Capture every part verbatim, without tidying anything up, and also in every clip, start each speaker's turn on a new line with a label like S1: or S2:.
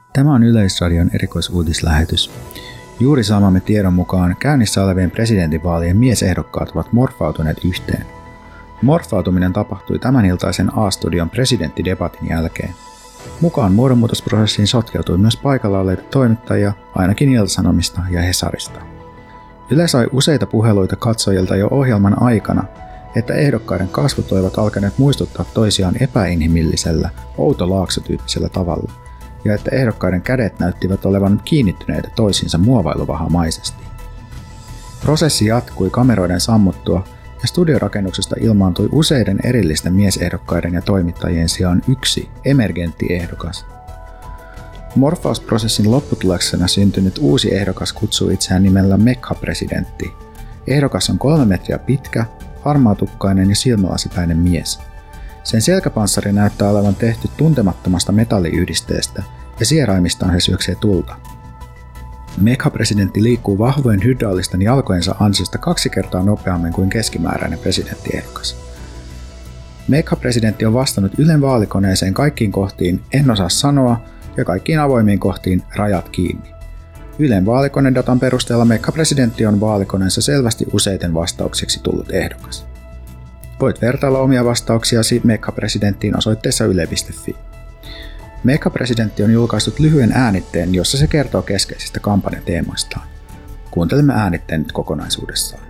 S1: Tämä on Yleisradion erikoisuutislähetys. Juuri saamamme tiedon mukaan käynnissä olevien presidentinvaalien miesehdokkaat ovat morfautuneet yhteen. Morfautuminen tapahtui tämän iltaisen A-studion presidenttidebatin jälkeen. Mukaan muodonmuutosprosessiin sotkeutui myös paikalla olleita toimittajia, ainakin Ilta-Sanomista ja Hesarista. Yle sai useita puheluita katsojilta jo ohjelman aikana, että ehdokkaiden kasvot olivat alkaneet muistuttaa toisiaan epäinhimillisellä, Outo Laakso-tyyppisellä tavalla, ja että ehdokkaiden kädet näyttivät olevan kiinnittyneitä toisiinsa muovailuvahamaisesti. Prosessi jatkui kameroiden sammuttua, ja studiorakennuksesta ilmaantui useiden erillisten miesehdokkaiden ja toimittajien sijaan yksi emergentti ehdokas. Morfausprosessin lopputuloksena syntynyt uusi ehdokas kutsuu itseään nimellä Mekha-presidentti. Ehdokas on kolme metriä pitkä, harmaatukkainen ja silmälasipäinen mies. Sen selkäpanssari näyttää olevan tehty tuntemattomasta metalliyhdisteestä ja sieraimistaan se syöksee tulta. Mekha-presidentti liikkuu vahvojen hydraulisten jalkojensa ansiosta kaksi kertaa nopeammin kuin keskimääräinen presidenttiehdokas. Mekha-presidentti on vastannut Ylen vaalikoneeseen kaikkiin kohtiin en osaa sanoa ja kaikkiin avoimiin kohtiin rajat kiinni. Ylen vaalikonedatan perusteella Mekha-presidentti on vaalikoneensa selvästi useiten vastaukseksi tullut ehdokas. Voit vertailla omia vastauksiasi Mekha-presidenttiin osoitteessa yle piste fi. Mekha-presidentti on julkaissut lyhyen äänitteen, jossa se kertoo keskeisistä kampanjateemoistaan. Kuuntelemme äänitteen nyt kokonaisuudessaan.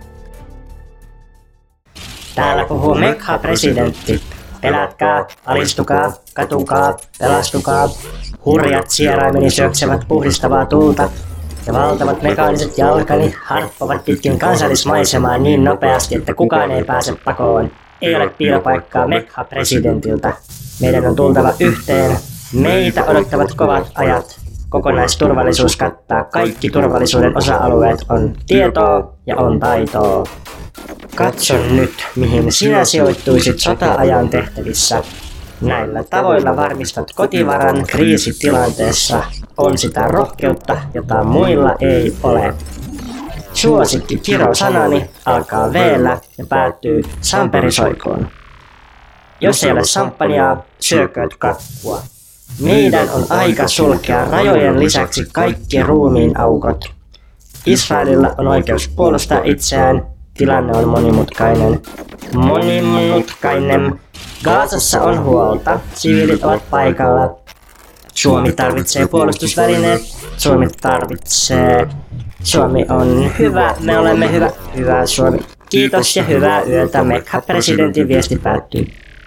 S2: Täällä puhuu Mekha-presidentti. Pelätkää, alistukaa, katukaa, pelastukaa. Hurjat sieraimeni syöksevät puhdistavaa tulta, ja valtavat mekaaniset jalkani harppovat pitkin kansallismaisemaa niin nopeasti, että kukaan ei pääse pakoon. Ei ole piilopaikkaa Mekha-presidentiltä. Meidän on tultava yhteen. Meitä odottavat kovat ajat. Kokonaisturvallisuus kattaa kaikki turvallisuuden osa-alueet, on tietoa ja on taitoa. Katso nyt, mihin sinä sijoittuisit sota-ajan tehtävissä. Näillä tavoilla varmistat kotivaran kriisitilanteessa. On sitä rohkeutta, jota muilla ei ole. Suosikki kirosanani alkaa veellä ja päättyy samperisoikoon. Jos ei ole samppaniaa, syökööt kakkua. Meidän on aika sulkea rajojen lisäksi kaikki ruumiin aukot. Israelilla on oikeus puolustaa itseään. Tilanne on monimutkainen. Monimutkainen. Gazassa on huolta. Siviilit ovat paikalla. Suomi tarvitsee puolustusvälineet. Suomi tarvitsee... Suomi on hyvä. Me olemme hyvä. Hyvä Suomi. Kiitos ja hyvää yötä. Mekha-presidentin viesti päättyy.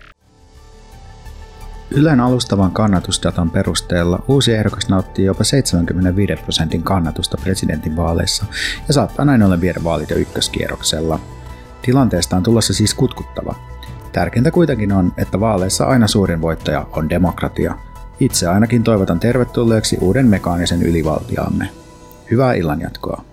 S1: Ylen alustavan kannatusdatan perusteella uusi ehdokas nauttii jopa seitsemänkymmentäviisi prosentin kannatusta presidentinvaaleissa ja saattaa näin ollen viedä vaalit jo ykköskierroksella. Tilanteesta on tulossa siis kutkuttava. Tärkeintä kuitenkin on, että vaaleissa aina suurin voittaja on demokratia. Itse ainakin toivotan tervetulleeksi uuden mekaanisen ylivaltiaamme. Hyvää illanjatkoa.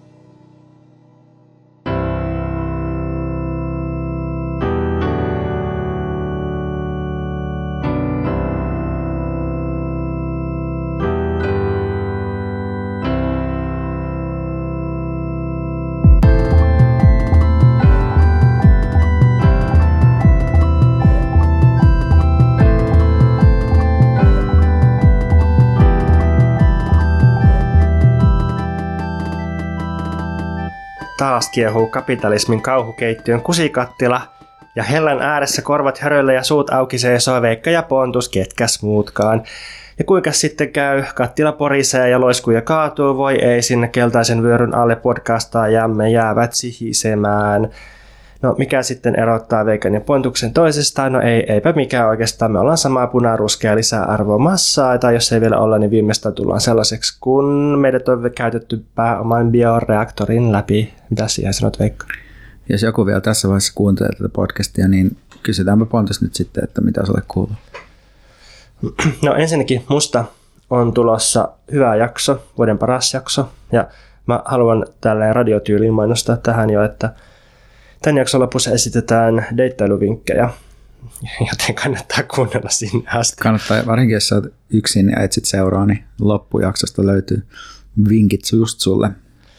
S3: Taas kiehuu kapitalismin kauhukeittiön kusikattila, ja hellän ääressä korvat höröllä ja suut auki seisoo Veikka ja Pontus, ketkäs muutkaan. Ja kuinka sitten käy, kattila porisee ja loiskuja kaatuu, voi ei sinne keltaisen vyöryn alle podcastaajamme jäävät sihisemään. No mikä sitten erottaa Veikan ja Pontuksen toisestaan? No ei, eipä mikään oikeastaan, me ollaan samaa punaruskea lisää arvoa massaa, tai jos ei vielä olla, niin viimeistään tullaan sellaiseksi, kun meidät on käytetty pääoman bioreaktorin läpi. Mitä siihen sanot, Veikka?
S1: Jos joku vielä tässä vaiheessa kuuntelee tätä podcastia, niin kysytäänpä Pontus nyt sitten, että mitä sulle kuuluu.
S3: No ensinnäkin musta on tulossa hyvä jakso, vuoden paras jakso, ja mä haluan tälleen radiotyyliin mainostaa tähän jo, että tämän jakson lopussa esitetään deittailuvinkkejä, joten kannattaa kuunnella sinne asti.
S1: Kannattaa, varsinkin jos olet yksin ja etsit seuraa, niin loppujaksosta löytyy vinkit just sulle.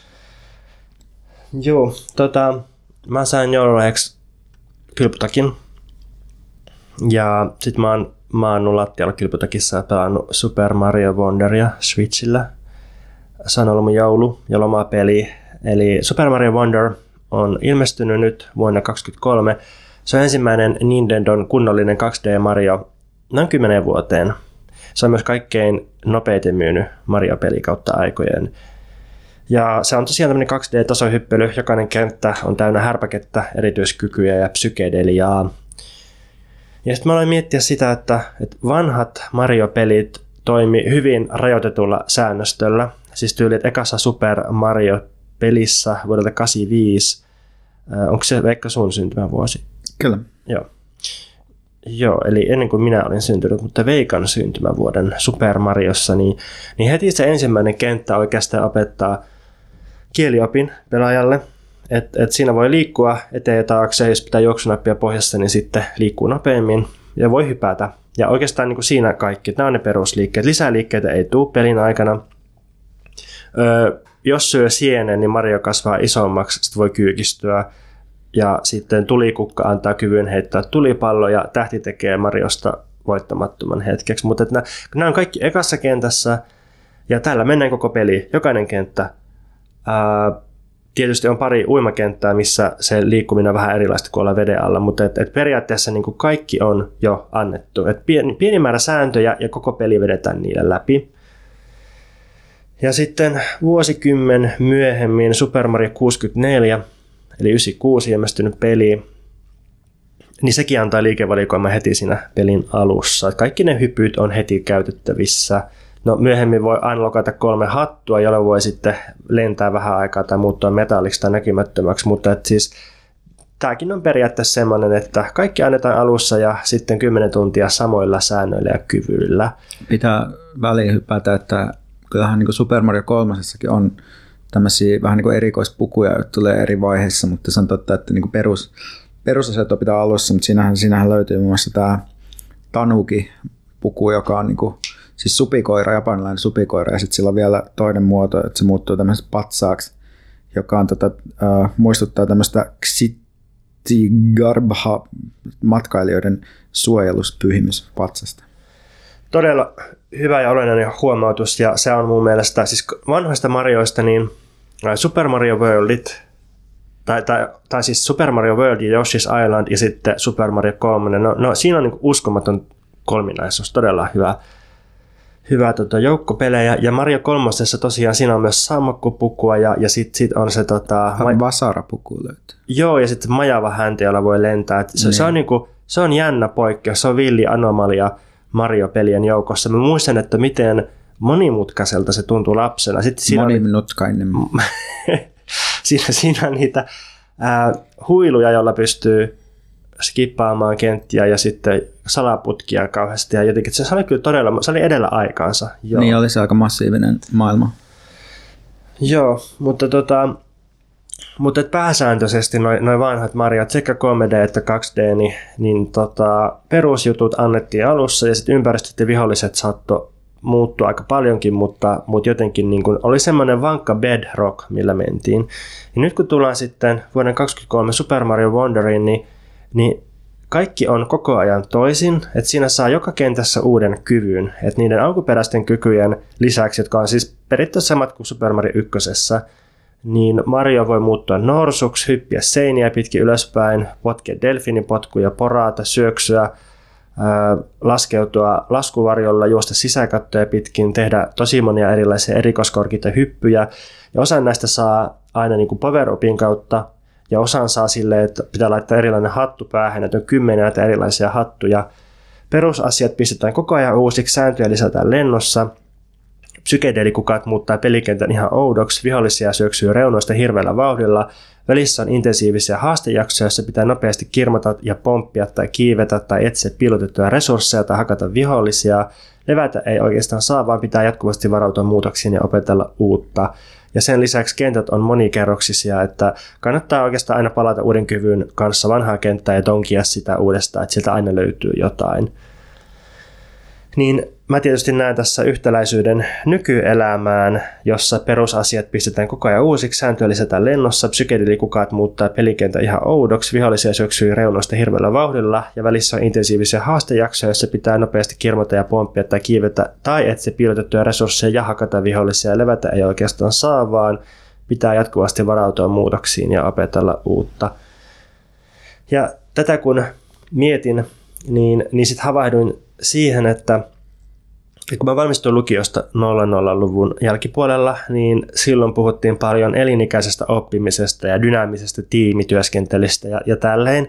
S3: Joo, tota, mä sain joululahjaksi kylpytakin. Ja sit mä oon maannut lattialla kylpytakissa ja pelannut Super Mario Wonderia Switchillä. Se on ollut mun joulu- ja lomapeli. Eli Super Mario Wonder on ilmestynyt nyt vuonna kaksituhattakaksikymmentäkolme. Se on ensimmäinen Nintendon kunnollinen kaksi D Mario noin kymmenen vuoteen. Se on myös kaikkein nopeiten myynyt Mario-peli kautta aikojen. Ja se on tosiaan tämmöinen kaksi D-tasohyppely. Jokainen kenttä on täynnä härpäkettä, erityiskykyjä ja psykedeliaa. Ja sitten mä aloin miettiä sitä, että, että vanhat Mario-pelit toimi hyvin rajoitetulla säännöstöllä. Siis tyyli, että ekassa Super Mario-pelissä vuodelta kahdeksankymmentäviisi. Onko se Veikka sun syntymävuosi?
S1: Kyllä.
S3: Joo. Joo, eli ennen kuin minä olin syntynyt, mutta Veikan syntymävuoden Super Mariossa, niin, niin heti se ensimmäinen kenttä oikeastaan opettaa kieliopin pelaajalle. Että et siinä voi liikkua eteen ja taakse, jos pitää juoksunappia pohjassa, niin sitten liikkuu nopeammin ja voi hypätä. Ja oikeastaan niin kuin siinä kaikki, nämä on ne perusliikkeet. Lisää liikkeitä ei tule pelin aikana. Öö, jos syö sienen, niin Mario kasvaa isommaksi, sitten voi kyykistyä. Ja sitten tulikukka antaa kyvyn heittää tulipallo ja tähti tekee Mariosta voittamattoman hetkeksi. Mutta nämä, nämä on kaikki ekassa kentässä ja täällä mennään koko peli, jokainen kenttä. Ää, tietysti on pari uimakenttää, missä se liikkuminen on vähän erilaista kuin olla veden alla, mutta et, et periaatteessa niin kuin kaikki on jo annettu. Et pieni, pieni määrä sääntöjä ja koko peli vedetään niille läpi. Ja sitten vuosikymmen myöhemmin Super Mario kuusikymmentäneljä, eli yhdeksänkymmentäkuusi ilmestynyt peli, niin sekin antaa liikevalikoima heti siinä pelin alussa. Kaikki ne hypyt on heti käytettävissä. No myöhemmin voi aina lokata kolme hattua, jolla voi sitten lentää vähän aikaa tai muuttua metalliksi tai näkymättömäksi, mutta et siis tämäkin on periaatteessa semmoinen, että kaikki annetaan alussa ja sitten kymmenen tuntia samoilla säännöillä ja kyvyillä.
S1: Pitää väliin hypätä, että kyllähän niin kuin Super Mario kolmosessakin on tämmöisiä vähän niin kuin erikoispukuja, jotka tulee eri vaiheissa, mutta se on totta, että niin kuin perus, perusasiat pitää alussa, mutta siinähän, siinähän löytyy muun muassa tämä Tanuki-puku, joka on niin kuin, siis supikoira, japanilainen supikoira, ja sitten sillä on vielä toinen muoto, että se muuttuu tämmöiseksi patsaaksi, joka on, tota, äh, muistuttaa tämmöistä Xitigarbha-matkailijoiden suojeluspyhimyspatsasta.
S3: Todella hyvä ja olennainen huomautus, ja se on mun mielestä siis vanhoista Marioista, niin Super Mario Worldit, tai, tai, tai siis Super Mario World ja Yoshi's Island ja sitten Super Mario kolme, no, no siinä on niin kuin uskomaton kolminaisuus, todella hyvä, hyvä tota, joukko pelejä, ja Mario kolmosessa tosiaan siinä on myös sammakkopukua, ja, ja sitten sit on se tota,
S1: ma- Vasara-puku löytyy.
S3: Joo, ja sitten majava häntä, jolla voi lentää. Se, niin. se, on niin kuin, se on jännä poikkeus, se on villi anomalia Mario-pelien joukossa. Mä muistan, että miten monimutkaiselta se tuntuu lapsena. Sitten siinä
S1: Monimutkainen.
S3: On, siinä, siinä on niitä ää, huiluja, joilla pystyy skippaamaan kenttiä ja sitten salaputkia kauheasti. Ja jotenkin, se oli kyllä todella, se oli edellä aikaansa. Joo.
S1: Niin oli se aika massiivinen maailma.
S3: Joo, mutta tota... Mutta pääsääntöisesti noin noi vanhat Mariot, sekä kolme D että kaksi D, niin, niin tota, perusjutut annettiin alussa ja sitten ympäristöt ja viholliset saattoi muuttua aika paljonkin, mutta, mutta jotenkin niin kun oli semmoinen vankka bedrock, millä mentiin. Ja nyt kun tullaan sitten vuoden kaksikymmentäkolme Super Mario Wonderiin, niin, niin kaikki on koko ajan toisin, että siinä saa joka kentässä uuden kyvyn, että niiden alkuperäisten kykyjen lisäksi, jotka on siis periaatteessa samat kuin Super Mario ykkösessä, niin Mario voi muuttua norsuksi, hyppiä seiniä pitkin ylöspäin, potkea delfiinipotkuja, porata, syöksyä, ää, laskeutua laskuvarjolla, juosta sisäkattoja pitkin, tehdä tosi monia erilaisia erikoiskorkeita hyppyjä. Ja osa näistä saa aina niin kuin power-upin kautta, ja osan saa silleen, että pitää laittaa erilainen hattu päähän, että on kymmenen näitä erilaisia hattuja. Perusasiat pistetään koko ajan uusiksi, sääntöjä lisätään lennossa. Psykedeelikukat muuttaa pelikentän ihan oudoksi, vihollisia syöksyy reunoista hirveällä vauhdilla, välissä on intensiivisiä haastejaksoja, joissa pitää nopeasti kirmata ja pomppia tai kiivetä tai etsiä piilotettuja resursseja tai hakata vihollisia. Levätä ei oikeastaan saa, vaan pitää jatkuvasti varautua muutoksiin ja opetella uutta. Ja sen lisäksi kentät on monikerroksisia, että kannattaa oikeastaan aina palata uuden kyvyn kanssa vanhaa kenttää ja tonkia sitä uudestaan, että sieltä aina löytyy jotain. Niin mä tietysti näen tässä yhtäläisyyden nykyelämään, jossa perusasiat pistetään koko ajan uusiksi, sääntöjä lisätään lennossa, psykedelikukat muuttaa pelikentä ihan oudoksi, vihollisia syöksyy reunoista hirveällä vauhdilla ja välissä on intensiivisiä haastejaksoja, joissa pitää nopeasti kirmata ja pomppia tai kiivetä tai etsiä piilotettuja resursseja ja hakata vihollisia ja levätä ei oikeastaan saa, vaan pitää jatkuvasti varautua muutoksiin ja opetella uutta. Ja tätä kun mietin, niin, niin sitten havahduin siihen, että kun mä valmistuin lukiosta nolla nolla-luvun jälkipuolella, niin silloin puhuttiin paljon elinikäisestä oppimisesta ja dynaamisesta tiimityöskentelystä ja, ja tälleen.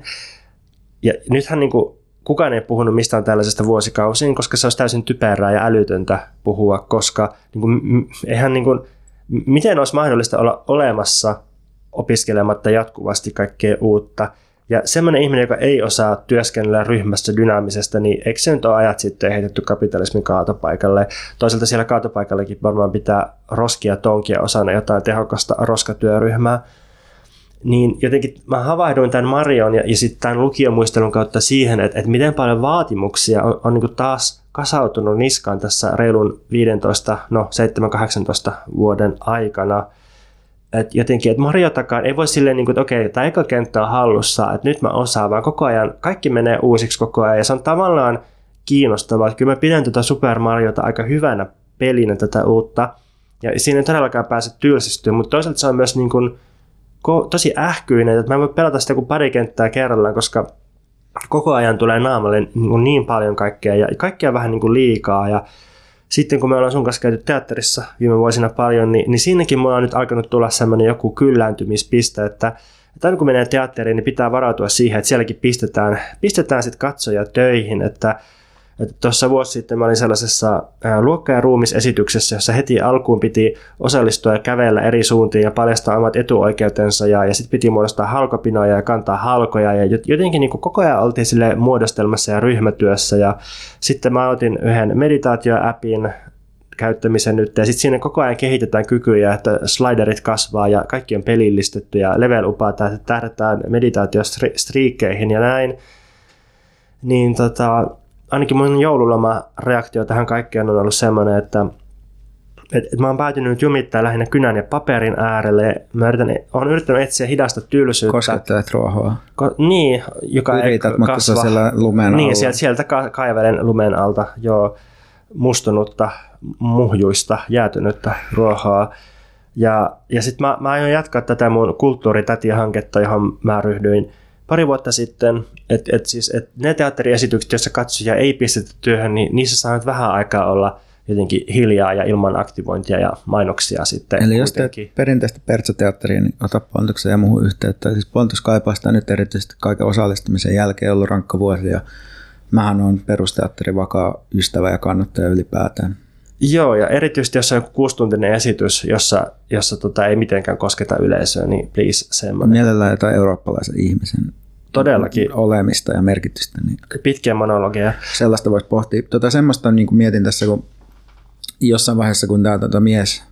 S3: Ja nythän niin kuin, kukaan ei puhunut mistään tällaisesta vuosikausiin, koska se olisi täysin typerää ja älytöntä puhua, koska niin kuin, eihän niin kuin, miten olisi mahdollista olla olemassa opiskelematta jatkuvasti kaikkea uutta. Ja semmoinen ihminen, joka ei osaa työskennellä ryhmässä dynaamisesta, niin eikö se nyt ole ajat sitten heitetty kapitalismin kaatopaikalle? Toisaalta siellä kaatopaikallakin varmaan pitää roskia tonkia osana jotain tehokasta roskatyöryhmää. Niin jotenkin mä havahduin tämän Marion ja, ja sitten tämän lukiomuistelun kautta siihen, että, että miten paljon vaatimuksia on, on niin kuin taas kasautunut niskaan tässä reilun viisitoista, no seitsemän kahdeksantoista vuoden aikana. Et jotenkin, että Mariotakaan ei voi silleen, niin kuin, että okei, tämä eka kenttä on hallussa, että nyt mä osaan, vaan koko ajan kaikki menee uusiksi koko ajan. Ja se on tavallaan kiinnostavaa, että kyllä mä pidän tätä Super Mariota aika hyvänä pelinä tätä uutta. Ja siinä ei todellakaan pääse tylsistyä, mutta toisaalta se on myös niin kuin, tosi ähkyinen, että mä en voi pelata sitä kuin pari kenttää kerrallaan, koska koko ajan tulee naamalle niin, niin paljon kaikkea ja kaikkea vähän niin kuin liikaa. Ja sitten kun me ollaan sun kanssa käyty teatterissa viime vuosina paljon, niin, niin siinäkin mulla on nyt alkanut tulla semmoinen joku kyllääntymispiste, että, että aina kun menee teatteriin, niin pitää varautua siihen, että sielläkin pistetään, pistetään sit katsoja töihin. Että tuossa vuosi sitten mä olin sellaisessa ää, luokka- ja ruumisesityksessä, jossa heti alkuun piti osallistua ja kävellä eri suuntiin ja paljastaa omat etuoikeutensa ja, ja sitten piti muodostaa halkopinoja ja kantaa halkoja ja jotenkin niin kuin koko ajan oltiin sille muodostelmassa ja ryhmätyössä ja sitten mä otin yhden meditaatioäpin käyttämisen nyt ja sitten siinä koko ajan kehitetään kykyjä, että sliderit kasvaa ja kaikki on pelillistetty ja level upataan, että tähdätään meditaatiostriikkeihin ja näin, niin tota ainakin mun joululoma-reaktio tähän kaikkeen on ollut semmoinen, että, että, että mä oon päätynyt jumittaa lähinnä kynän ja paperin äärelle. Mä yritän, oon yrittänyt etsiä hidasta tylsyyttä.
S1: Koskettelet ruohoa.
S3: Ko, niin, joka
S1: Yrität,
S3: ei kasva.
S1: mutta se on siellä lumen
S3: niin,
S1: alla.
S3: sieltä, sieltä ka- kaivelen lumen alta jo mustunutta, muhjuista, jäätynyttä ruohoa. Ja, ja sitten mä, mä aion jatkaa tätä mun kulttuuritäti-hanketta, johon mä ryhdyin pari vuotta sitten, että et siis, et ne teatteriesitykset, joissa katsoja ei pistetä työhön, niin niissä saa nyt vähän aikaa olla jotenkin hiljaa ja ilman aktivointia ja mainoksia sitten.
S1: Eli jos teet perinteistä Pertsa-teatteria, niin ota Pontuksen ja muuhun yhteyttä. Siis Pontus kaipaa sitä nyt erityisesti kaiken osallistumisen jälkeen, ollut rankka vuosi ja mähän on perusteatterin vakaa ystävä ja kannattaja ylipäätään. Joo, ja erityisesti jos on joku kuusituntinen esitys, jossa, jossa tota ei mitenkään kosketa yleisöä, niin please semmoinen. Mielellään jotain eurooppalaisen ihmisen todellakin olemista ja merkitystä. Niin pitkiä monologeja. Sellaista voisi pohtia. Tota, semmoista niin kuin mietin tässä, kun jossain vaiheessa, kun tämä tota, mies,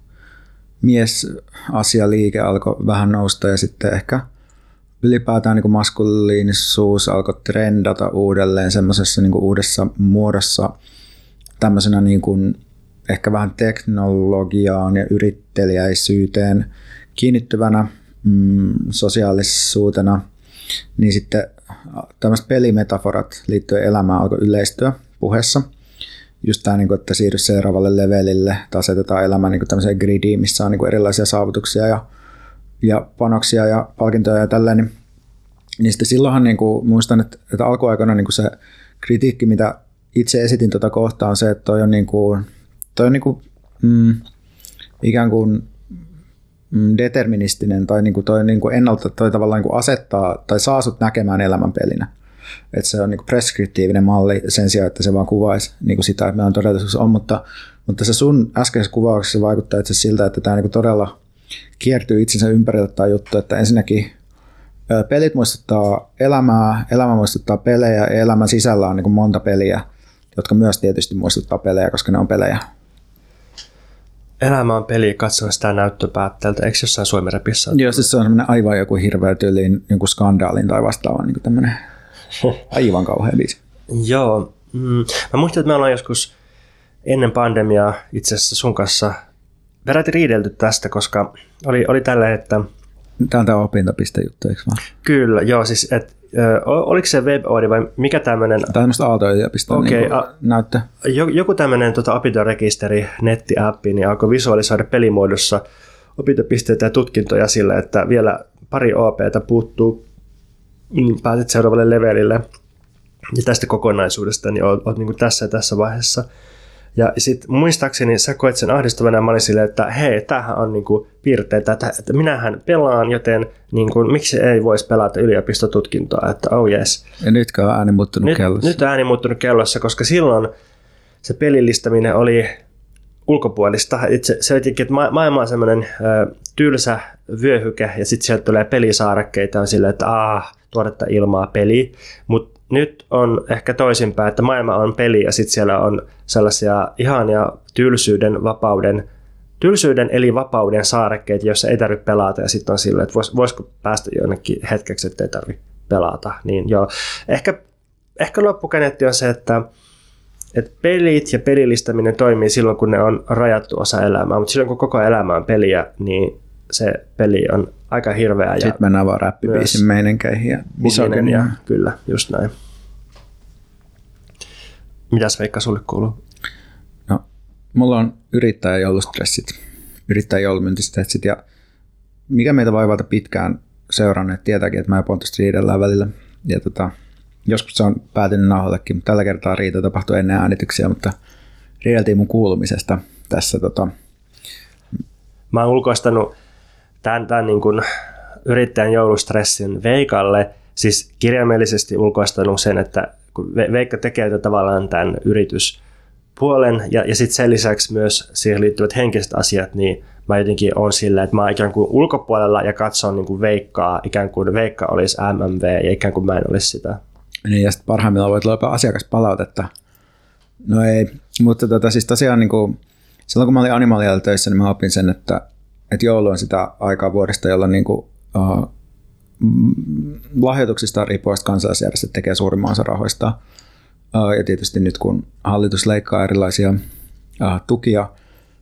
S1: miesasialiike alkoi vähän nousta ja sitten ehkä ylipäätään niin kuin maskuliinisuus alkoi trendata uudelleen semmoisessa niin kuin uudessa muodossa tämmöisenä niin kuin ehkä vähän teknologiaan ja yrittelijäisyyteen kiinnittyvänä mm, sosiaalisuutena, niin sitten tämmöiset pelimetaforat liittyen elämään alkoi yleistyä puheessa. Just tämä, että siirry seuraavalle levelille, tai asetetaan elämä niin tämmöiseen gridiin, missä on niin erilaisia saavutuksia ja, ja panoksia ja palkintoja ja tälleen. Niin, niin sitten silloinhan niin kuin, muistan, että, että alkuaikana niin kuin se kritiikki, mitä itse esitin tuota kohtaa, on se, että toi on, niin kuin, toi on niin kuin, mm, ikään kuin mm, deterministinen tai niin kuin toi, niin kuin ennalta toi tavallaan niin kuin asettaa tai saa sut näkemään elämän pelinä. Että se on niin kuin preskriptiivinen malli sen sijaan, että se vaan kuvaisi niin kuin sitä, että meillä on todellisuus on, mutta, mutta se sun äskeisessä kuvauksessa vaikuttaa itse siltä, että tämä niin kuin todella kiertyy itsensä ympärillä tämä juttu, että ensinnäkin pelit muistuttaa elämää, elämä muistuttaa pelejä ja elämän sisällä on niin kuin monta peliä, jotka myös tietysti muistuttaa pelejä, koska ne on pelejä.
S3: Elämä on peli, katsoa sitä näyttöpäätteeltä. Eikö jossain Suomi-räpissä?
S1: Joo, siis se on semmoinen aivan joku hirveä tyyliin joku skandaalin tai vastaavan niin tämmöinen aivan kauhea biisi.
S3: Joo. Mm. Mä muistan, että me ollaan joskus ennen pandemiaa itse asiassa sun kanssa peräti riidelty tästä, koska oli, oli tällä, että...
S1: Tämä on tämä opintopiste-juttu, eikö vaan?
S3: Kyllä, joo, siis et, ö, oliko se WebOdi vai mikä tämmöinen...
S1: Tämä on tämmöistä Aalto-yliopiston
S3: okay,
S1: niin näyttö.
S3: Joku tämmöinen tota, opintorekisteri, nettiappi, niin alkoi visualisoida pelimuodossa opintopisteitä ja tutkintoja sillä, että vielä pari O P:tä puuttuu, niin pääset seuraavalle levelille. Ja tästä kokonaisuudesta niin olet, olet niin kuin tässä ja tässä vaiheessa. Ja sitten muistaakseni sä koet sen ahdistavana ja mä olin silleen, että hei, tämähän on niin kuin piirteitä, että, että minähän pelaan, joten niin kuin, miksi ei voisi pelata yliopistotutkintoa, että oh yes.
S1: Ja nytkö on ääni muuttunut
S3: nyt,
S1: kellossa?
S3: Nyt on ääni muuttunut kellossa, koska silloin se pelillistäminen oli ulkopuolista. Itse, se jotenkin, että maailma on semmoinen ö, tylsä vyöhyke ja sitten sieltä tulee pelisaarekkeita on silleen, että ah, tuoretta ilmaa peli, mutta nyt on ehkä toisinpäin, että maailma on peli ja sitten siellä on sellaisia ihania tylsyyden, vapauden, tylsyyden eli vapauden saarekkeita, joissa ei tarvitse pelata ja sitten on silleen, että vois, voisiko päästä jonnekin hetkeksi, että ei tarvitse pelata. Niin joo, ehkä, ehkä loppukaneetti on se, että että pelit ja pelillistäminen toimii silloin, kun ne on rajattu osa elämää, mutta silloin kun koko elämä on peliä, niin se peli on aika hirveä.
S1: Sitten mennään vaan räppibiisin meinenkeihin ja
S3: misogynia. Kyllä, just näin. Mitäs Veikka sulle kuuluu?
S1: No, mulla on yrittäjän joulustressit, yrittäjän joulumyyntistressit ja mikä meitä vaivalta pitkään seuranneet tietääkin, että mä ja Pontus riidellään välillä. Ja tota, joskus se on päätynyt nauhallekin, mutta tällä kertaa riita tapahtui ennen äänityksiä, mutta riideltiin mun kuulumisesta tässä. Tota.
S3: Mä oon ulkoistanut tämän, tämän niin kuin yrittäjän joulustressin Veikalle, siis kirjaimellisesti ulkoistanut sen, että kun Veikka tekee tavallaan tämän yrityspuolen ja, ja sitten sen lisäksi myös siihen liittyvät henkiset asiat, niin mä jotenkin on sillä, että mä oon ikään kuin ulkopuolella ja katson niin kuin Veikkaa, ikään kuin Veikka olisi M M V ja ikään kuin mä en olisi sitä.
S1: Niin, ja sitten parhaimmillaan voit luoda asiakaspalautetta. No ei, mutta tota, siis tosiaan niin kuin, silloin kun mä olin Animalialla töissä, niin mä opin sen, että, että joulu on sitä aikaa vuodesta, jolloin niin kuin, uh, lahjoituksista riippuvasta kansalaisjärjestöt tekee suurimman osan rahoista. Uh, ja tietysti nyt kun hallitus leikkaa erilaisia uh, tukia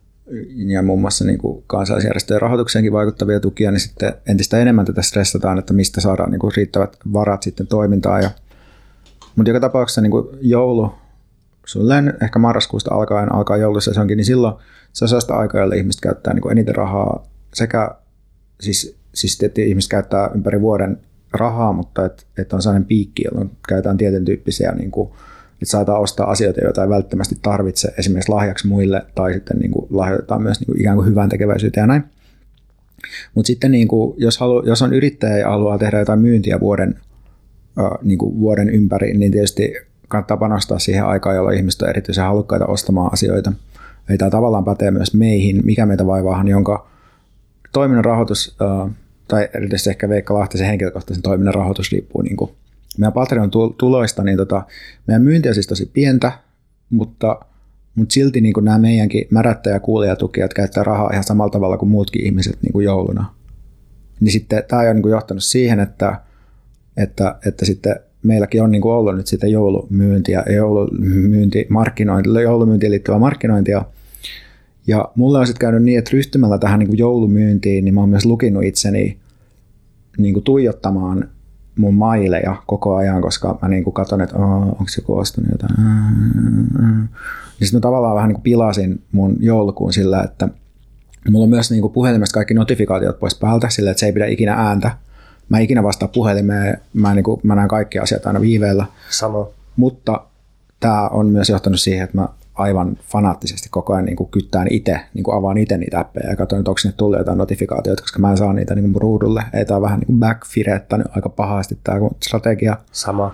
S1: ja muun muassa niin kuin kansalaisjärjestöjen rahoitukseenkin vaikuttavia tukia, niin sitten entistä enemmän tätä stressataan, että mistä saadaan niin kuin riittävät varat sitten toimintaan. Ja, mutta joka tapauksessa niin kuin joulu, suunnilleen ehkä marraskuusta alkaen alkaa joulusesonkin, niin silloin se on sellaista aikaa, jolla ihmiset käyttää niin kuin eniten rahaa sekä siis, siis että ihmiset käyttää ympäri vuoden rahaa, mutta että et on sellainen piikki, jolloin käytetään tietyn tyyppisiä, niin kuin, että saadaan ostaa asioita, joita ei välttämättä tarvitse esimerkiksi lahjaksi muille tai sitten niin kuin lahjoitetaan myös niin kuin ikään kuin hyvän tekeväisyyteen ja näin. Mutta sitten niin kuin, jos, halu, jos on yrittäjä ja haluaa tehdä jotain myyntiä vuoden, äh, niin kuin vuoden ympäri, niin tietysti kannattaa panostaa siihen aikaan, jolloin ihmiset on erityisen halukkaita ostamaan asioita. Eli tämä tavallaan pätee myös meihin, mikä meitä vaivaahan, jonka toiminnan rahoitus, äh, tai erityisesti ehkä Veikka Lahtisen henkilökohtaisen toiminnan rahoitus riippuu niin kuin meidän Patreon tuloista, niin tota, meidän myynti on siis tosi pientä, mutta, mutta silti niin kuin nämä meidänkin märättäjä- ja kuulijatukijat käyttää rahaa ihan samalla tavalla kuin muutkin ihmiset niin kuin jouluna. Niin sitten tämä on niin kuin johtanut siihen, että, että, että sitten meilläkin on niin kuin ollut nyt sitä joulumyyntiä ja joulumyyntimarkkinointia, joulumyyntiin liittyvää markkinointia. Ja mulle on sitten käynyt niin, että ryhtymällä tähän niin kuin joulumyyntiin, niin mä oon myös lukinut itseni niin kuin tuijottamaan mun maileja koko ajan, koska mä niin kuin katson, että onko joku ostanut jotain. Niin sitten mä tavallaan vähän niin kuin pilasin mun joulukuun sillä, että mulla on myös niin kuin puhelimesta kaikki notifikaatiot pois päältä sillä, että se ei pidä ikinä ääntä. Mä en ikinä vastaa puhelimeen, mä, niin kuin, mä näen kaikki asiat aina viiveellä.
S3: Sama.
S1: Mutta tää on myös johtanut siihen, että mä aivan fanaattisesti koko ajan niin kuin kyttään itse, niin kuin avaan itse niitä appeja ja katson, että onko sinne tullut jotain notifikaatioita, koska mä en saa niitä niin kuin ruudulle. Ei, tää on vähän niin kuin backfirettänyt aika pahasti tämä strategia.
S3: Sama.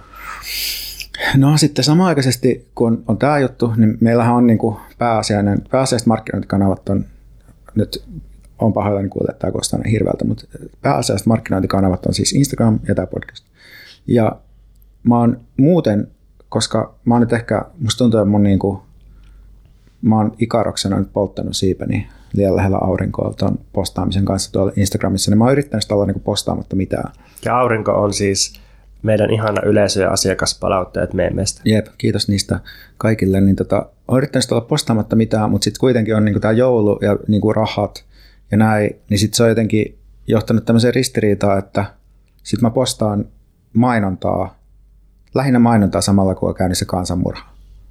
S1: No sitten samanaikaisesti, kun on tämä juttu, niin meillähän on niin kuin pääasiainen, pääasiaiset markkinointikanavat on, nyt on pahoillani kuulla, että tämä kuulostaa hirveältä, mutta pääasiaiset markkinointikanavat on siis Instagram ja tämä podcast. Ja mä oon muuten, koska mä oon nyt ehkä, musta tuntuu, että mun niin kuin mä oon ikaroksena nyt polttanut siipeni liian lähellä aurinkoa tuon postaamisen kanssa tuolla Instagramissa, niin mä oon yrittänyt sitä olla niin kuin postaamatta mitään.
S3: Ja aurinko on siis meidän ihana yleisö- ja asiakaspalautteet meemestä.
S1: Jep, kiitos niistä kaikille. Niin tota, olen yrittänyt olla postaamatta mitään, mutta sitten kuitenkin on niin tämä joulu ja niin rahat ja näin, niin sitten se on jotenkin johtanut tämmöiseen ristiriitaan, että sitten mä postaan mainontaa, lähinnä mainontaa samalla, kun on käynnissä kansanmurha.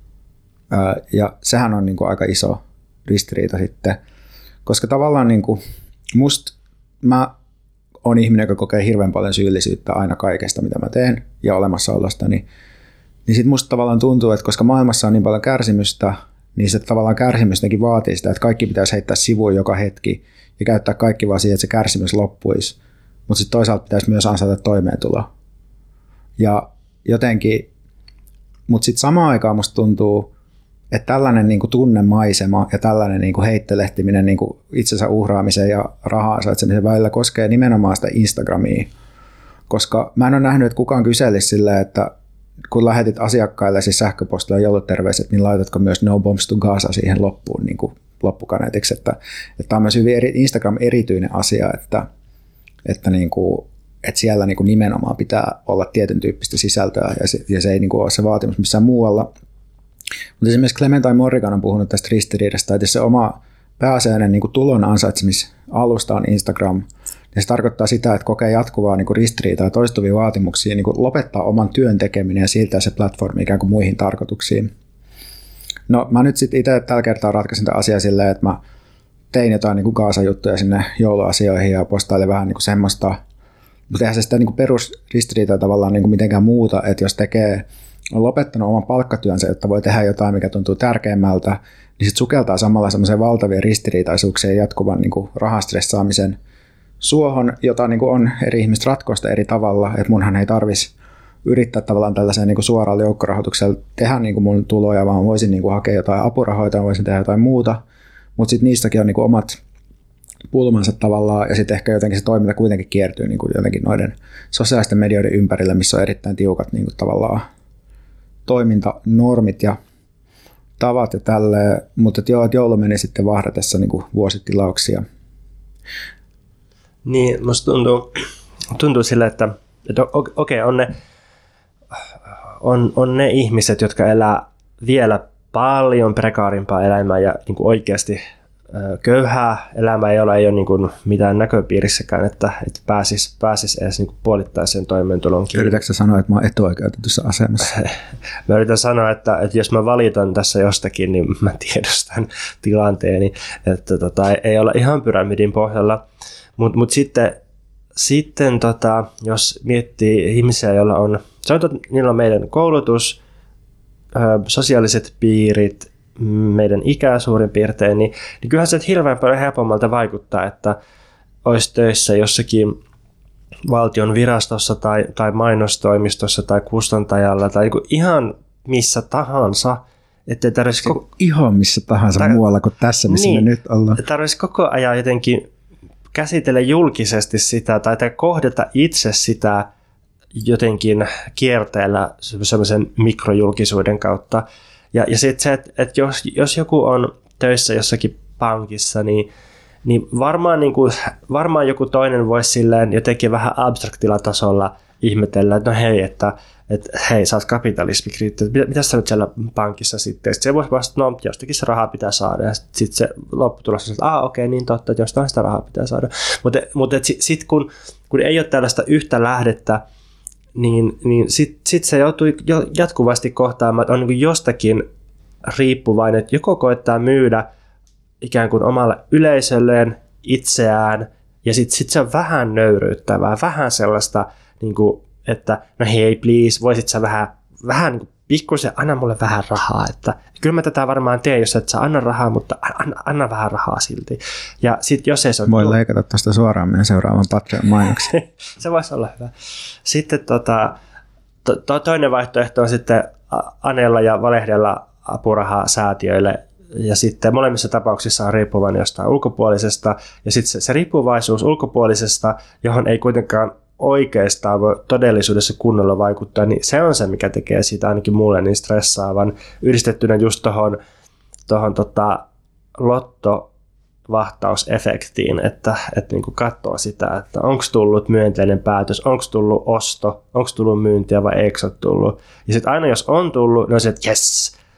S1: Ja sehän on niin kuin aika iso ristiriita sitten, koska tavallaan niin kuin musta mä oon ihminen, joka kokee hirveän paljon syyllisyyttä aina kaikesta, mitä mä teen ja olemassaolosta, niin, niin sit musta tavallaan tuntuu, että koska maailmassa on niin paljon kärsimystä, niin se tavallaan kärsimystäkin vaatii sitä, että kaikki pitäisi heittää sivuun joka hetki ja käyttää kaikki vaan siihen, että se kärsimys loppuisi, mutta sitten toisaalta pitäisi myös ansaita toimeentuloa. Ja jotenkin, mutta sitten samaan aikaan musta tuntuu, että tällainen niin kuin tunnemaisema ja tällainen niin kuin heittelehtiminen niin kuin itsensä uhraamisen ja rahaa ansaitsemisen välillä koskee nimenomaan sitä Instagramia. Koska mä en ole nähnyt, että kukaan kyselisi silleen, että kun lähetit asiakkaille siis sähköpostilla jouluterveiset, niin laitatko myös No Bombs to Gaza siihen loppuun niin kuin loppukaneetiksi. Että, että tämä on myös hyvin eri, Instagram-erityinen asia, että, että, niin kuin, että siellä niin kuin nimenomaan pitää olla tietyn tyyppistä sisältöä ja se, ja se ei niin kuin ole se vaatimus missään muualla. Mutta esimerkiksi Clementine Morrigan on puhunut tästä ristiriidasta, että jos se oma pääasiallinen niin kuin tulon ansaitsemisalusta on Instagram, niin se tarkoittaa sitä, että kokee jatkuvaa niin kuin ristiriitaa ja toistuvia vaatimuksia, niin kuin lopettaa oman työn tekeminen ja siirtää se platformi ikään kuin muihin tarkoituksiin. No mä nyt sitten itse tällä kertaa ratkaisin tätä asiaa silleen, että mä tein jotain niin kuin Gaasa-juttuja sinne jouluasioihin ja postailin vähän niin kuin semmoista, mutta eihän se sitä niin kuin perusristiriitaa tavallaan niin kuin mitenkään muuta, että jos tekee on lopettanut oman palkkatyönsä, jotta voi tehdä jotain, mikä tuntuu tärkeämmältä, niin sitten sukeltaa samalla semmoiseen valtavien ristiriitaisuuksien jatkuvan niin kuin rahastressaamisen suohon, jota niin kuin on eri ihmiset ratkoista eri tavalla, että munhan ei tarvitsisi yrittää tavallaan tällaiseen niin kuin suoraan joukkorahoituksella tehdä niin kuin mun tuloja, vaan voisin niin kuin hakea jotain apurahoja tai voisin tehdä jotain muuta, mutta sitten niistäkin on niin kuin omat pulmansa tavallaan, ja sitten ehkä jotenkin se toiminta kuitenkin kiertyy niin kuin jotenkin noiden sosiaalisten medioiden ympärillä, missä on erittäin tiukat niin kuin tavallaan toimintanormit ja tavat ja tälleen, mutta että joo, että joulu meni sitten vahdatessa niin kuin vuositilauksia.
S3: Niin, musta tuntuu, tuntuu sille, että, että okei, okay, on, ne, on, on ne ihmiset, jotka elää vielä paljon prekaarimpaa elämää ja niin kuin oikeasti köyhää elämää ei ole, ei ole niin kuin mitään näköpiirissäkään, että, että pääsisi, pääsisi edes niin kuin puolittaiseen toimeentulon kiinni.
S1: Yritätkö sä sanoa, että mä oon etuoikeutetussa asemassa?
S3: Mä yritän sanoa, että, että jos mä valitan tässä jostakin, niin mä tiedostan tilanteeni, että tota, ei ole ihan pyramidin pohjalla. Mutta mut sitten, sitten tota, jos miettii ihmisiä, joilla on, sanotaan, että niillä on meidän koulutus, sosiaaliset piirit, meidän ikää suurin piirtein, niin, niin kyllähän se hirveän paljon helpommalta vaikuttaa, että olisi töissä jossakin valtion virastossa tai, tai mainostoimistossa tai kustantajalla tai niin ihan missä tahansa. Ettei tarvitsisi koko...
S1: Ihan missä tahansa Tar... muualla kuin tässä, missä niin, me nyt ollaan.
S3: Tarvitsisi koko ajan jotenkin käsitellä julkisesti sitä tai kohdata itse sitä jotenkin kierteellä sellaisen mikrojulkisuuden kautta. Ja, ja sitten se, että, että jos, jos joku on töissä jossakin pankissa, niin, niin, varmaan, niin kuin, varmaan joku toinen voisi silleen jotenkin vähän abstraktilla tasolla ihmetellä, että no hei, että, että hei, sä oot kapitalismikriittinen, mitä, mitä sä nyt siellä pankissa sitten? Sitten se voisi vastata, no jostakin se rahaa pitää saada, ja sitten sit se lopputulos on, että ah okei, okay, niin totta, että jostain sitä rahaa pitää saada. Mutta mut, sitten sit kun, kun ei ole tällaista yhtä lähdettä, niin, niin sitten sit se joutui jatkuvasti kohtaamaan, että on niin jostakin riippuvainen, että joko koettaa myydä ikään kuin omalle yleisölleen itseään, ja sitten sit se on vähän nöyryyttävää, vähän sellaista, niin kuin, että no hei please, voisit sä vähän, vähän niin pikkusen, anna mulle vähän rahaa, että kyllä mä tätä varmaan teen, jos et sä anna rahaa, mutta anna, anna vähän rahaa silti. Ja sit jos ei se on...
S1: Voi leikata tuosta suoraan meidän seuraavan Patreon-mainoksen.
S3: Se voisi olla hyvä. Sitten tota, to, to, toinen vaihtoehto on sitten anella ja valehdella apurahaa säätiöille, ja sitten molemmissa tapauksissa on riippuvainen jostain ulkopuolisesta, ja sitten se, se riippuvaisuus ulkopuolisesta, johon ei kuitenkaan oikeastaan voi todellisuudessa kunnolla vaikuttaa, niin se on se, mikä tekee siitä ainakin mulle niin stressaavan. Yhdistettynä just tuohon tohon tota lottovahtausefektiin, että, että niin katsoo sitä, että onko tullut myönteinen päätös, onko tullut osto, onko tullut myyntiä vai eikö ole tullut. Ja sitten aina jos on tullut, niin on se, että jes,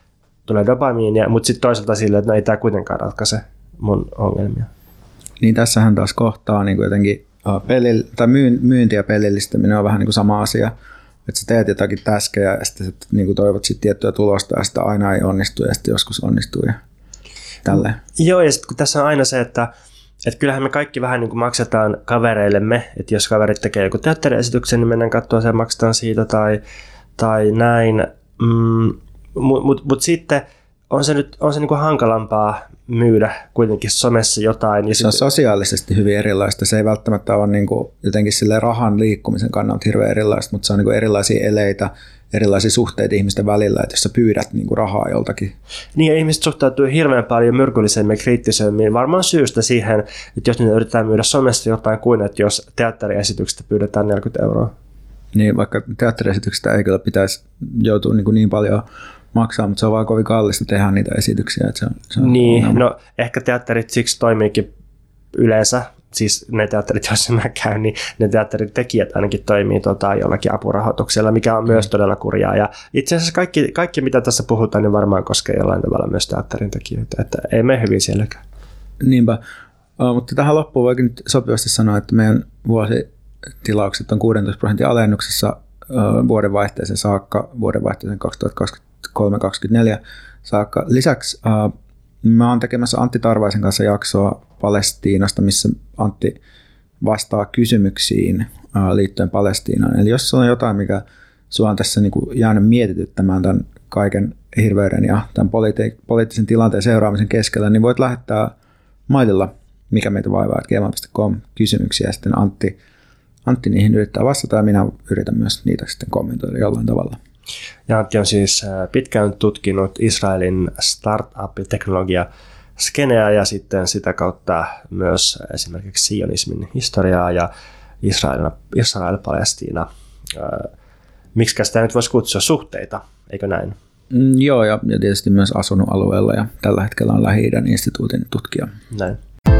S3: tulee dopamiinia, mutta sitten toisaalta silleen, että no ei tämä kuitenkaan ratkaise mun ongelmia.
S1: Niin tässähän taas kohtaa niin kuin jotenkin uh, pelil, tai myynti ja pelillistäminen on vähän niin kuin sama asia. Että sä teet jotakin täskejä ja sitten niin kuin toivot sit tiettyä tulosta ja sitä aina ei onnistu ja sitten joskus onnistuu ja tälleen.
S3: Joo, ja sitten kun tässä on aina se, että et kyllähän me kaikki vähän niin kuin maksetaan kavereillemme, että jos kaverit tekee joku teatteriesityksen, niin mennään katsoa sen, maksetaan siitä tai, tai näin. Mm, Mutta mut, mut sitten on se nyt on se niinku hankalampaa myydä kuitenkin somessa jotain. Ja
S1: se on
S3: sit...
S1: sosiaalisesti hyvin erilaista. Se ei välttämättä ole niinku jotenkin sille rahan liikkumisen kannalta hirveän erilaista, mutta se on niinku erilaisia eleitä, erilaisia suhteita ihmisten välillä, että jos sä pyydät niinku rahaa joltakin.
S3: Niin, ja ihmiset suhtautuu hirveän paljon myrkyllisemmin ja kriittisemmin. Varmaan syystä siihen, että jos nyt yritetään myydä somessa jotain kuin, että jos teatteriesityksestä pyydetään neljäkymmentä euroa.
S1: Niin, vaikka teatteriesityksestä ei kyllä pitäisi joutua niin, niin paljon maksaa, mutta se on vaan kovin kallista tehdä niitä esityksiä. Että se on, se on
S3: niin,
S1: ongelma.
S3: No ehkä teatterit siksi toimiikin yleensä, siis ne teatterit, joissa mä käyn, niin ne teatterin tekijät ainakin toimii tota, jollakin apurahoituksella, mikä on myös todella kurjaa. Ja itse asiassa kaikki, kaikki, mitä tässä puhutaan, niin varmaan koskee jollain tavalla myös teatterin tekijöitä, että ei mene hyvin sielläkään.
S1: Niinpä, uh, mutta tähän loppuun voikin nyt sopivasti sanoa, että meidän vuositilaukset on kuusitoista prosentin alennuksessa uh, vuodenvaihteeseen saakka, vuodenvaihteeseen kaksituhattakaksikymmentäkolme kaksikymmentäneljä saakka. Lisäksi uh, mä oon tekemässä Antti Tarvaisen kanssa jaksoa Palestiinasta, missä Antti vastaa kysymyksiin uh, liittyen Palestiinaan. Eli jos on jotain, mikä sua on tässä niinku jäänyt mietityttämään tämän kaiken hirveyden ja tämän politi- poliittisen tilanteen seuraamisen keskellä, niin voit lähettää maililla, mikä meitä vaivaa, gmail piste com kysymyksiä, ja sitten Antti, Antti niihin yrittää vastata, ja minä yritän myös niitä sitten kommentoida jollain tavalla.
S3: Ja Antti on siis pitkään tutkinut Israelin startup-teknologia skeneä ja sitten sitä kautta myös esimerkiksi sionismin historiaa ja Israel, Israel-Palestiina. Miksikä sitä nyt voisi kutsua suhteita, eikö näin?
S1: Mm, joo, ja, ja tietysti myös asunut alueella ja tällä hetkellä on Lähi-idän instituutin tutkija.
S3: Näin.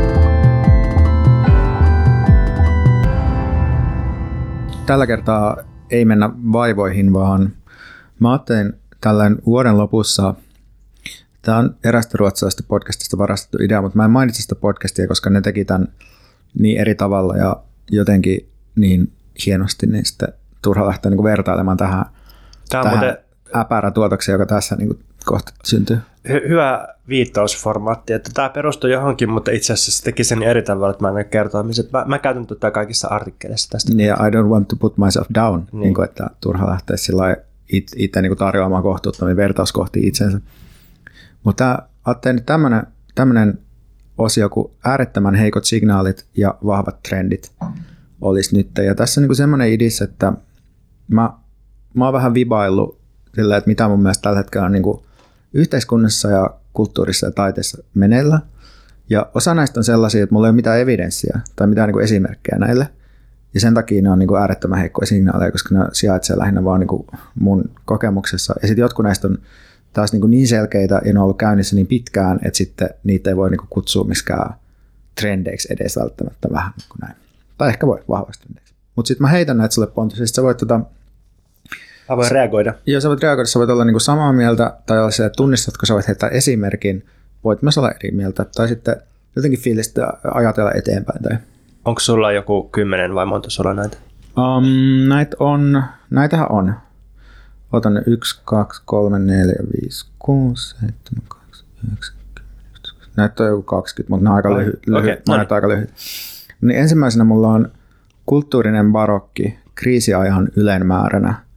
S1: Tällä kertaa ei mennä vaivoihin, vaan mä ajattelin tällainen vuoden lopussa, tämä on erästä ruotsalaisesta podcastista varastettu idea, mutta mä en mainitse sitä podcastia, koska ne teki tämän niin eri tavalla ja jotenkin niin hienosti, niin sitten turha lähteä niin kuin vertailemaan tähän, tähän muuten äpärätuotokseen, joka tässä niin kuin kohta syntyy.
S3: Hy- hyvä viittausformaatti, että tämä perustuu johonkin, mutta itse asiassa se teki sen eri tavalla, että mä en kertoa, mä, mä käytän tätä kaikissa artikkeleissa tästä.
S1: Niin, yeah, I don't want to put myself down, niin. Niin kuin, että turha lähteä sillä it, itse niin kuin tarjoamaan kohtuuttomia vertauskohtia itsensä. Mutta ajattelin, että tämmöinen, tämmöinen osio kuin äärettömän heikot signaalit ja vahvat trendit olisi nyt. Ja tässä on niin kuin semmoinen idis, että mä, mä oon vähän vibaillut sillä, että mitä mun mielestä tällä hetkellä on niin kuin yhteiskunnassa ja kulttuurissa ja taiteessa meneillä. Ja osa näistä on sellaisia, että mulla ei ole mitään evidenssiä tai mitään niin kuin esimerkkejä näille. Ja sen takia ne on niin kuin äärettömän heikkoja signaaleja, koska ne sijaitsee lähinnä vaan niin kuin mun kokemuksessa. Ja sitten jotkut näistä on taas niin, kuin niin selkeitä ja ne on ollut käynnissä niin pitkään, että sitten niitä ei voi niin kuin kutsua miskään trendeiksi edes välttämättä vähän niin kuin näin. Tai ehkä voi vahvasti trendeiksi. Mutta sitten mä heitän näitä sulle, Pontus, ja sitten sä voit tota,
S3: Mä voin reagoida.
S1: Joo, sä voit reagoida, sä voit olla niinku samaa mieltä, tai olla se, että tunnistatko, sä voit heittää esimerkin, voit myös olla eri mieltä, tai sitten jotenkin fiilistä ajatella eteenpäin. Tai.
S3: Onko sulla joku kymmenen vai monta sulla näitä?
S1: Um, näitä on, näitähän on. Otan yksi, kaksi, kolme, neljä, viisi, kuusi, seitsemän, kahdeksan, yhdeksän, kymmenen. Näitä on joku kaksikymmentä, mutta ne on aika lyhyt. Lyhy- okay, no niin. aika lyhyt. Niin ensimmäisenä mulla on kulttuurinen barokki kriisiajan ylenmääränä.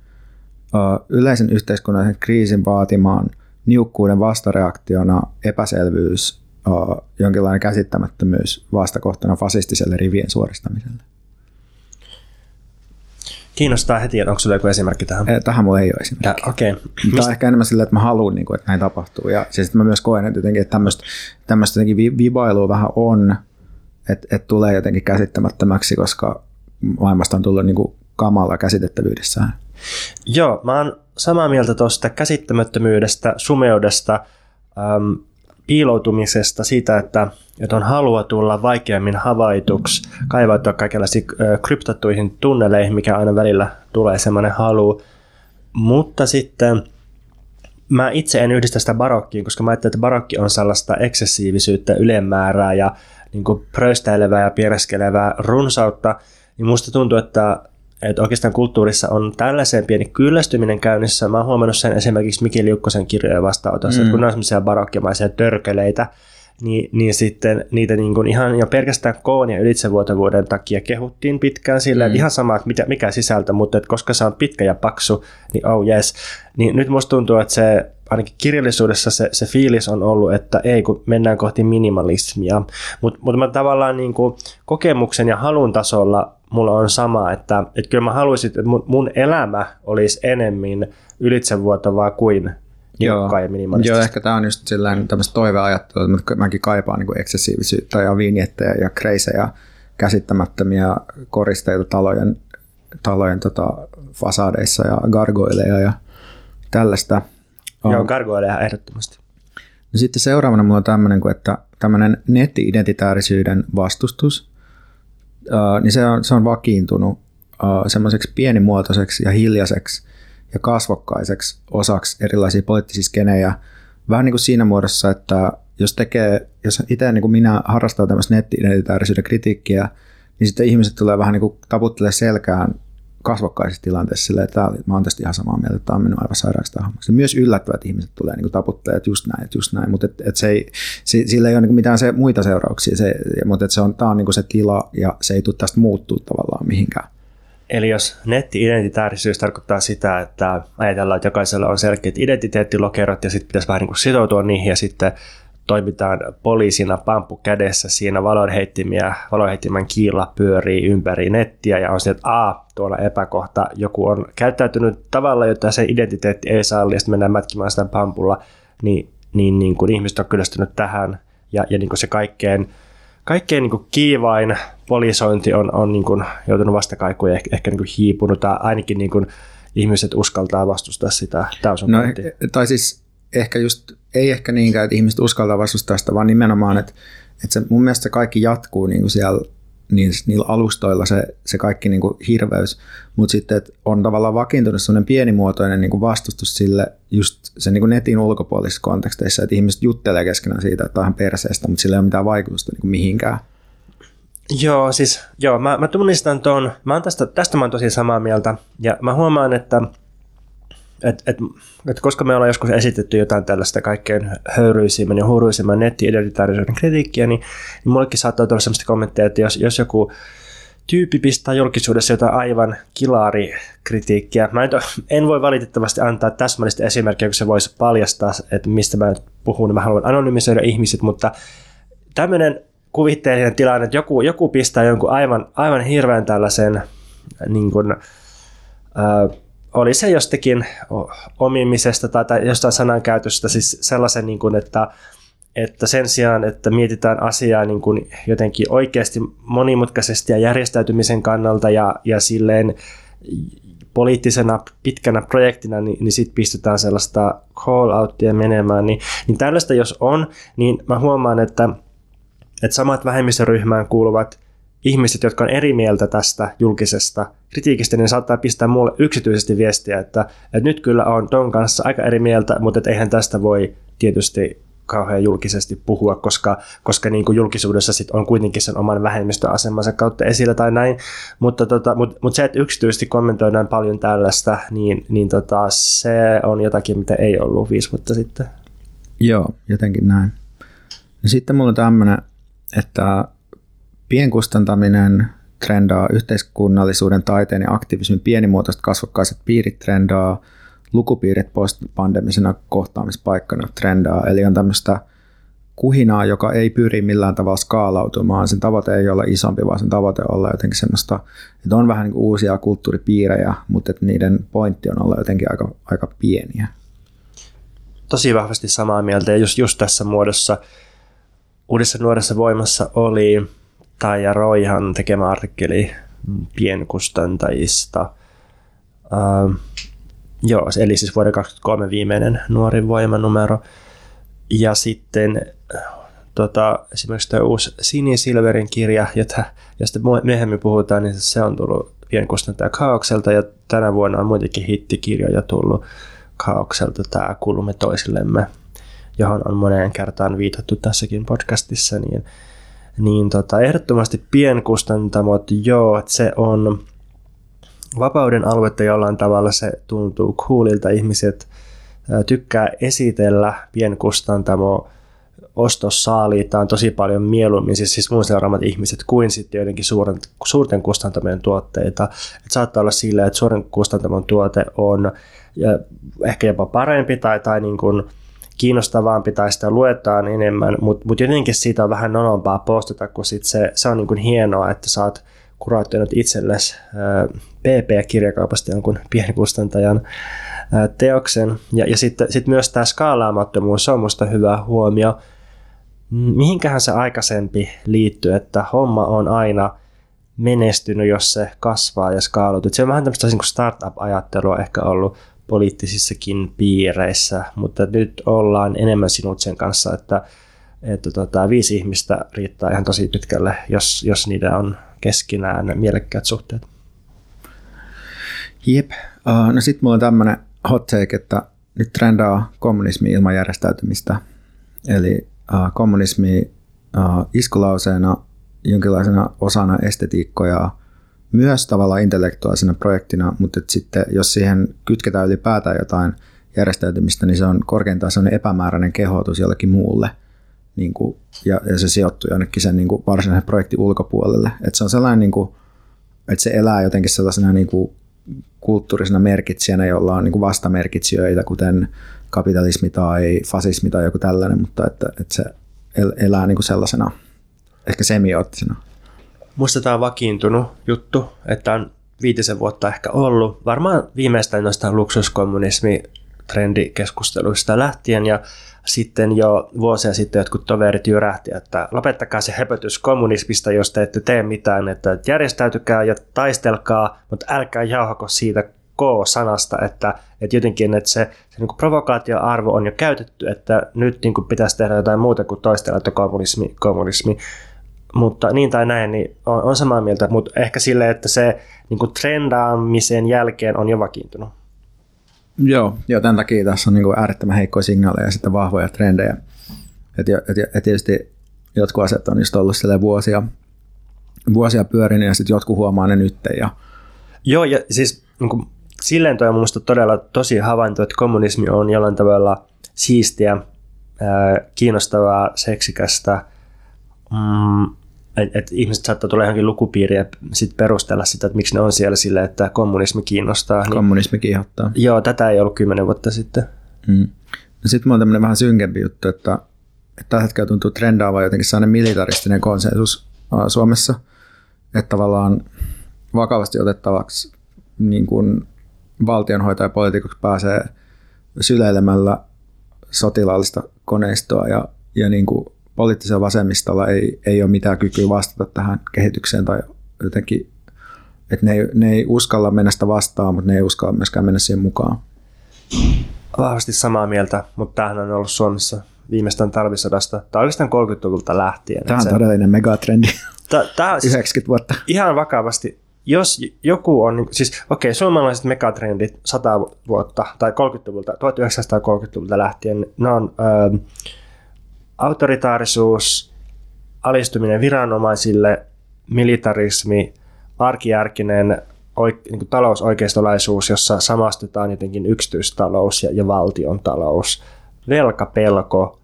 S1: Yleisen yhteiskunnallisen kriisin vaatimaan niukkuuden vastareaktiona epäselvyys, jonkinlainen käsittämättömyys vastakohtana fasistiselle rivien suoristamiselle.
S3: Kiinnostaa heti, että onko sinulla joku esimerkki tähän?
S1: Tähän mulla ei ole esimerkki.
S3: Okay.
S1: Tämä on ehkä enemmän silleen, että mä haluan, että näin tapahtuu. Ja siis mä myös koen, että, jotenkin, että tämmöistä, tämmöistä vibailua vähän on, että, että tulee jotenkin käsittämättömäksi, koska maailmasta on tullut niin kuin kamala käsitettävyydessään.
S3: Joo, mä oon samaa mieltä tuosta käsittämättömyydestä, sumeudesta, äm, piiloutumisesta, siitä, että, että on halua tulla vaikeammin havaituksi, kaivautua kaikenlaisiin äh, kryptattuihin tunneleihin, mikä aina välillä tulee semmoinen halu. Mutta sitten mä itse en yhdistä sitä barokkiin, koska mä ajattelen, että barokki on sellaista eksessiivisyyttä, ylenmäärää ja niin kuin pröystäilevää ja piereskelevää runsautta, niin musta tuntuu, että, että oikeastaan kulttuurissa on tällaiseen pieni kyllästyminen käynnissä. Mä oon huomannut sen esimerkiksi Miki Liukkosen kirjojen vastaanotossa, mm. että kun ne on sellaisia barokkimaisia törkeleitä, niin, niin sitten niitä niin kuin ihan jo pelkästään koon ja ylitsevuotavuuden takia kehuttiin pitkään sillä, mm. että ihan sama, että mikä sisältö, mutta että koska se on pitkä ja paksu, niin oh yes. Niin nyt musta tuntuu, että se ainakin kirjallisuudessa se, se fiilis on ollut, että ei, kun mennään kohti minimalismia. Mutta mut mä tavallaan niin kuin kokemuksen ja halun tasolla mulla on sama, että, että kyllä mä haluaisin, että mun, mun elämä olisi enemmän ylitsevuotavaa kuin niukkaa ja minimalistista.
S1: Joo, ehkä tämä on just sellainen tämmöistä toiveajattelua, että mäkin kaipaan niin eksessiivisyyttä ja vinjettejä ja kreisejä, käsittämättömiä koristeita talojen, talojen tota, fasadeissa ja gargoileja ja tällaista.
S3: Joo, gargoileja ehdottomasti.
S1: No sitten seuraavana mulla on tämmöinen, että tämmöinen netti-identitäärisyyden vastustus, uh, niin se on, se on vakiintunut uh, semmoiseksi pienimuotoiseksi ja hiljaiseksi ja kasvokkaiseksi osaksi erilaisia poliittisia skenejä. Vähän niin kuin siinä muodossa, että jos tekee, jos itse niin kuin minä harrastaa tämmöistä netti-identitäärisyyden kritiikkiä, niin sitten ihmiset tulee vähän niin kuin taputtelee selkään kasvokkaisessa tilanteessa silleen, että mä oon tästä ihan samaa mieltä, että tämä on mennyt aivan sairaaksi tähän. Myös yllättävät ihmiset tulee niin kuin taputtelee, että just näin, että just näin, mutta et, et se ei, se, sillä ei ole niin kuin mitään se, muita seurauksia, se, mutta et se on, tämä on niin kuin se tila ja se ei tule tästä muuttua tavallaan mihinkään.
S3: Eli jos netti-identitäärisyys tarkoittaa sitä, että ajatellaan, että jokaisella on selkeät identiteettilokerot ja sitten pitäisi vähän niin kuin sitoutua niihin ja sitten toimitaan poliisina pamppu kädessä, siinä valonheittimiä, valonheittimen kiila pyörii ympäri nettiä ja on se, että a, tuolla epäkohta, joku on käyttäytynyt tavalla, jota se identiteetti ei salli ja sitten mennään mätkimään sitä pampulla, niin, niin, niin kuin ihmiset on kyllästynyt tähän ja, ja niin kuin se kaikkein, kaikkein niin kuin kiivain polisointi on, on niin kuin joutunut vastakaikuun ja ehkä, ehkä niin kuin hiipunut tai ainakin niin kuin ihmiset uskaltaa vastustaa sitä.
S1: No, tai siis ehkä just, ei ehkä niinkään, että ihmiset uskaltaa vastustaa sitä, vaan nimenomaan, että, että se, mun mielestä se kaikki jatkuu niin kuin siellä niin, niillä alustoilla se, se kaikki niin kuin hirveys, mutta sitten että on tavallaan vakiintunut sellainen pienimuotoinen niin kuin vastustus sille just sen niin kuin netin ulkopuolisissa konteksteissa, että ihmiset juttelee keskenään siitä, että on perseestä, mutta sillä ei ole mitään vaikutusta niin kuin mihinkään.
S3: Joo, siis joo, mä, mä tunnistan tuon, mä oon tästä, tästä mä oon tosi samaa mieltä ja mä huomaan, että Et, et, et koska me ollaan joskus esitetty jotain tällaista kaikkein höyryisimmän ja huuruisimman netti-identitaarisuuden kritiikkiä, niin, niin mullekin saattaa tulla sellaista kommentteja, että jos, jos joku tyyppi pistää julkisuudessa jotain aivan kilaarikritiikkiä, mä en, en voi valitettavasti antaa täsmällistä esimerkkiä, kun se voisi paljastaa, että mistä mä puhun, mä haluan anonymisoida ihmiset, mutta tämmöinen kuvitteellinen tilanne, että joku, joku pistää jonkun aivan, aivan hirveän tällaisen niin kuin, ää, oli se jostakin omimisesta tai, tai jostain sanankäytöstä, siis sellaisen, niin kuin, että, että sen sijaan, että mietitään asiaa niin kuin jotenkin oikeasti monimutkaisesti ja järjestäytymisen kannalta ja, ja silleen poliittisena pitkänä projektina, niin, niin sitten pistetään sellaista call-outtia menemään. Niin, niin tällaista jos on, niin mä huomaan, että, että samat vähemmistöryhmään kuuluvat ihmiset, jotka on eri mieltä tästä julkisesta kritiikistä, niin saattaa pistää mulle yksityisesti viestiä, että, että nyt kyllä on ton kanssa aika eri mieltä, mutta että eihän tästä voi tietysti kauhean julkisesti puhua, koska, koska niin kuin julkisuudessa sit on kuitenkin sen oman vähemmistöasemansa kautta esillä tai näin, mutta tota, mut, mut se, että yksityisesti kommentoidaan paljon tällaista, niin, niin tota, se on jotakin, mitä ei ollut viisi vuotta sitten.
S1: Joo, jotenkin näin. Ja sitten mulla on tämmöinen, että pienkustantaminen trendaa, yhteiskunnallisuuden, taiteen ja aktivismin pienimuotoiset kasvokkaiset piirit trendaa, lukupiirit postpandemisena kohtaamispaikkana trendaa, eli on tämmöistä kuhinaa, joka ei pyri millään tavalla skaalautumaan. Sen tavoite ei olla isompi, vaan sen tavoite olla jotenkin semmoista, että on vähän niin kuin uusia kulttuuripiirejä, mutta että niiden pointti on olla jotenkin aika, aika pieniä.
S3: Tosi vahvasti samaa mieltä, ja just, just tässä muodossa Uudessa nuoressa voimassa oli Taija Roihan tekemä artikkeli pienkustantajista. Uh, joo, eli siis vuoden kaksikymmentäkolme viimeinen Nuorin voima numero. Ja sitten tota, esimerkiksi tämä uusi Sini Silverin kirja, jota, josta myöhemmin puhutaan, niin se on tullut pienkustantaja Kaaokselta, ja tänä vuonna on muitakin hittikirjoja tullut kaaokselta tämä kuulumme toisillemme, johon on moneen kertaan viitattu tässäkin podcastissa, niin, niin tota, ehdottomasti pienkustantamot, joo, että se on vapauden aluetta jollain tavalla, se tuntuu coolilta, ihmiset ää, tykkää esitellä pienkustantamoa, ostossaaliita on tosi paljon mieluummin, siis, siis mun seuraamat ihmiset, kuin sitten joidenkin suuren, suurten kustantamien tuotteita. Et saattaa olla sillä, että suuren kustantamon tuote on ja ehkä jopa parempi tai, tai niin kuin kiinnostavampi tai sitä luetaan enemmän, mutta mut jotenkin siitä on vähän nolompaa postata, kun sit se, se on niin kuin hienoa, että sä oot kuraattanut itsellesi P P-kirjakaupasta jonkun pienkustantajan ää, teoksen. Ja, ja sitten sit myös tämä skaalaamattomuus, se on musta hyvä huomio. Mihinkähän se aikaisempi liittyy, että homma on aina menestynyt, jos se kasvaa ja skaalutuu. Se on vähän tämmöistä niin kuin startup-ajattelua ehkä ollut poliittisissakin piireissä, mutta nyt ollaan enemmän sinut sen kanssa, että, että tota, viisi ihmistä riittää ihan tosi pitkälle, jos, jos niitä on keskinään mielekkäät suhteet.
S1: Jep. Uh, no sit mulla on tämmönen hot take, että nyt trendaa kommunismi ilman järjestäytymistä. Eli uh, kommunismi uh, iskulauseena, jonkinlaisena osana estetiikkoja, myös tavallaan intellektuaalisena projektina, mutta sitten jos siihen kytketään ylipäätään jotain järjestäytymistä, niin se on korkeintaan sellainen epämääräinen kehotus jollekin muulle. Niin kuin, ja, ja se sijoittuu jonnekin sen niin kuin varsinaisen projektin ulkopuolelle. Et se on sellainen, niin kuin, että se elää jotenkin sellaisena niin kuin kulttuurisena merkitsijänä, jolla on niin kuin vastamerkitsijöitä, kuten kapitalismi tai fasismi tai joku tällainen, mutta että, että se elää niin kuin sellaisena, ehkä semioottisena.
S3: Musta tämä on vakiintunut juttu, että on viitisen vuotta ehkä ollut. Varmaan viimeistään noista luksuskommunismi-trendikeskusteluista lähtien ja sitten jo vuosia sitten jotkut toverit jyrähti, että lopettakaa se höpötys kommunismista, jos te ette tee mitään, että järjestäytykää ja taistelkaa, mutta älkää jauhako siitä K-sanasta, että, että jotenkin että se, se niin kuin provokaatioarvo on jo käytetty, että nyt niin kuin pitäisi tehdä jotain muuta kuin toistella, että kommunismi, kommunismi. Mutta niin tai näin, niin on, on samaa mieltä, mutta ehkä silleen, että se niin kuin trendaamisen jälkeen on jo vakiintunut.
S1: Joo, jo tämän takia tässä on niin kuin äärettömän heikkoja signaaleja ja sitten vahvoja trendejä. Et, et, et tietysti jotkut asiat on just ollut vuosia, vuosia pyörinyt ja sitten jotkut huomaa ne nyt. Ja...
S3: Joo, ja siis niin kuin, silleen toi on mun mielestä todella tosi havainto, että kommunismi on jollain tavalla siistiä, ää, kiinnostavaa, seksikästä. Mm, että et ihmiset saattaa tulla johonkin lukupiiriin ja sit perustella sitä, että miksi ne on siellä sille, että kommunismi kiinnostaa.
S1: Kommunismi niin, kiihottaa.
S3: Joo, tätä ei ollut kymmenen vuotta sitten.
S1: Mm. No sitten mulla on tämmöinen vähän synkempi juttu, että, että tällä hetkellä tuntuu trendaava jotenkin sellainen militaristinen konsensus Suomessa, että tavallaan vakavasti otettavaksi niin kuin valtionhoitajapolitiikoksi pääsee syleilemällä sotilaallista koneistoa ja, ja niin kuin poliittisella vasemmistolla ei, ei ole mitään kykyä vastata tähän kehitykseen tai jotenkin, että ne ei, ne ei uskalla mennä sitä vastaan, mutta ne ei uskalla myöskään mennä siihen mukaan.
S3: Vahvasti samaa mieltä, mutta tämähän on ollut Suomessa viimeistään talvisodasta tai oikeastaan kolmekymmentäluvulta lähtien.
S1: Tämä on se, todellinen megatrendi.
S3: Tämä on
S1: yhdeksänkymmentä vuotta.
S3: Ihan vakavasti. Jos joku on, siis okei, okay, suomalaiset megatrendit sata vuotta tai kolmekymmentäluvulta, tuhatyhdeksänsataakolmekymmentäluvulta lähtien, ne on ö, autoritaarisuus, alistuminen viranomaisille, militarismi, arkijärkinen oik, niin kuin talousoikeistolaisuus, jossa samastutaan jotenkin yksityistalous ja, ja valtion talous, velkapelko,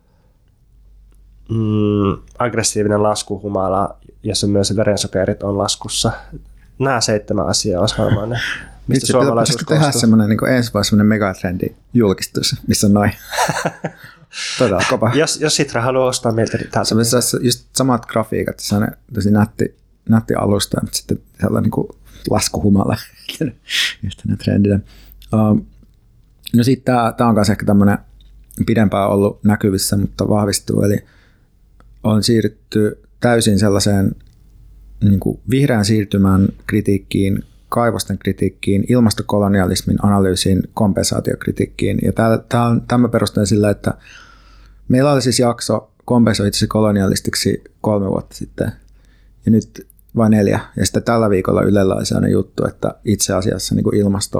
S3: mm, aggressiivinen laskuhumala, jossa myös verensokerit on laskussa. Nämä seitsemän asiaa olisi varmaan ne, mistä suomalaisuus koostuu.
S1: Tehdä semmoinen niin ensi vuonna semmoinen megatrendi julkistus, missä on noin. Todella kova.
S3: Jos, jos Sitra haluaa ostaa meiltä, niin täältä.
S1: Se on just samat grafiikat, se on tosi nätti, nätti alusta, mutta sitten sellainen niin laskuhumala yhtenä trendinä. Um, no sitten tämä on myös ehkä tämmöinen pidempään ollut näkyvissä, mutta vahvistuu, eli on siirrytty täysin sellaiseen niin kuin vihreän siirtymän kritiikkiin, kaivosten kritiikkiin, ilmastokolonialismin analyysiin, kompensaatiokritiikkiin. Ja tämä perustuu sillä, että meillä oli siis jakso kompensoi itse kolonialistiksi kolme vuotta sitten, ja nyt vain neljä. Ja sitten tällä viikolla Ylellä oli sellainen juttu, että itse asiassa niin kuin ilmasto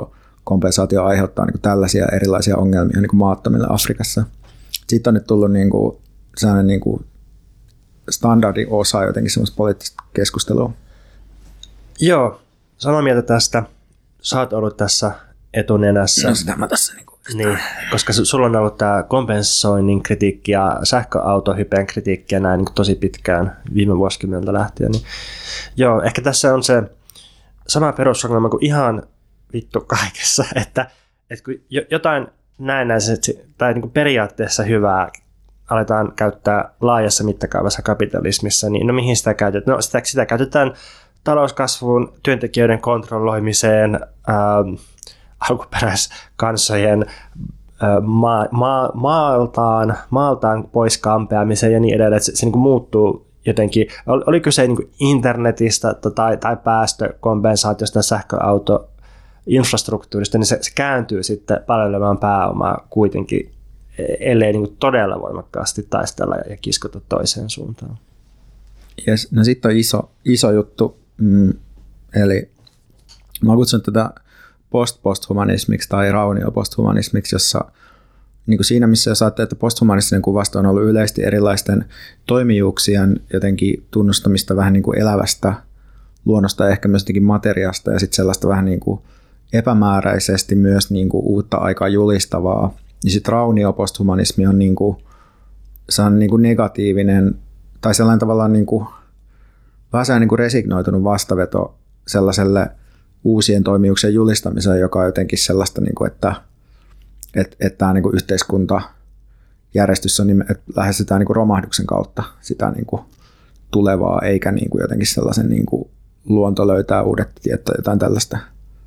S1: kompensaatio aiheuttaa niin kuin tällaisia erilaisia ongelmia niin kuin maattomille Afrikassa. Siitä on nyt tullut niin kuin sellainen niin kuin standardiosa jotenkin semmoista poliittista keskustelua.
S3: Joo, samaa mieltä tästä. Sä oot ollut tässä etunenässä.
S1: No sitä mä tässä niin kuin
S3: niin, koska sulla on ollut tämä kompensoinnin kritiikki ja sähköautohypeen kritiikki ja näin niin tosi pitkään viime vuosikymmeneltä lähtien. Niin, joo, ehkä tässä on se sama perusongelma kuin ihan vittu kaikessa, että, että kun jotain näennäisesti tai niin kuin periaatteessa hyvää aletaan käyttää laajassa mittakaavassa kapitalismissa, niin no mihin sitä käytetään? No sitä, sitä käytetään talouskasvuun, työntekijöiden kontrolloimiseen, ähm, alkuperäiskansojen äh, ma, ma, maaltaan, maaltaan pois kampeamiseen ja niin edelleen. Se, se niin kuin muuttuu jotenkin. Ol, oli kyse niin kuin internetistä tai, tai päästökompensaatiosta sähköauto infrastruktuurista, niin se, se kääntyy sitten palvelemaan pääomaa kuitenkin, ellei niin kuin todella voimakkaasti taistella ja kiskota toiseen suuntaan.
S1: Yes. No sitten on iso, iso juttu, mm, eli mä kutsun tätä post-posthumanismiksi tai raunio-posthumanismiksi, jossa niin kuin siinä, missä jos ajattelee, että posthumanistinen kuvasto on ollut yleisesti erilaisten toimijuuksien jotenkin tunnustamista vähän niin kuin elävästä luonnosta ja ehkä myös jotenkin materiasta ja sitten sellaista vähän niin kuin epämääräisesti myös niin kuin uutta aikaa julistavaa, niin sitten raunio-posthumanismi on, niin kuin, se on niin kuin negatiivinen tai sellainen tavallaan niin kuin, vähän niin kuin resignoitunut vastaveto sellaiselle uusien toimijuuksien julistamiseen, joka on jotenkin sellaista, niin kuin, että, että, että tämä niin kuin yhteiskuntajärjestys on, että lähestytään niin kuin romahduksen kautta sitä niin kuin tulevaa, eikä niin kuin jotenkin sellaisen niin kuin luonto löytää uudet tiet tai jotain tällaista.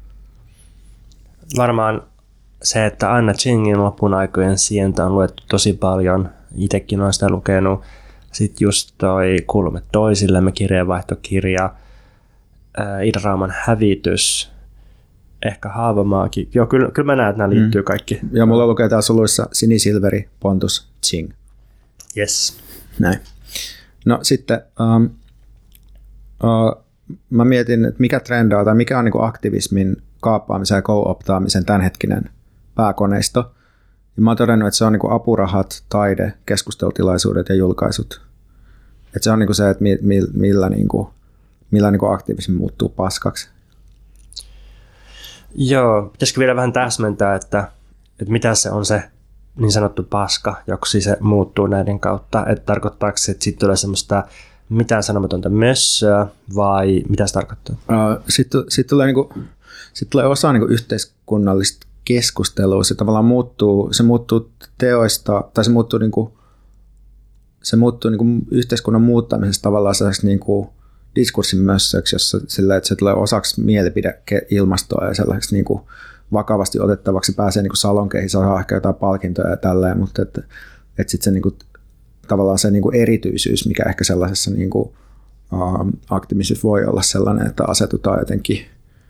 S3: Varmaan se, että Anna Chingin lopun aikojen sientä on luettu tosi paljon. Itsekin olen sitä lukenut. Sitten just toi Kulme toisillemme kirjeenvaihtokirja, Ida Rauman hävitys, ehkä Haavamaakin. Joo, kyllä, kyllä mä näen, että nämä liittyy kaikki.
S1: Ja mulla lukee täällä suluissa Sinisilveri, Pontus, Ching.
S3: Yes.
S1: Näin. No sitten um, uh, mä mietin, että mikä trendaa tai mikä on niin kuin aktivismin kaappaamisen ja co-optaamisen tämänhetkinen pääkoneisto. Ja mä oon todennut, että se on niin kuin apurahat, taide, keskustelutilaisuudet ja julkaisut. Että se on niin kuin se, että mi, mi, millä, niin kuin, millä niin kuin aktivismi muuttuu paskaksi.
S3: Joo, pitäisikö vielä vähän täsmentää, että, että mitä se on se niin sanottu paska, joksi se muuttuu näiden kautta. Että tarkoittaako se, että siitä tulee semmoista mitään sanomatonta mössöä vai mitä se tarkoittaa?
S1: Uh, Sitten sit tulee, niinku, sit tulee osa niinku yhteiskunnallista keskustelua. Se tavallaan muuttuu, se muuttuu teoista, tai se muuttuu, niinku, se muuttuu niinku yhteiskunnan muuttamisesta tavallaan sellaiseksi niinku diskurssin mössöksi, jossa sillä, että se tulee osaksi mielipideilmastoa ja sellaiseksi niinku vakavasti otettavaksi pääsee niinku salonkeihin, saa ehkä jotain palkintoja ja tälleen, mutta että et sitten se niinku tavallaan se niinku erityisyys, mikä ehkä sellaisessa niinku, uh, aktivismissa voi olla sellainen, että asetutaan jotenkin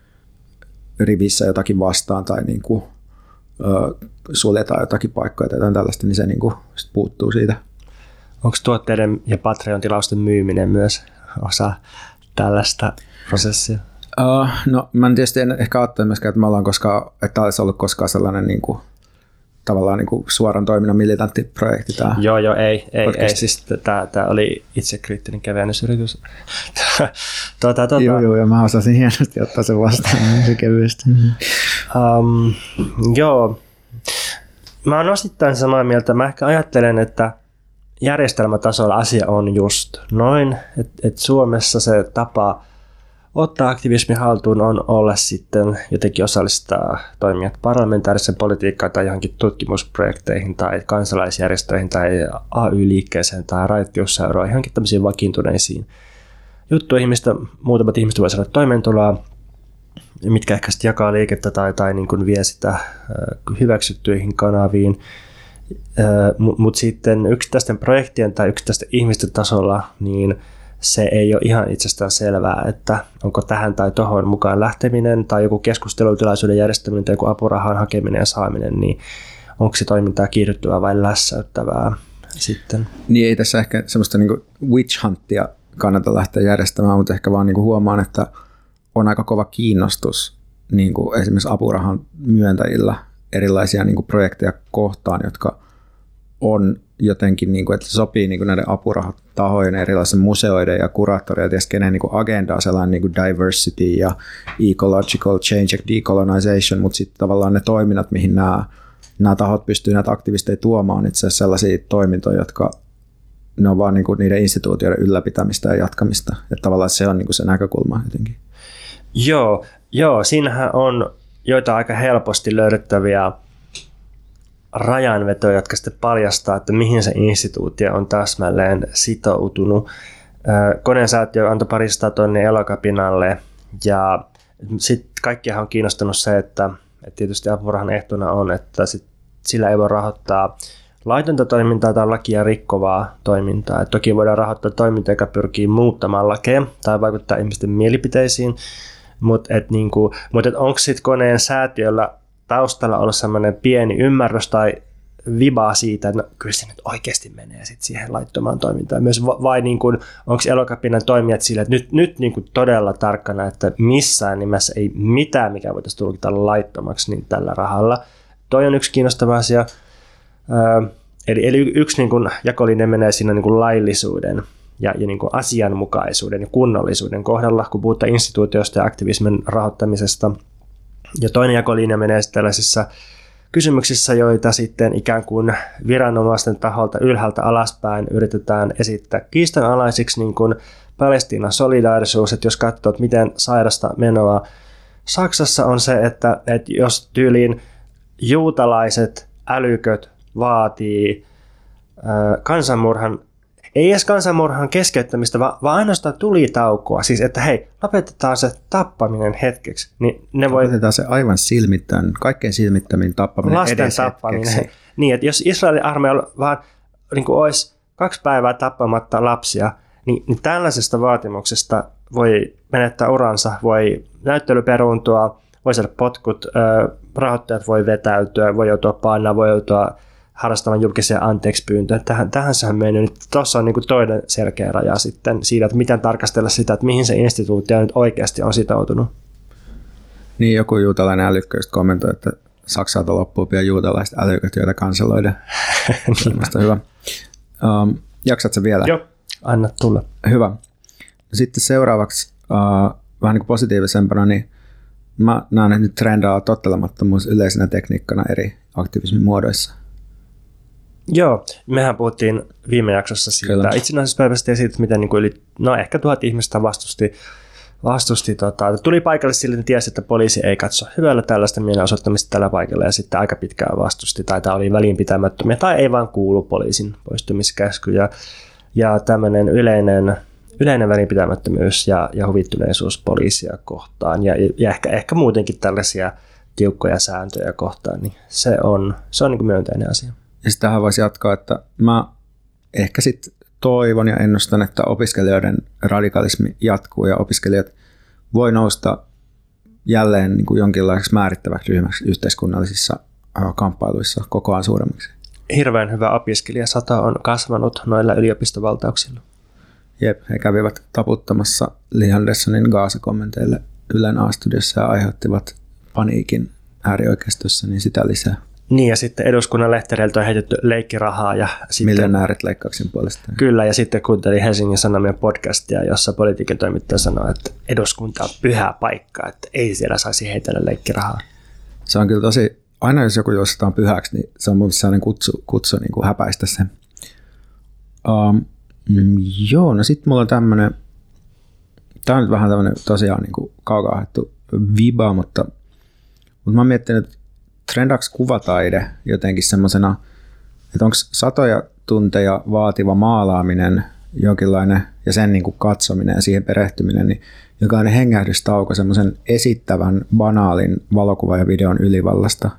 S1: rivissä jotakin vastaan tai niinku, uh, suljetaan jotakin paikkoja tai jotain tällaista, niin se niinku sit puuttuu siitä.
S3: Onko tuotteiden ja Patreon-tilausten myyminen myös osa tällaista prosessia?
S1: Uh, no mä en tietysti en ehkä ajattele myöskään, että me ollaan koskaan, että olisi ollut koskaan sellainen niinku, tavallaan niin kuin suoran toiminnan militantti projekti tämä.
S3: Joo, joo, ei, ei, ei siis tämä oli itsekriittinen kevennysyritys. tuota, tuota.
S1: Joo, joo, ja mä osasin hienosti ottaa sen vastaan kevyesti.
S3: um, joo, mä oon osittain samaa mieltä. Mä ehkä ajattelen, että järjestelmätasolla asia on just noin, että et Suomessa se tapa ottaa aktivismi haltuun on olla sitten jotenkin osallistaa toimijat parlamentaariseen politiikkaan tai johonkin tutkimusprojekteihin tai kansalaisjärjestöihin tai A Y-liikkeeseen tai raittiusseuroihin, johonkin tämmöisiin vakiintuneisiin juttuihin, mistä muutamat ihmiset voivat saada toimeentuloa, mitkä ehkä sitten jakaa liikettä tai, tai niin kuin vie sitä hyväksyttyihin kanaviin. Mutta sitten yksittäisten projektien tai yksittäisten ihmisten tasolla niin se ei ole ihan itsestään selvää, että onko tähän tai tohon mukaan lähteminen tai joku keskustelutilaisuuden järjestäminen tai joku apurahan hakeminen ja saaminen, niin onko se toimintaa kiihdyttävää vai lässäyttävää sitten?
S1: Niin ei tässä ehkä semmoista niinku witch huntia kannata lähteä järjestämään, mutta ehkä vaan niinku huomaan, että on aika kova kiinnostus niin kuin esimerkiksi apurahan myöntäjillä erilaisia niin kuin projekteja kohtaan, jotka on jotenkin, niin kuin, että sopii niin kuin näiden apurahatahojen, erilaisen museoiden ja kuraattorien ja kenen niin agendaa, sellainen niin kuin diversity ja ecological change ja decolonization, mutta sitten tavallaan ne toiminnat, mihin nämä, nämä tahot pystyy näitä aktivisteja tuomaan, itse asiassa sellaisia toimintoja, jotka ne on vaan niin kuin niiden instituutioiden ylläpitämistä ja jatkamista. Että tavallaan se on niin kuin se näkökulma jotenkin.
S3: Joo, joo, siinähän on joita aika helposti löydettäviä rajanvetoja, jotka sitten paljastaa, että mihin se instituutio on täsmälleen sitoutunut. Koneen säätiö antoi parista tonnia Elokapinalle ja sitten kaikkiahan on kiinnostunut se, että, että tietysti apurahan ehtona on, että sit sillä ei voi rahoittaa laitonta toimintaa tai lakia rikkovaa toimintaa. Et toki voidaan rahoittaa toimintaa, joka pyrkii muuttamaan lakeja tai vaikuttaa ihmisten mielipiteisiin, mutta niinku, mut onko sitten Koneen säätiöllä taustalla olla sellainen pieni ymmärrys tai vibaa siitä, että no, kyllä se nyt oikeasti menee sit siihen laittomaan toimintaan. Myös vai niin kuin, onko Elokapinan toimijat sillä, että nyt, nyt niin kuin todella tarkkana, että missään nimessä ei mitään, mikä voitaisiin tulkita laittomaksi niin tällä rahalla. Toi on yksi kiinnostava asia. Öö, eli, eli yksi niin kuin jakolinja menee siinä niin kuin laillisuuden ja, ja niin kuin asianmukaisuuden ja kunnollisuuden kohdalla, kun puhutaan instituutioista ja aktivismin rahoittamisesta. Ja toinen jakolinja menee tällaisissa kysymyksissä, joita sitten ikään kuin viranomaisten taholta ylhäältä alaspäin yritetään esittää kiistanalaisiksi, niin kuin Palestiinan solidaarisuus, että jos katsoo, että miten sairasta menoa Saksassa on se, että, että jos tyyliin juutalaiset älyköt vaatii äh, kansanmurhan, ei edes kansanmurhan keskeyttämistä, vaan, vaan ainoastaan tulitaukoa. Siis, että hei, lopetetaan se tappaminen hetkeksi. Niin ne voi...
S1: Lopetetaan se aivan silmittäin, kaikkein silmittömin tappaminen
S3: lasten
S1: edes
S3: tappaminen.
S1: hetkeksi.
S3: Niin, että jos Israelin armeija vaan niin kuin olisi kaksi päivää tappamatta lapsia, niin, niin tällaisesta vaatimuksesta voi menettää uransa, voi näyttely peruuntua, voi saada potkut, äh, rahoittajat voi vetäytyä, voi joutua painaa, voi joutua harrastamaan julkisia anteeksipyyntöjä. Tähän, tähän sehän mennyt. Nyt tuossa on niin kuin toinen selkeä raja sitten siitä, että miten tarkastella sitä, että mihin se instituutio nyt oikeasti on sitoutunut.
S1: Niin, joku juutalainen älykkö just kommentoi, että Saksalta loppuu pian juutalaiset älyköt, joita kanseloida. Mielestäni hyvä. Um, jaksatko vielä?
S3: Joo, anna tulla.
S1: Hyvä. Sitten seuraavaksi uh, vähän niin kuin positiivisempana, niin mä näen, että nyt trendaa tottelemattomuus yleisenä tekniikkana eri aktivismin muodoissa.
S3: Joo, mehän puhuttiin viime jaksossa siitä itsenäisyyspäivästä ja siitä, miten niin kuin yli, no ehkä tuhat ihmistä vastusti, vastusti tota, tuli paikalle sille, että tiesi, että poliisi ei katso hyvällä tällaista mielenosoittamista tällä paikalla ja sitten aika pitkään vastusti tai tämä oli väliinpitämättömiä tai ei vaan kuulu poliisin poistumiskäsky ja, ja tämmöinen yleinen, yleinen väliinpitämättömyys ja, ja huvittuneisuus poliisia kohtaan ja, ja ehkä, ehkä muutenkin tällaisia tiukkoja sääntöjä kohtaan, niin se on, se on niin kuin myönteinen asia.
S1: Ja sitten tähän voisi jatkaa, että mä ehkä sitten toivon ja ennustan, että opiskelijoiden radikalismi jatkuu ja opiskelijat voi nousta jälleen niin kuin jonkinlaiseksi määrittäväksi ryhmäksi yhteiskunnallisissa kamppailuissa kokoaan suuremmaksi.
S3: Hirveän hyvä opiskelijasato on kasvanut noilla yliopistovaltauksilla.
S1: Jep, he kävivät taputtamassa Li Anderssonin Gaasa-kommenteille Ylen A-studiossa ja aiheuttivat paniikin äärioikeistossa, niin sitä lisää.
S3: Niin, ja sitten eduskunnan lehtereiltä on heitetty leikkirahaa. Ja sitten,
S1: miljonäärit leikkauksen puolesta.
S3: Kyllä, ja sitten kuuntelin Helsingin Sanomien podcastia, jossa politiikan toimittaja sanoi, että eduskunta on pyhä paikka, että ei siellä saisi heitellä leikkirahaa.
S1: Se on kyllä tosi, aina jos joku juostetaan pyhäksi, niin se on mun sellainen kutsu, kutsu niin kuin häpäistä sen. Um, joo, no sitten mulla on tämmöinen, tää on nyt vähän tämmöinen tosiaan niin kuin kaukaa haettu viba, mutta, mutta mä oon miettinyt, että trendaksi kuvataide jotenkin semmoisena, että onko satoja tunteja vaativa maalaaminen jonkinlainen ja sen niin kuin katsominen ja siihen perehtyminen, niin jokainen hengähdystauko semmoisen esittävän banaalin valokuvan ja videon ylivallasta.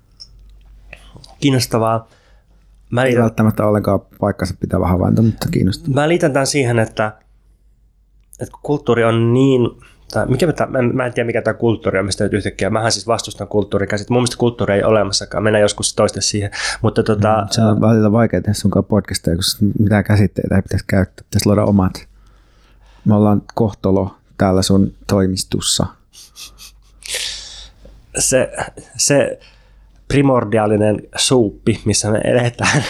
S3: Kiinnostavaa. Mä
S1: Ei
S3: liitän,
S1: välttämättä ollenkaan paikkansa pitävä havainto, mutta kiinnostavaa.
S3: mä liitän tämän siihen, että, että kulttuuri on niin... Tai mikä tämä, mä en tiedä mikä tämä kulttuuri on, mistä nyt yhtäkkiä. Mähän siis vastustan kulttuurikäsit. Mun mielestä kulttuuri ei ole olemassakaan. Mennään joskus toiste siihen. Mutta tota,
S1: se on välillä vaikea tehdä sunkaan podcastia, koska mitään käsitteitä ei pitäisi käyttää. Pitäisi luoda omat. Me ollaan kohtalo täällä sun toimistossa.
S3: se, se primordiaalinen suuppi, missä me eletään.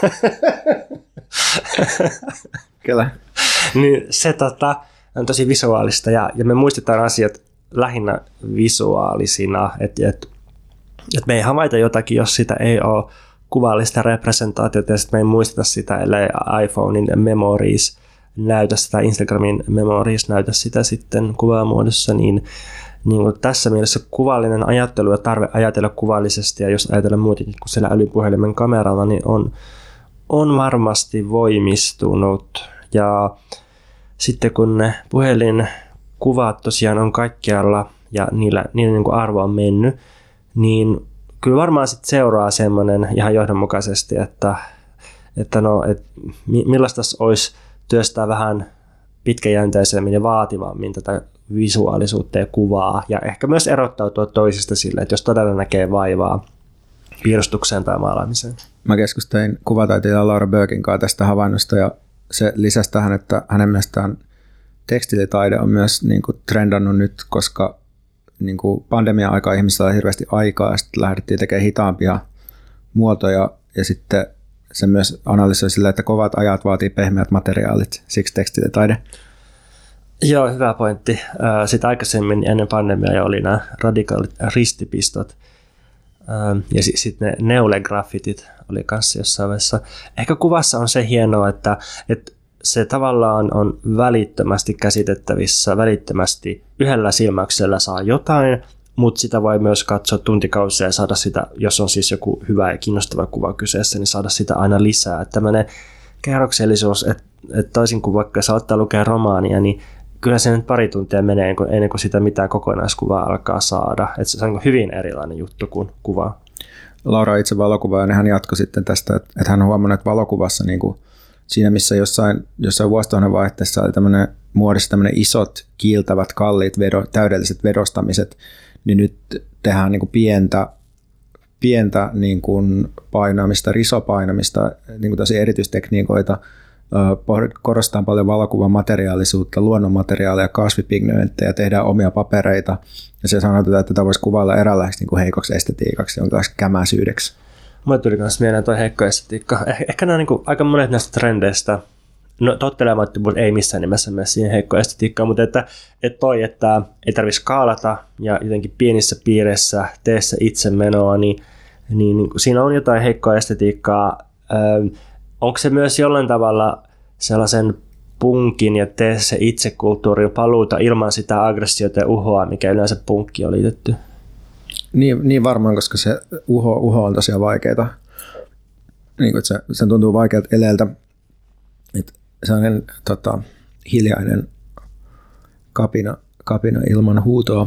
S1: Kyllä.
S3: Niin se tota, on tosi visuaalista ja, ja me muistetaan asiat lähinnä visuaalisina, että et, et me ei havaita jotakin, jos sitä ei ole kuvallista representaatiota ja sitten me ei muisteta sitä, ellei iPhonein memories näytä sitä, Instagramin memories näytä sitä sitten kuvamuodossa, niin, niin tässä mielessä kuvallinen ajattelu ja tarve ajatella kuvallisesti ja jos ajatella muutenkin kuin siellä älypuhelimen kameralla, niin on, on varmasti voimistunut. Ja sitten kun ne puhelinkuvat tosiaan on kaikkialla ja niillä, niillä niin kuin arvo on mennyt, niin kyllä varmaan sitten seuraa semmoinen ihan johdonmukaisesti, että, että no, et millaista olisi työstää vähän pitkäjänteisemmin ja vaativammin tätä visuaalisuutta ja kuvaa ja ehkä myös erottautua toisista sille, että jos todella näkee vaivaa piirustukseen tai maalaamiseen.
S1: Mä keskustelin kuvataiteilija Laura Böökin kanssa tästä havainnosta ja se lisäsi tähän, että hänen mielestään tekstiilitaide on myös niin kuin trendannut nyt, koska niin kuin pandemian aikaa ihmisillä on hirveästi aikaa ja sitten lähdettiin tekemään hitaampia muotoja ja sitten se myös analysoi sillä, että kovat ajat vaatii pehmeät materiaalit, siksi tekstiilitaide.
S3: Joo, hyvä pointti. Sitten aikaisemmin ennen pandemiaa jo oli nämä radikaalit ristipistot ja sitten ne neulegraffitit oli kanssa jossain vaiheessa. Ehkä kuvassa on se hienoa, että, että se tavallaan on välittömästi käsitettävissä, välittömästi yhdellä silmäyksellä saa jotain, mutta sitä voi myös katsoa tuntikausia ja saada sitä, jos on siis joku hyvä ja kiinnostava kuva kyseessä, niin saada sitä aina lisää. Että tämmöinen kerroksellisuus, että, että toisin kuin vaikka saattaa lukea romaania, niin kyllä se nyt pari tuntia menee ennen kuin sitä mitään kokonaiskuvaa alkaa saada. Että se on hyvin erilainen juttu kuin kuva.
S1: Laura itse valokuvaaja, niin hän jatkoi sitten tästä, että hän on huomannut, että valokuvassa niin kuin siinä, missä jossain, jossain vuosituhannen vaihteessa oli tämmöinen muodossa tämmöinen isot, kiiltävät, kalliit, vedo, täydelliset vedostamiset, niin nyt tehdään niin kuin pientä, pientä niin kuin painamista, risopainamista, niin kuin tosi erityistekniikoita, korostetaan paljon valokuvan materiaalisuutta, luonnonmateriaalia, kasvipigmentteja, tehdään omia papereita, ja se sanotaan, että tätä voisi kuvailla eräänlaiseksi niin heikoksi estetiikaksi, jonkinlaiseksi kämäisyydeksi.
S3: Mulle tuli myös mieleen tuo heikko estetiikka. Eh- ehkä nämä on niin aika monet näistä trendeistä, no tottelematta, mutta ei missään nimessä mene siihen heikko estetiikkaan, mutta että, että toi, että ei tarvitse skaalata ja jotenkin pienissä piireissä tee se itse menoa, niin, niin, niin siinä on jotain heikkoa estetiikkaa. Öö, onko se myös jollain tavalla sellaisen punkin ja tee se itsekulttuurin paluuta ilman sitä aggressiota ja uhoa, mikä yleensä punkki on liitetty?
S1: Niin, niin varmaan, koska se uho, uho on tosiaan vaikeaa. Niin kuin, se, se tuntuu vaikealta eleeltä. Että sellainen tota, hiljainen kapina, kapina ilman huutoa.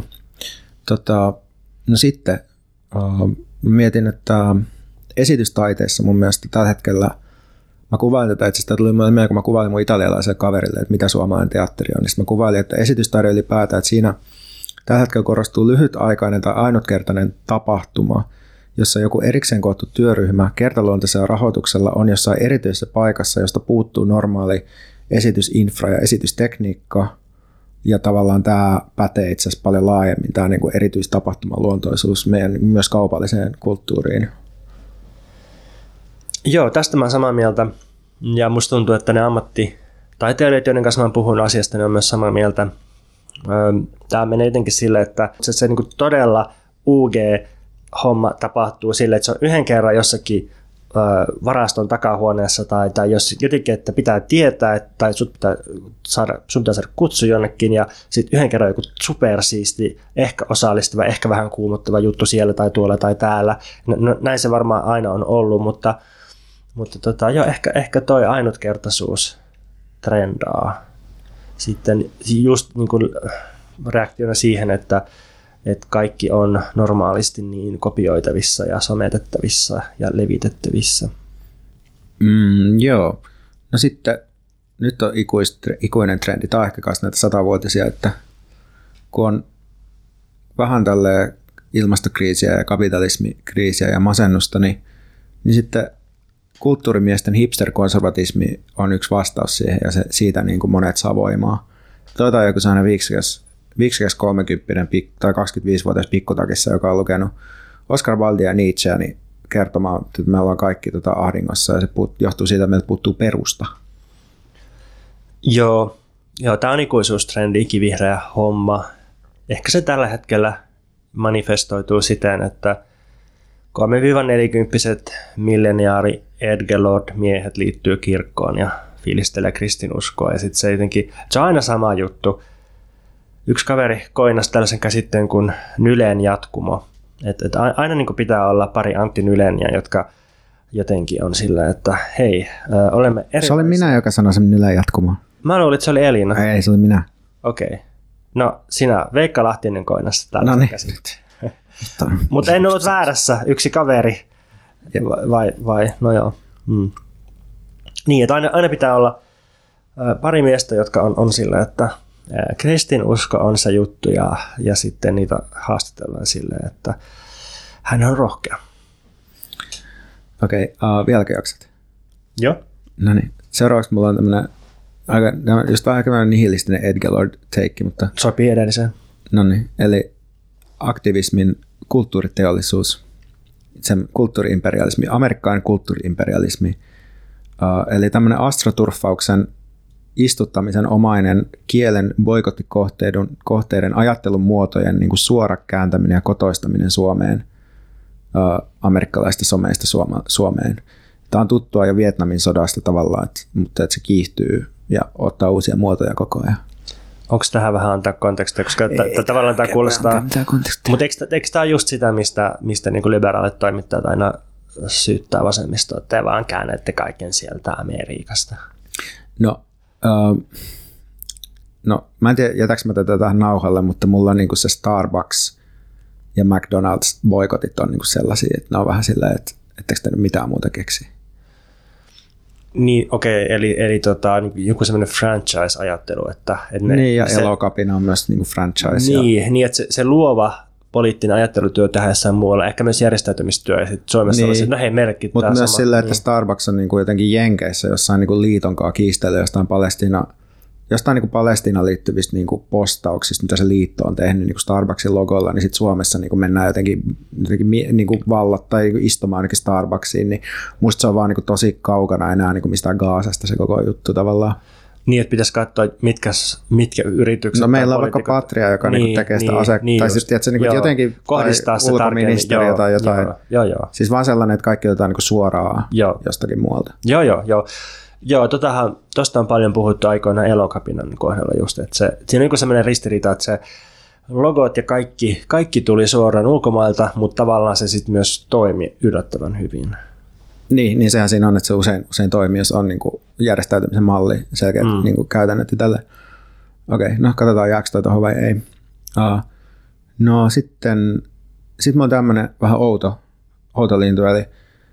S1: Tota, no sitten uh, mietin, että esitystaiteessa mun mielestä tällä hetkellä mä kuvailin tätä, itse asiassa tuli mieleen, kun mä kuvailin mun italialaiselle kaverille, että mitä suomalainen teatteri on, niin mä kuvailin, että esitystaide ylipäätään, että siinä tällä hetkellä korostuu lyhytaikainen tai ainutkertainen tapahtuma, jossa joku erikseen koottu työryhmä kertaluonteisella rahoituksella on jossain erityisessä paikassa, josta puuttuu normaali esitysinfra ja esitystekniikka. Ja tavallaan tämä pätee itse asiassa paljon laajemmin, tämä niin kuin erityistapahtuman luontoisuus meidän myös kaupalliseen kulttuuriin.
S3: Joo, tästä mä olen samaa mieltä. Ja musta tuntuu, että ne ammattitaiteilijat, joiden kanssa mä oon puhunut asiasta, ne on myös samaa mieltä. Tämä menee jotenkin sille, että se, se niin kuin todella U G-homma tapahtuu sille, että se on yhden kerran jossakin ö, varaston takahuoneessa tai, tai jos jotenkin, että pitää tietää, että, tai sut pitää saada, sun pitää saada kutsu jonnekin ja sitten yhden kerran joku supersiisti, ehkä osallistava, ehkä vähän kuumottava juttu siellä tai tuolla tai täällä. No, näin se varmaan aina on ollut, mutta, mutta tota, joo, ehkä, ehkä toi ainutkertaisuus trendaa. Sitten just niin kuin reaktiona siihen, että, että kaikki on normaalisti niin kopioitavissa ja sometettavissa ja levitettävissä.
S1: Mm, joo. No sitten nyt on ikuist, ikuinen trendi. Tämä on ehkä myös näitä satavuotisia, että kun on vähän tälleen ilmastokriisiä ja kapitalismikriisiä ja masennusta, niin, niin sitten kulttuurimiesten hipsterkonservatismi on yksi vastaus siihen ja se, siitä niin kuin monet saa voimaa. Tuota on joku sellainen viiksikäs viksikäs kolmekymppinen pik- tai kaksikymmentäviisivuotias pikkutakissa, joka on lukenut Oscar Wildea ja Nietzschea, niin kertomaan, että me ollaan kaikki tota ahdingossa ja se puut, johtuu siitä, että meiltä puuttuu perusta.
S3: Joo, joo tämä on ikuisuustrendi, ikivihreä homma. Ehkä se tällä hetkellä manifestoituu siten, että kolme-nelikymppiset milleniaari Edgelord-miehet liittyy kirkkoon ja fiilistelee kristinuskoa. Ja sitten se jotenkin, se on aina sama juttu. Yksi kaveri koinasi tällaisen käsitteen kuin Nylen jatkumo. Että et aina niin kuin pitää olla pari Antti Nyleniä, jotka jotenkin on sillä, että hei, ö, olemme erilaisia.
S1: Se oli minä, joka sanoi sen Nylen jatkumo.
S3: Mä luulin, että se oli Elina.
S1: Ei, se oli minä.
S3: Okei. Okay. No sinä, Veikka Lahtinen koinasi tällaisen
S1: no niin.
S3: käsitteen. Mutta en ollut väärässä, yksi kaveri. Vai, vai, no joo. Mm. Niin, että aina, aina pitää olla ä, pari miestä, jotka on, on sillä, että ä, kristinusko on se juttu ja, ja sitten niitä haastatellaan silleen, että hän on rohkea.
S1: Okei, okay, uh, vieläkö jaksat?
S3: Joo.
S1: No niin, seuraavaksi mulla on tämmönen aika, just vähän aika nihilistinen Edgelord-teikki, mutta...
S3: Sopii edelliseen.
S1: No niin, eli aktivismin kulttuuriteollisuus, sen kulttuuriimperialismi, amerikkalainen kulttuuriimperialismi, uh, eli tämmöinen astroturfauksen istuttamisen omainen kielen boikottikohteiden kohteiden ajattelun muotojen niin kuin suora kääntäminen ja kotoistaminen Suomeen, uh, amerikkalaisista someista Suoma, Suomeen. Tämä on tuttua jo Vietnamin sodasta tavallaan, että, mutta että se kiihtyy ja ottaa uusia muotoja koko ajan.
S3: Onko tähän vähän antaa kontekstia, koska ei, t- tavallaan tämä kuulostaa, mutta eikö, eikö tämä ole just sitä, mistä, mistä niin kuin liberaalit toimittajat aina syyttää vasemmistoa, että te vaan käännette kaiken sieltä Amerikasta?
S1: No, uh, no mä en tiedä, jätäks mä tätä tähän nauhalle, mutta mulla on niin kuin se Starbucks ja McDonald's boikotit on niin kuin sellaisia, että ne on vähän silleen, että etteikö te nyt mitään muuta keksi.
S3: Niin, okei, okay, eli, eli tota, joku semmoinen franchise-ajattelu, että... että ne,
S1: niin, ja
S3: se,
S1: Elokapina on myös niin kuin franchise.
S3: Niin,
S1: ja...
S3: niin että se, se luova poliittinen ajattelutyö tehdään jossain muualla, ehkä myös järjestäytymistyö, ja sitten Suomessa niin. Olisi, että no hei, merkki
S1: mutta myös
S3: sama.
S1: silleen, että
S3: niin.
S1: Starbucks on niin kuin jotenkin Jenkeissä jossain niin kuin liitonkaan kiistely jostain Palestiina, jostain niin kuin Palestiinaan liittyvistä niin kuin postauksista, mitä se liitto on tehnyt niin kuin Starbucksin logolla, niin sitten Suomessa niin kuin mennään jotenkin, jotenkin niin kuin vallat tai istumaan ainakin Starbucksiin, niin musta se on vaan niin kuin tosi kaukana enää niin kuin mistään Gaasasta se koko juttu tavallaan.
S3: Niin, että pitäisi katsoa, mitkä, mitkä yritykset...
S1: No meillä on vaikka Patria, joka niin, niinku tekee sitä niin, ase... Niin tai siis tiedätkö, niinku jotenkin...
S3: Kohdistaa se
S1: ulkoministeriö tai jotain.
S3: Joo, joo, joo.
S1: Siis vaan sellainen, että kaikki otetaan niinku suoraan
S3: joo.
S1: jostakin muualta.
S3: Joo, joo, joo. Joo, totahan, tosta on paljon puhuttu aikoinaan Elokapinan kohdalla just, että se, siinä on niin sellainen ristiriita, että se logot ja kaikki, kaikki tuli suoraan ulkomailta, mutta tavallaan se sitten myös toimi yllättävän hyvin.
S1: Niin, niin sehän siinä on, että se usein, usein toimii, jos on niin kuin järjestäytymisen malli, selkeät mm. niin kuin käytännöt ja tälle. Okei, okay, no katsotaan jääkö toi tuohon vai ei. Uh, no sitten, sitten mulla on tämmöinen vähän outo, outo lintu, eli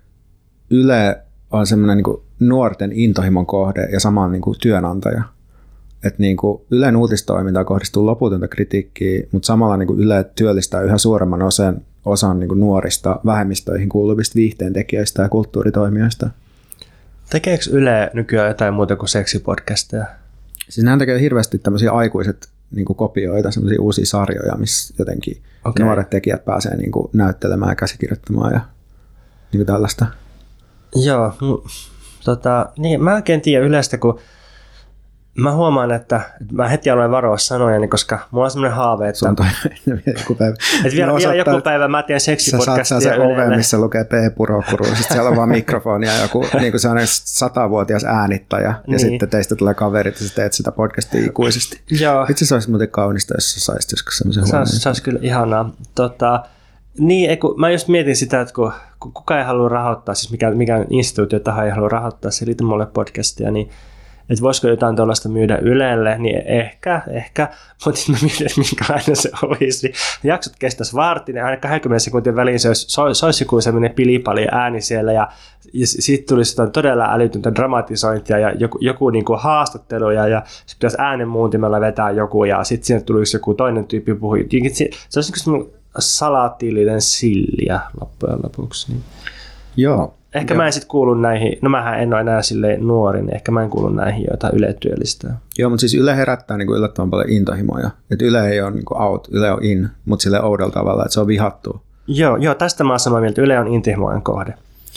S1: Yle on semmoinen niin kuin nuorten intohimon kohde ja samaan niin kuin työnantaja. Että niin kuin Ylen uutistoimintaan kohdistuu loputonta kritiikkiä, mutta samalla niin kuin Yle työllistää yhä suuremman osan, osan niin kuin nuorista vähemmistöihin kuuluvista viihteentekijöistä ja kulttuuritoimijoista.
S3: Tekeekö Yle nykyään jotain muuta kuin seksipodcasteja?
S1: Siis nämä tekee hirveästi tämmöisiä aikuiset niin kuin kopioita, semmoisia uusia sarjoja, missä jotenkin okay. nuoret tekijät pääsee niin kuin näyttelemään ja käsikirjoittamaan ja niin kuin tällaista.
S3: Joo, tota, niin, mä en tiedä Ylestä, kun mä huomaan, että mä heti aloin varoa sanojani, koska mulla on semmoinen haave, että,
S1: joku päivä.
S3: että vielä, vielä joku päivä mä teen seksipodcastia
S1: Sä saat se ove, missä lukee P-purokuru, sitten siellä on vaan mikrofoni ja joku niin kuin sellainen satavuotias äänittäjä, niin. Ja sitten teistä tulee kaverit ja sä teet sitä podcastia ikuisesti.
S3: Joo.
S1: Itse se olisi muuten kaunista, jos sä saisit joskus semmoisen
S3: huoneen. Se olisi kyllä ihanaa. Tota, niin, kun mä just mietin sitä, että kun, kun kukaan ei halua rahoittaa, siis mikä, mikä instituutio tahansa ei halua rahoittaa, se liittyy mulle podcastia, niin että voisiko jotain tuollaista myydä Ylelle, niin ehkä, ehkä, mutta mä mietin, että minkälainen se olisi. Jaksot kestäisi vartin ja aina kaksikymmentä sekuntin väliin se olisi, se olisi joku sellainen pilipali ääni siellä ja, ja siitä tulisi jotain todella älytöntä dramatisointia ja joku, joku niin kuin haastattelu ja, ja sitten pitäisi äänenmuuntimella vetää joku ja sitten siinä tulisi joku toinen tyyppi puhua. Se olisi niin kuin salaatillinen silliä loppujen lopuksi. Niin.
S1: Joo,
S3: ehkä
S1: Joo.
S3: mä en sit kuulu näihin, no mähän en ole enää silleen nuori, niin ehkä mä en kuulu näihin, joita Yle työllistää.
S1: Joo, mutta siis Yle herättää niin kuin yllättävän paljon intohimoja. Että Yle ei ole niin kuin out, Yle on in, mutta silleen oudolla tavalla, että se on vihattu.
S3: Joo, joo, tästä mä oon samaa mieltä, Yle on intohimojen kohde.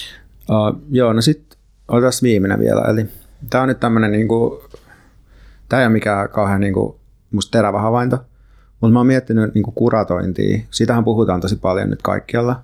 S1: Uh, joo, no sitten otetaan viimeinen vielä. Eli tää on nyt tämmönen niinku, tää ei ole mikään kauhean niinku musta terävä havainto, mutta mä oon miettinyt niinku kuratointia. Siitähän puhutaan tosi paljon nyt kaikkialla.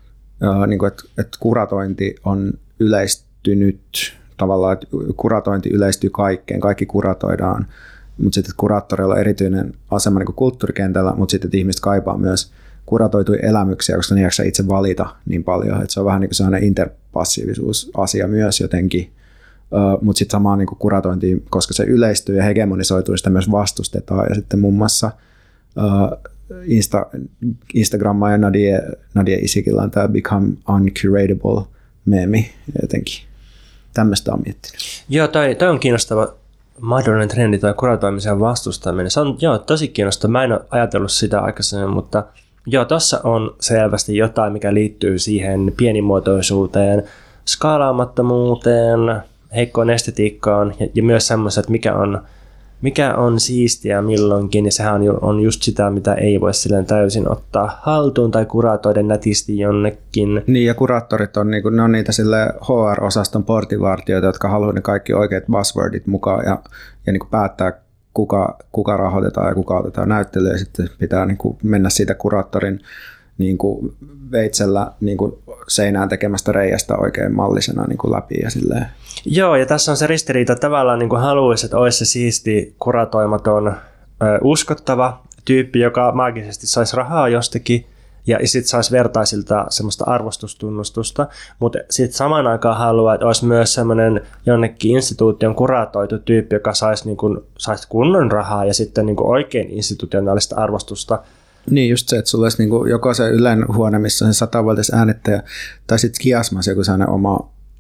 S1: Uh, niinku, että et kuratointi on yleistynyt tavallaan, että kuratointi yleistyy kaikkeen, kaikki kuratoidaan, mutta sitten kuraattorilla on erityinen asema niinku kulttuurikentällä, mutta sitten ihmiset kaipaa myös kuratoituja elämyksiä, koska ne ei jaksa itse valita niin paljon. Et se on vähän niin kuin sellainen interpassiivisuusasia myös jotenkin. Uh, mutta sitten samaan niin kuin kuratointiin, koska se yleistyy ja hegemonisoituu, sitä myös vastustetaan. Ja sitten muun muassa uh, Insta, Instagramma ja Nadia, Nadia Isikillä on tämä Become Uncuratable meemi jotenkin. Tämmöistä on miettinyt.
S3: Joo, toi, toi on kiinnostava mahdollinen trendi, toi kuratoimisen vastustaminen. Se on joo, tosi kiinnostava. Mä en ole ajatellut sitä aikaisemmin, mutta joo, tuossa on selvästi jotain, mikä liittyy siihen pienimuotoisuuteen, skaalaamattomuuteen, heikkoon estetiikkaan ja, ja myös semmoiset, että mikä on, mikä on siistiä milloinkin, ja sehän on, on just sitä, mitä ei voi silleen täysin ottaa haltuun tai kuratoida nätisti jonnekin.
S1: Niin, ja kuraattorit on, niinku, ne on niitä sille H R-osaston portinvartijoita, jotka haluaa ne kaikki oikeat buzzwordit mukaan ja, ja niinku päättää, kuka, kuka rahoitetaan ja kuka otetaan näyttelyyn, ja sitten pitää niinku mennä siitä kuraattorin niinku veitsellä niinku seinään tekemästä reiästä oikein mallisena niinku läpi ja silleen.
S3: Joo, ja tässä on se ristiriita, että tavallaan niin kuin haluaisi, että olisi se siisti, kuratoimaton, ö, uskottava tyyppi, joka maagisesti saisi rahaa jostakin, ja sitten saisi vertaisilta semmoista arvostustunnustusta, mutta sitten samaan aikaan haluaa, että olisi myös semmoinen jonnekin instituution kuratoitu tyyppi, joka saisi, niin kuin, saisi kunnon rahaa ja sitten niin kuin oikein institutionaalista arvostusta.
S1: Niin, just se, että sulla olisi niin kuin joko se Ylen huone, missä on se satavuotias äänittäjä, tai sitten Kiasmas joku sellainen oma,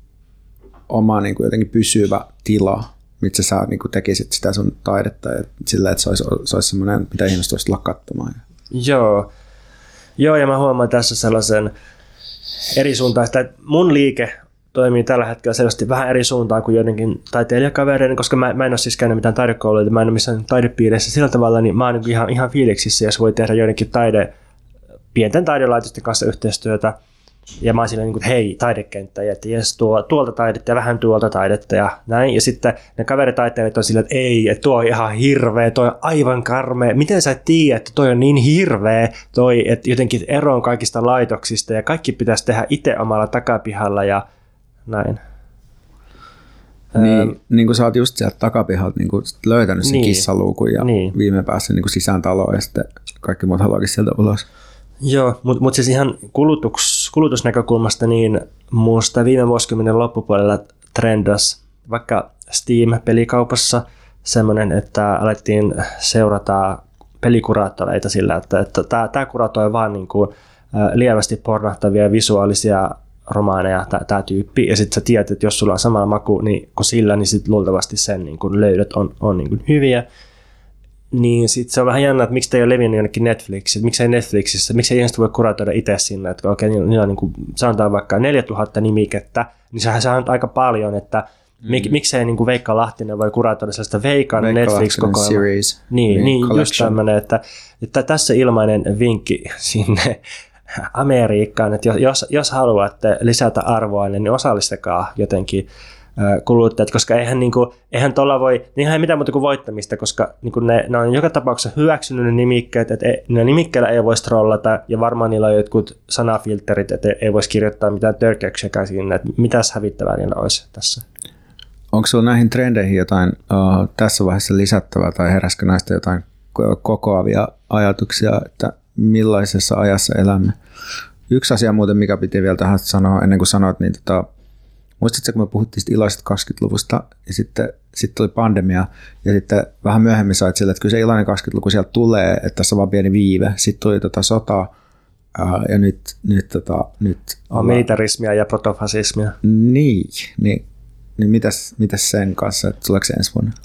S1: oma niin kuin jotenkin pysyvä tila, missä sä niin kuin tekisit sitä sun taidetta, ja sillä, että se olisi, se olisi semmoinen, mitä ihmiset voisivat tulla katsomaan.
S3: Joo. Joo, ja mä huomaan tässä sellaisen eri suuntaan, että mun liike toimii tällä hetkellä selvästi vähän eri suuntaan kuin joidenkin taiteilijakavereiden, koska mä, mä en ole siis käynyt mitään taidekouluja, mä en ole missään taidepiireissä sillä tavalla, niin mä oon niin ihan, ihan fiiliksissä, jos voi tehdä joidenkin taide, pienten taidelaitosten kanssa yhteistyötä, ja mä oon silleen, että hei, taidekenttä, että jes, tuo, tuolta taidetta ja vähän tuolta taidetta ja näin, ja sitten ne kaveritaiteilijat on silleen, että ei, että tuo on ihan hirveä, toi on aivan karmea, miten sä et tiedä, että toi on niin hirveä, toi, että jotenkin eroon kaikista laitoksista, ja kaikki pitäisi tehdä itse omalla takapihalla, ja näin.
S1: Niin, ähm, niin kuin sä oot just sieltä takapihalta niin kuin löytänyt sen niin, kissaluukun ja niin. viime päässä niin kuin sisään taloon ja sitten kaikki muut haluakin sieltä ulos.
S3: Joo, mutta mut siis ihan kulutus, kulutusnäkökulmasta niin musta viime vuosikymmenen loppupuolella trendas vaikka Steam-pelikaupassa semmoinen, että alettiin seurata pelikuraattoreita sillä, että, että tämä kuratoi vaan niin kuin, ä, lievästi pornahtavia visuaalisia romaaneja, tämä tyyppi, ja sitten sä tiedät, että jos sulla on sama maku niin kuin sillä, niin sitten luultavasti sen niin kuin löydöt on, on niin kuin hyviä. Niin sitten se on vähän jännä, että miksi ei ole levinnyt jonnekin Netflixissä, miksi ei Netflixissä, miksi ei ihmiset voi kuratoida itse sinne, että okei, okay, niillä on niin kuin, sanotaan vaikka neljätuhatta nimikettä, niin sehän, sehän on aika paljon, että mik, mm. miksei niin kuin Veikka Lahtinen voi kuratoida sellaista Veikan Netflix-kokoelmaa. Niin, niin just tämmöinen, että, että tässä ilmainen vinkki sinne Amerikkaan, että jos, jos haluatte lisätä arvoa, niin osallistakaa jotenkin kuluttajat, koska eihän, niin kuin, eihän tuolla voi, niinhän ei mitään muuta kuin voittamista, koska niin kuin ne, ne on joka tapauksessa hyväksynyt ne nimikkeet, että ei, ne nimikkeillä ei voi trollata, ja varmaan niillä on jotkut sanafilterit, että ei voisi kirjoittaa mitään törkeyksiäkään siinä, että mitäs hävittävää niillä olisi tässä.
S1: Onko sinulla näihin trendeihin jotain uh, tässä vaiheessa lisättävää, tai heräskö näistä jotain kokoavia ajatuksia, että millaisessa ajassa elämme? Yksi asia muuten, mikä piti vielä tähän sanoa, ennen kuin sanoit, niin tota, muistatko, kun me puhuttiin iloisesta kaksikymmentäluvusta, ja sitten, sitten oli pandemia, ja sitten vähän myöhemmin sait sille, että kyllä se iloinen kaksikymmentäluku sieltä tulee, että tässä on vaan pieni viive. Sitten tuli tota sota, ää, ja nyt... nyt, tota, nyt
S3: on militarismia ja protofasismia.
S1: Niin, niin, niin mitäs, mitäs sen kanssa, että tuleeko se ensi vuonna?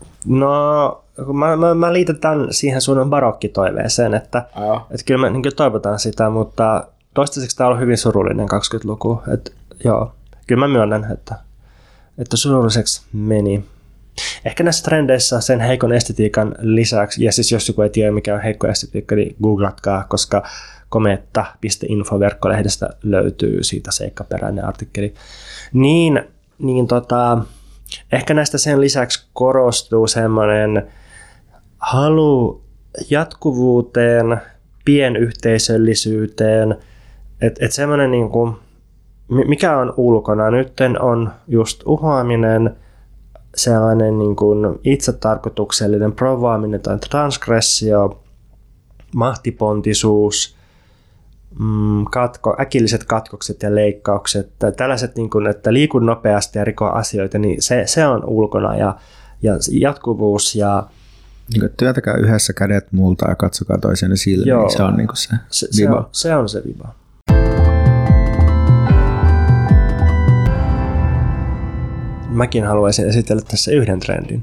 S3: No, mä, mä, mä liitän tämän siihen sun barokkitoiveeseen, että, että kyllä me niin toivotaan sitä, mutta toistaiseksi tämä on ollut hyvin surullinen kaksikymmentäluku, että joo. kyllä mä myönnän, että, että surulliseksi meni. Ehkä näissä trendeissä sen heikon estetiikan lisäksi, ja siis jos joku ei tiedä mikä on heikko estetiikka, niin googlatkaa, koska kometta piste info verkkolehdestä löytyy siitä seikkaperäinen artikkeli. Niin, niin tota, ehkä näistä sen lisäksi korostuu semmoinen halu jatkuvuuteen, pienyhteisöllisyyteen, että et semmoinen niin kuin, mikä on ulkona nyt on just uhoaminen, sellainen niin kuin itsetarkoituksellinen provaaminen tai transgressio, mahtipontisuus, mm, katko, äkilliset katkokset ja leikkaukset, tällaiset, niin kuin, että liikun nopeasti ja riko asioita, niin se, se on ulkona ja, ja jatkuvuus ja
S1: niin työtäkää yhdessä kädet multa ja katsokaa toisenne silmiin, joo, se on niin kuin se,
S3: se, se viba. On, se on se viba. Mäkin haluaisin esitellä tässä yhden trendin.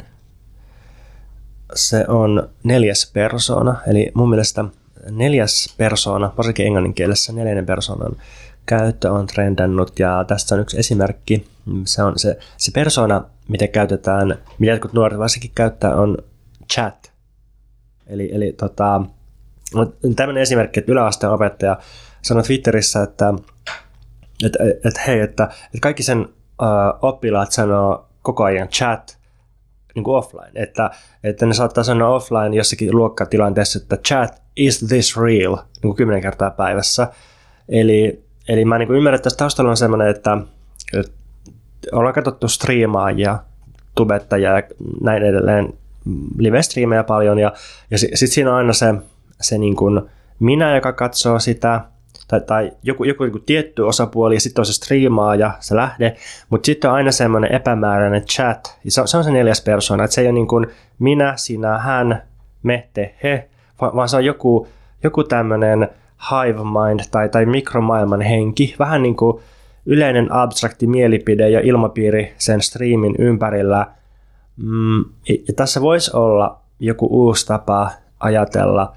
S3: Se on neljäs persoona, eli mun mielestä neljäs persoona, varsinkin englannin kielessä neljännen persoonan käyttö on trendannut, ja tässä on yksi esimerkki. Se on se, se persoona, mitä käytetään, mitä jotkut nuoret varsinkin käyttää, on chat. Eli, eli tota, tämmöinen esimerkki, että yläasteen opettaja sanoi Twitterissä, että, että, että hei, että, että kaikki sen uh, oppilaat sanoo koko ajan chat niin kuin offline, että, että ne saattaa sanoa offline jossakin luokkatilanteessa, että chat is this real, niin kuin kymmenen kertaa päivässä. Eli, eli mä niin kuin ymmärrän, että tässä taustalla on semmoinen, että, että ollaan katsottu striimaajia, tubettajia ja näin edelleen, live-striimejä paljon, ja, ja sitten sit siinä on aina se, se niin kuin minä, joka katsoo sitä, tai, tai joku, joku niin kuin tietty osapuoli, ja sitten on se striimaaja, se lähde, mutta sitten on aina semmoinen epämääräinen chat, ja se on se, on se neljäs persoona, että se ei ole niin kuin minä, sinä, hän, me, te, he, vaan se on joku, joku tämmöinen hive mind tai, tai mikromaailman henki, vähän niin kuin yleinen abstrakti mielipide ja ilmapiiri sen striimin ympärillä. Mm, ja tässä voisi olla joku uusi tapa ajatella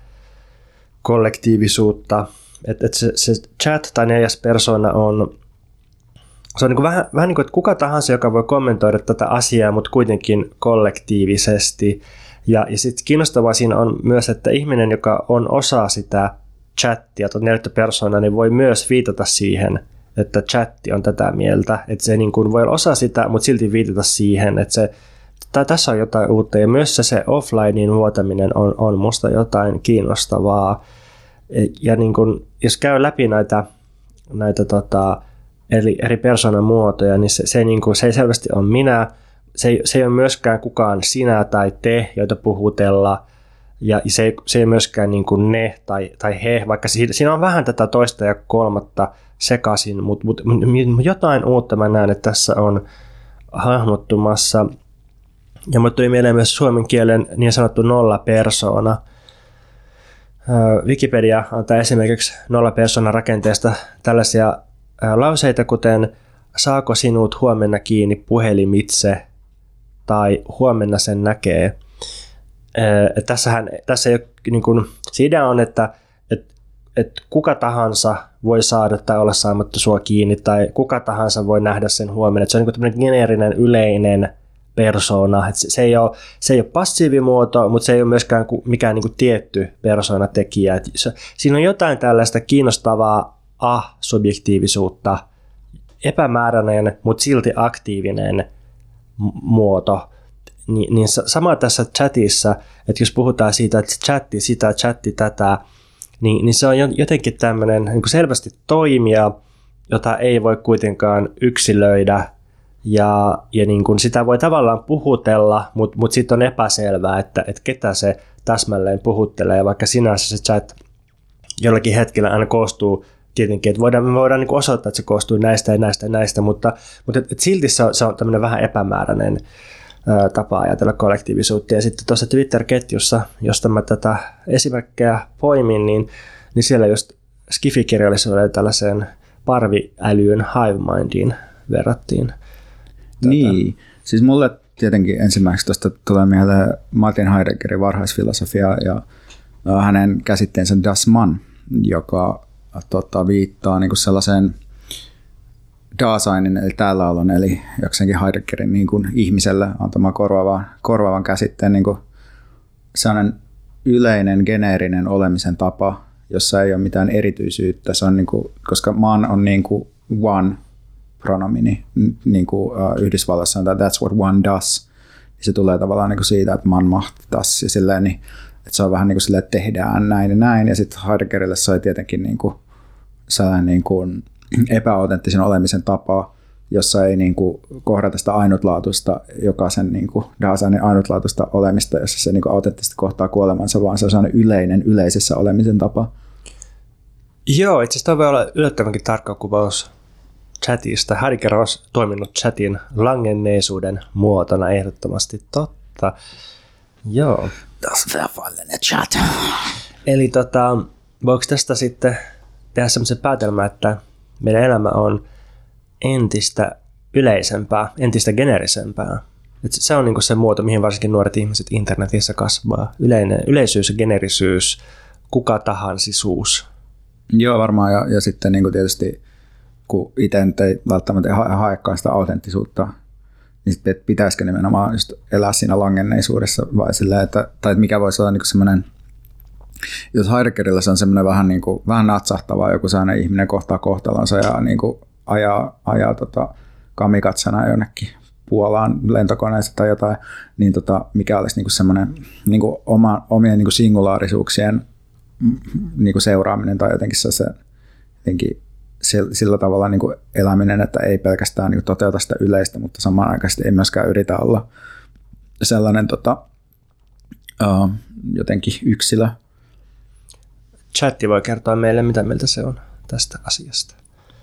S3: kollektiivisuutta, että et se, se chat tai neljäs persona on, se on niin kuin vähän, vähän niin kuin, että kuka tahansa, joka voi kommentoida tätä asiaa, mutta kuitenkin kollektiivisesti. Ja, ja sitten kiinnostavaa siinä on myös, että ihminen, joka on osa sitä chattia tai neljättä persoonaa, niin voi myös viitata siihen, että chatti on tätä mieltä. Että se niin kuin voi olla osa sitä, mutta silti viitata siihen, että se, tai tässä on jotain uutta. Ja myös se, se offlinein vuotaminen on, on musta jotain kiinnostavaa. Ja niin kuin, jos käy läpi näitä, näitä tota, eri, eri persoonan muotoja, niin se, se, niin kuin, se ei selvästi ole minä. Se ei, se ei ole myöskään kukaan sinä tai te, joita puhutella, ja se ei, se ei myöskään niin kuin ne tai, tai he, vaikka siinä, siinä on vähän tätä toista ja kolmatta sekaisin, mutta mut, mut jotain uutta mä näen, että tässä on hahmottumassa. Ja mulle tuli mieleen myös suomen kielen niin sanottu nollapersoona. Wikipedia antaa esimerkiksi nollapersoona rakenteesta tällaisia lauseita, kuten saako sinut huomenna kiinni puhelimitse, tai huomenna sen näkee. Ee, tässähän, tässä ei ole, niin kuin, se idea on, että et, et kuka tahansa voi saada tai olla saamatta sua kiinni, tai kuka tahansa voi nähdä sen huomenna. Et se on niin kuin geneerinen yleinen persoona. Et se, se, ei ole, se ei ole passiivimuoto, mutta se ei ole myöskään mikään niin kuin tietty persoonatekijä. Et se, siinä on jotain tällaista kiinnostavaa ah-subjektiivisuutta, epämääräinen, mutta silti aktiivinen muoto. Ni, niin sama tässä chatissa, että jos puhutaan siitä, että chatti sitä, chatti tätä, niin, niin se on jotenkin tämmöinen niin kuin selvästi toimija, jota ei voi kuitenkaan yksilöidä, ja, ja niin kuin sitä voi tavallaan puhutella, mutta, mutta sitten on epäselvää, että, että ketä se täsmälleen puhuttelee, vaikka sinänsä se chat jollakin hetkellä aina koostuu tietenkin, että voidaan, me voidaan niin osoittaa, että se koostuu näistä ja näistä ja näistä, mutta, mutta et, et silti se on, se on tämmöinen vähän epämääräinen ä, tapa ajatella kollektiivisuutta. Ja sitten tuossa Twitter-ketjussa, josta mä tätä esimerkkejä poimin, niin, niin siellä just Skifi-kirjallisuuden tällaiseen parviälyyn hive-mindiin verrattiin. Tätä.
S1: Niin, siis mulle tietenkin ensimmäiseksi tuosta tulee mieleen Martin Heideggerin varhaisfilosofia ja hänen käsitteensä Das Man, joka tota, viittaa niin kuin sellaiseen Daseinin, eli täällä olon, eli jokseenkin Heideggerin niin kuin ihmiselle antama korvaavan, korvaavan käsitteen niin kuin sellainen yleinen, geneerinen olemisen tapa, jossa ei ole mitään erityisyyttä. Se on niin kuin, koska man on niin kuin one pronomini, niin kuin Yhdysvalloissa on that's what one does, niin se tulee tavallaan niin kuin siitä, että man macht das, ja silleen, niin, että se on vähän niin kuin silleen, että tehdään näin ja näin, ja sitten Heideggerille se oli tietenkin niin kuin sellainen niin kuin epäautenttisen olemisen tapa, jossa ei niin kuin kohdata sitä ainutlaatuista, jokaisen niin kuin Daseinin ainutlaatuista olemista, jossa se niin kuin autenttisesti kohtaa kuolemansa, vaan se on sellainen yleinen, yleisessä olemisen tapa.
S3: Joo, itse asiassa tämä voi olla yllättävänkin tarkka kuvaus chatista. Heidegger on toiminut chatin langenneisuuden muotona, ehdottomasti totta. Joo.
S1: Das verfallene chat.
S3: Eli tota, voiko tästä sitten tehdä semmoisen päätelmän, että meidän elämä on entistä yleisempää, entistä generisempää. Et se on niinku se muoto, mihin varsinkin nuoret ihmiset internetissä kasvaa. Yleinen, yleisyys ja generisyys, kuka tahansisuus.
S1: Joo, varmaan. Ja, ja sitten niin kuin tietysti, kun itse ei välttämättä ha- haekaan sitä autenttisuutta, niin sitten pitäisikö nimenomaan just elää siinä langenneisuudessa vai silleen, että, tai että mikä voisi olla niin kuin semmoinen, jos Heideggerillä se on semmoinen vähän, niin kuin, vähän natsahtava, joku sellainen ihminen kohtaa kohtalonsa ja niin kuin ajaa, ajaa tota, kamikatsena jonnekin Puolaan lentokoneessa tai jotain, niin tota, mikä olisi niin kuin semmoinen niin kuin oma, omien niin kuin singulaarisuuksien niin kuin seuraaminen tai jotenkin se jotenkin sillä tavalla niin kuin eläminen, että ei pelkästään niin kuin toteuta sitä yleistä, mutta samanaikaisesti ei myöskään yritä olla sellainen tota, uh, jotenkin yksilö.
S3: Chatti voi kertoa meille, mitä mieltä se on tästä asiasta.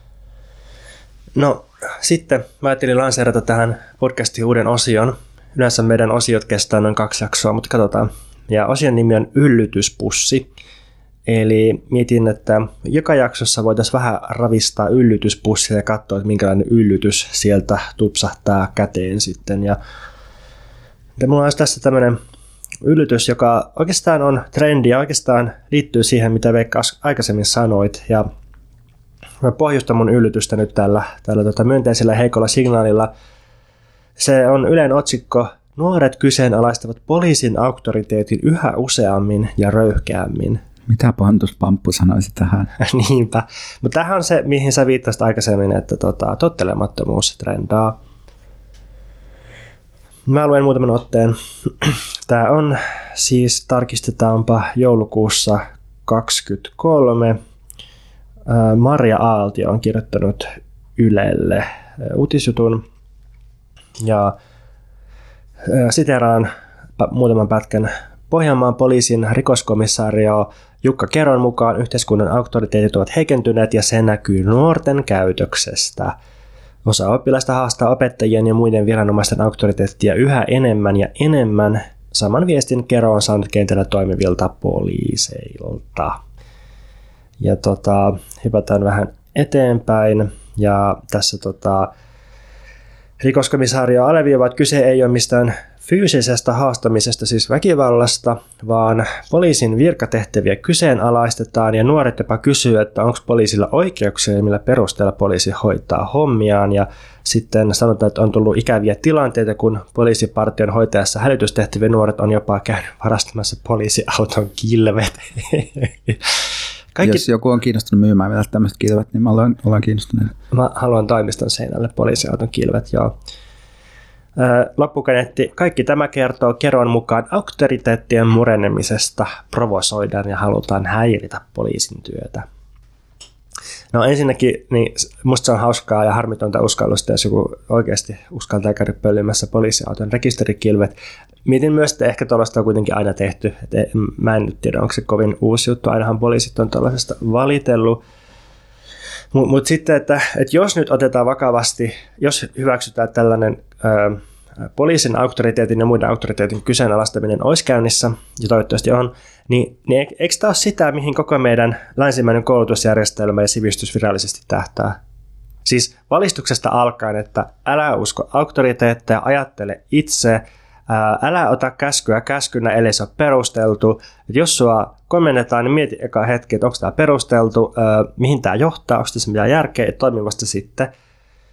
S3: No sitten mä ajattelin lanseerata tähän podcastiin uuden osion. Yleensä meidän osiot kestää noin kaksi jaksoa, mutta katsotaan. Ja osion nimi on yllytyspussi. Eli mietin, että joka jaksossa voitaisiin vähän ravistaa yllytyspussia ja katsoa, että minkälainen yllytys sieltä tupsahtaa käteen sitten. Ja mulla olisi tässä tämmöinen yllytys, joka oikeastaan on trendi ja oikeastaan liittyy siihen, mitä Veikka aikaisemmin sanoit. Ja mä pohjustan mun yllytystä nyt tällä, tällä tota myönteisellä heikolla signaalilla. Se on Ylen otsikko: nuoret kyseenalaistavat poliisin auktoriteetin yhä useammin ja röyhkeämmin.
S1: Mitä Pontus Pamppu sanoisi tähän?
S3: Niinpä. Mutta tämähän on se, mihin sä viittasit aikaisemmin, että tota, tottelemattomuus trendaa. Mä luen muutaman otteen. Tämä on siis, tarkistetaanpa, joulukuussa kaksikymmentäkolme. Marja Aaltio on kirjoittanut Ylelle uutisjutun. Ja siteraan muutaman pätkän. Pohjanmaan poliisin rikoskomissaario Jukka Keron mukaan yhteiskunnan auktoriteetit ovat heikentyneet ja se näkyy nuorten käytöksestä. Osa oppilaista haastaa opettajien ja muiden viranomaisten auktoriteettia yhä enemmän ja enemmän. Saman viestin Kero on saanut kentällä toimivilta poliiseilta. Ja tota, hypätään vähän eteenpäin. Ja tässä tota, rikoskomissaario alleviivaa, että kyse ei ole mistään fyysisestä haastamisesta, siis väkivallasta, vaan poliisin virkatehtäviä kyseenalaistetaan ja nuoret jopa kysyy, että onko poliisilla oikeuksia, millä perusteella poliisi hoitaa hommiaan. Ja sitten sanotaan, että on tullut ikäviä tilanteita, kun poliisipartion hoitajassa hälytystehtäviä nuoret on jopa käynyt varastamassa poliisiauton kilvet.
S1: Kaikki... Jos joku on kiinnostunut myymään vielä tämmöiset kilvet, niin mä olen, olen kiinnostunut.
S3: Mä haluan toimiston seinälle poliisiauton kilvet, joo. Loppukaneetti. Kaikki tämä kertoo Keron mukaan auktoriteettien murenemisesta, provosoidaan ja halutaan häiritä poliisin työtä. No ensinnäkin, niin musta se on hauskaa ja harmitonta uskallusta, jos joku oikeasti uskaltaa käydä pöllimässä poliisiauton rekisterikilvet. Mietin myös, että ehkä tuollaista on kuitenkin aina tehty. Et mä en nyt tiedä, onko se kovin uusi juttu. Ainahan poliisit on tuollaisesta valitellut. Mutta mut sitten, että, että jos nyt otetaan vakavasti, jos hyväksytään tällainen ö, poliisin auktoriteetin ja muiden auktoriteetin kyseenalaistaminen olisi käynnissä, ja toivottavasti on, niin, niin eikö tämä ole sitä, mihin koko meidän länsimäinen koulutusjärjestelmä ja sivistys virallisesti tähtää? Siis valistuksesta alkaen, että älä usko auktoriteetteja, ajattele itse, ää, älä ota käskyä käskynä, ellei se ole perusteltu. Et jos sua komennetaan, niin mieti eka hetki, että onko tämä perusteltu, ää, mihin tämä johtaa, onko tässä mitään järkeä, että toimii vasta sitten.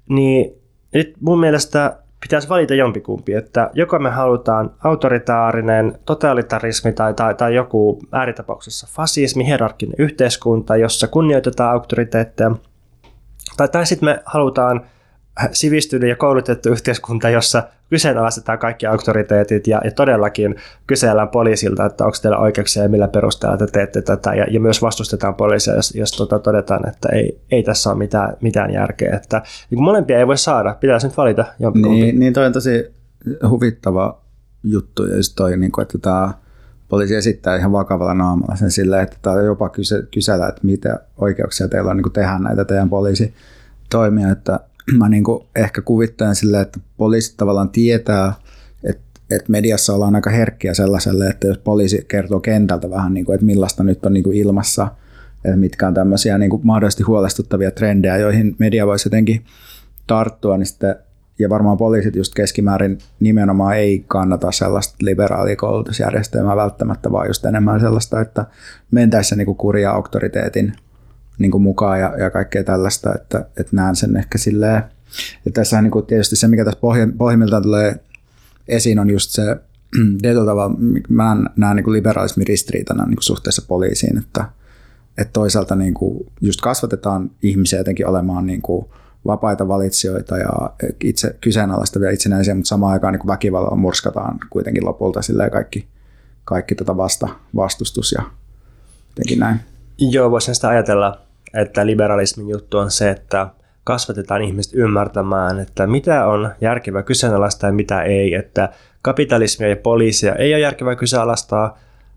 S3: niin nyt mun mielestä pitäisi valita jompikumpi, että joko me halutaan autoritaarinen totalitarismi tai, tai, tai joku ääritapauksessa fasismi, hierarkkinen yhteiskunta, jossa kunnioitetaan auktoriteetteja, tai, tai sitten me halutaan sivistynyt ja koulutettu yhteiskunta, jossa kyseenalaistetaan kaikki auktoriteetit ja, ja todellakin kysellään poliisilta, että onko teillä oikeuksia ja millä perusteella te teette tätä, ja, ja myös vastustetaan poliisia, jos, jos tota, todetaan, että ei, ei tässä ole mitään, mitään järkeä. Että, niin molempia ei voi saada, pitäisi nyt valita jompikumpi.
S1: Niin, niin toi on tosi huvittava juttu, ja just toi, niin kuin, että tämä poliisi esittää ihan vakavalla naamalla sen silleen, että tämä jopa kyse, kysellä, että mitä oikeuksia teillä on niin kuin tehdä näitä teidän poliisitoimia, että mä niin kuin ehkä kuvittelen silleen, että poliisit tavallaan tietää, että, että mediassa ollaan aika herkkiä sellaiselle, että jos poliisi kertoo kentältä vähän, niin kuin, että millaista nyt on niin kuin ilmassa, että mitkä on tämmöisiä niin kuin mahdollisesti huolestuttavia trendejä, joihin media voisi jotenkin tarttua, niin sitten, ja varmaan poliisit just keskimäärin nimenomaan ei kannata sellaista liberaalia koulutusjärjestelmää välttämättä, vaan just enemmän sellaista, että mentäisiin niin kuin kurja auktoriteetin niin kuin mukaan ja, ja kaikkea tällaista, että, että näen sen ehkä silleen. Ja tässä niin kuin tietysti se, mikä tässä pohjimmiltaan tulee esiin, on just se, tietyllä tavalla mä näen niin kuin liberalismin ristiriitana niin kuin suhteessa poliisiin, että, että toisaalta niin kuin just kasvatetaan ihmisiä jotenkin olemaan niin kuin vapaita valitsijoita ja itse kyseenalaistavia itsenäisiä, mutta samaan aikaan niin kuin väkivallalla murskataan kuitenkin lopulta silleen kaikki, kaikki tota vasta, vastustus ja jotenkin näin.
S3: Joo, voisin sitä ajatella, että liberalismin juttu on se, että kasvatetaan ihmiset ymmärtämään, että mitä on järkevää kyseenalaistaa ja mitä ei, että kapitalismia ja poliisia ei ole järkevää kyseenalaistaa,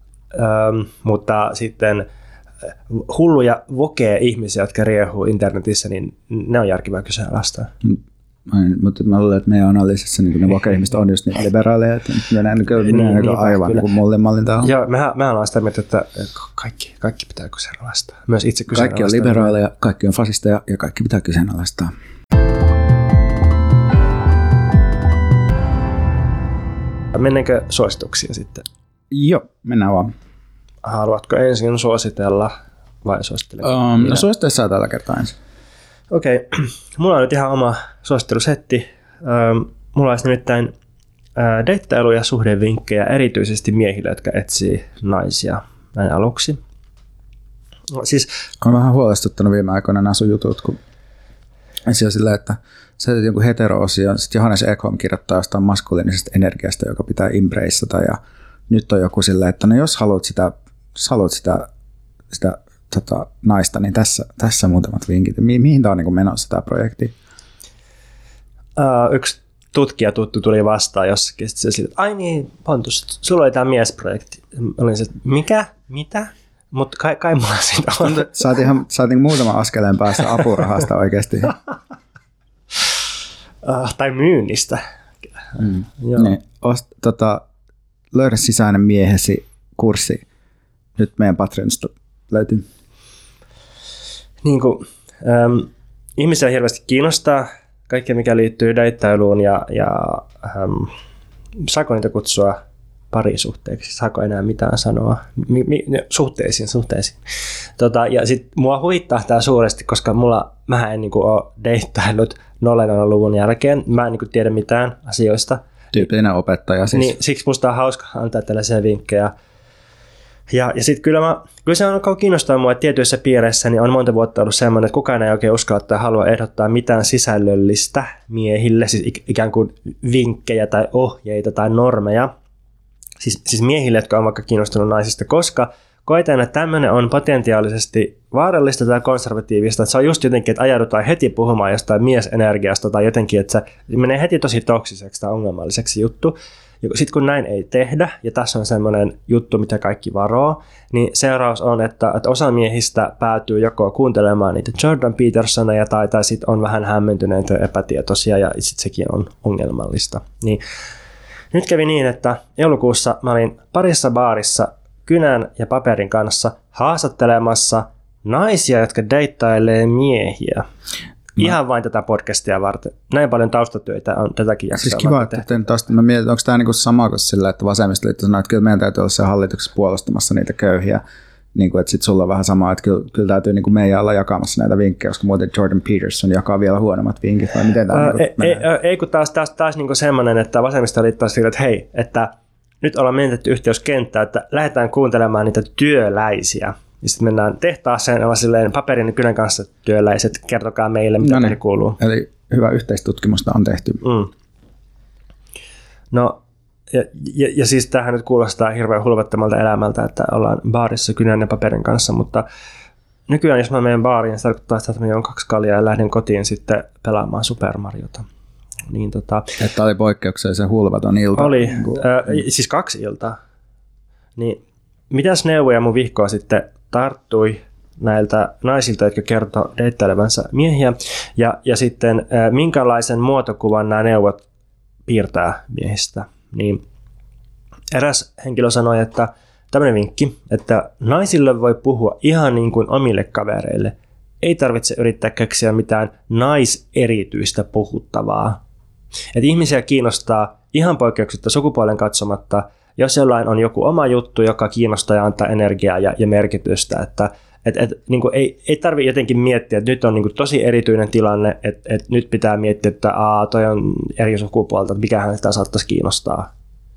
S3: ähm, mutta sitten hulluja vokee ihmisiä, jotka riehuu internetissä, niin ne on järkevää kyseenalaistaa.
S1: Mutta mä luulen, että meidän analyysissa niin ne vokea-ihmiset on just niin liberaaleja, että mennään niin, niin, aivan niin mullin mallin taholla.
S3: Joo, mehän, mehän ollaan sitä mieltä, että kaikki, kaikki pitää kyseenalaistaa. Myös itse kyseenalaistaa.
S1: Kaikki on liberaaleja, kaikki on fasisteja ja kaikki pitää kyseenalaistaa.
S3: Mennäänkö suosituksiin sitten?
S1: Joo, mennään vaan.
S3: Haluatko ensin suositella vai suositteletko?
S1: Um, no suosittele saa tällä kertaa ensin.
S3: Okei, okay. Mulla on nyt ihan oma suosittelusetti. Mulla olisi nimittäin deittailu- ja suhdevinkkejä erityisesti miehille, jotka etsii naisia näin aluksi. Siis,
S1: olen vähän huolestuttanut viime aikoina nämä sun jutut, kun asia on silleen, että sä teet jonkun hetero-osion, sitten Johannes Ekholm kirjoittaa jostain maskuliinisesta energiasta, joka pitää embraceata, ja nyt on joku silleen, että no jos haluat sitä, jos haluat sitä, sitä Tota, naista, niin tässä, tässä muutamat vinkit. Mi- mihin tämä on niin kuin menossa tämä projekti?
S3: Uh, yksi tutkija tuttu tuli vastaan jossakin, sitten se että ai niin, Pontus, sulla oli tämä miesprojekti. Olin se, mikä? Mitä? Mutta kai, kai mulla siitä on.
S1: Saatiin, ihan, saatiin muutama askeleen päästä apurahasta oikeasti.
S3: uh, tai myynnistä.
S1: Mm. Niin, ost, tota, löydä sisäinen miehesi kurssi. Nyt meidän Patreonista löytyy.
S3: Niin kuin, ähm, ihmisiä hirveästi kiinnostaa kaikkea, mikä liittyy deittailuun ja, ja ähm, saako niitä kutsua parisuhteeksi, saako enää mitään sanoa, mi, mi, suhteisiin, suhteisiin. Tota, ja sitten mua huvittaa tämä suuresti, koska mulla, mähän en niin kuin, ole deittailut nollan-luvun jälkeen, mä en niin kuin, tiedä mitään asioista.
S1: Tyypillinen opettaja siis.
S3: Niin, siksi musta on hauska antaa tällaisia vinkkejä. Ja, ja sitten kyllä, mä, kyllä se on alkaa kiinnostaa mua, että tietyissä piireissä niin on monta vuotta ollut semmoinen, että kukaan ei oikein uskalla tai halua ehdottaa mitään sisällöllistä miehille, siis ikään kuin vinkkejä tai ohjeita tai normeja, siis, siis miehille, jotka on vaikka kiinnostunut naisista, koska koetaan, että tämmöinen on potentiaalisesti vaarallista tai konservatiivista, että se on just jotenkin, että ajaudutaan heti puhumaan jostain miesenergiasta tai jotenkin, että se menee heti tosi toksiseksi tai ongelmalliseksi juttu. Sitten kun näin ei tehdä, ja tässä on semmoinen juttu, mitä kaikki varoo, niin seuraus on, että, että osa miehistä päätyy joko kuuntelemaan niitä Jordan Petersoneja, tai, tai sitten on vähän hämmentyneitä ja epätietoisia, ja sitten sekin on ongelmallista. Niin, nyt kävi niin, että joulukuussa mä olin parissa baarissa kynän ja paperin kanssa haastattelemassa naisia, jotka deittailee miehiä. Mä... Ihan vain tätä podcastia varten. Näin paljon taustatyötä on tätäkin jaksoa.
S1: Siis kiva, että tosta, mä mietin, onko tämä niinku sama kuin sillä, että vasemmistoliitto sanoo, että kyllä meidän täytyy olla se hallituksessa puolustamassa niitä köyhiä Niin kuin, että sitten sulla on vähän sama, että kyllä, kyllä täytyy niin kuin meidän olla jakamassa näitä vinkkejä, koska muuten Jordan Peterson jakaa vielä huonommat vinkit, vai miten tämä
S3: Ää,
S1: niin
S3: ei, ei, ei, kun taas, taas, taas niin kuin semmoinen, että vasemmistoliitto on sillä, että hei, että nyt ollaan menetetty yhteyskenttää, että lähdetään kuuntelemaan niitä työläisiä. Ja sitten mennään tehtaaseen ja silleen paperin ja kynän kanssa työläiset, kertokaa meille, mitä no niin, kuuluu.
S1: Eli hyvä yhteistutkimusta on tehty.
S3: Mm. No, ja, ja, ja siis tämähän nyt kuulostaa hirveän hulvattomalta elämältä, että ollaan baarissa kynän ja paperin kanssa, mutta nykyään jos mä menen baariin, niin se tarkoittaa sitä, että mä juon kaksi kaljaa ja lähden kotiin sitten pelaamaan Super Mariota. Niin, tota,
S1: että oli poikkeuksellisen hulvaton ilta.
S3: Oli, äh, siis kaksi iltaa. Niin, mitäs neuvoja mun vihkoa sitten tarttui näiltä naisilta, jotka kertoo deittailevansa miehiä, ja, ja sitten äh, minkälaisen muotokuvan nämä neuvot piirtää miehistä. Niin eräs henkilö sanoi, että tämmöinen vinkki, että naisille voi puhua ihan niin kuin omille kavereille. Ei tarvitse yrittää keksiä mitään naiserityistä puhuttavaa. Että ihmisiä kiinnostaa ihan poikkeuksetta sukupuolen katsomatta, jos jollain on joku oma juttu, joka kiinnostaa ja antaa energiaa ja, ja merkitystä. Että et, et, niin kuin ei, ei tarvitse jotenkin miettiä, että nyt on niin kuin tosi erityinen tilanne, että et nyt pitää miettiä, että aa, toi on eri sukupuolta, että mikähän sitä saattaisi kiinnostaa.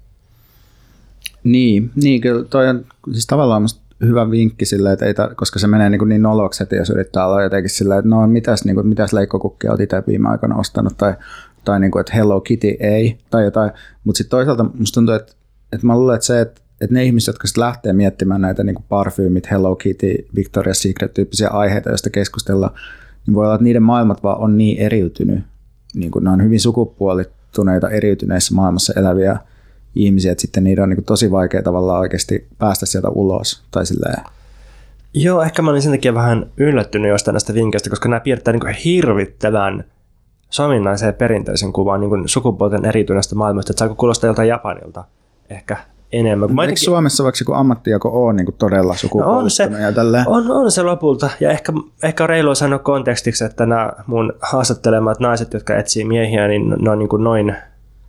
S1: Niin, niin kyllä toi on siis tavallaan hyvä vinkki sille, että ei tar- koska se menee niin, niin noloksi heti, jos yrittää olla jotenkin silleen, että no mitäs, niin kuin, mitäs leikkokukkia olet itse viime aikana ostanut, tai, tai niin kuin, että Hello Kitty ei, tai jotain. Mutta sitten toisaalta musta tuntuu, että, että mä luulen, että se, että, että ne ihmiset, jotka sitten lähtee miettimään näitä niin kuin parfyymit, Hello Kitty, Victoria's Secret-tyyppisiä aiheita, joista keskustellaan, niin voi olla, että niiden maailmat vaan on niin eriytynyt. Niin kuin ne on hyvin sukupuolittuneita, eriytyneissä maailmassa eläviä ihmisiä, että sitten niiden on niin kuin tosi vaikea tavallaan oikeasti päästä sieltä ulos. Tai silleen.
S3: Joo, ehkä mä olin sen takia vähän yllättynyt jostain näistä vinkkeistä, koska nämä piirtää niin kuin hirvittävän sovinnaiseen perinteisen kuvaan niin kuin sukupuolten eriytyneestä maailmasta, että saako kuulostaa joltain Japanilta ehkä enemmän.
S1: Eikö jotenkin Suomessa vaikka joku ammattijako ole niin kuin todella sukupuolittunut? No on,
S3: se, on, on se lopulta, ja ehkä, ehkä on reilua sanoa kontekstiksi, että nämä mun haastattelemat naiset, jotka etsii miehiä, niin ne on niin kuin noin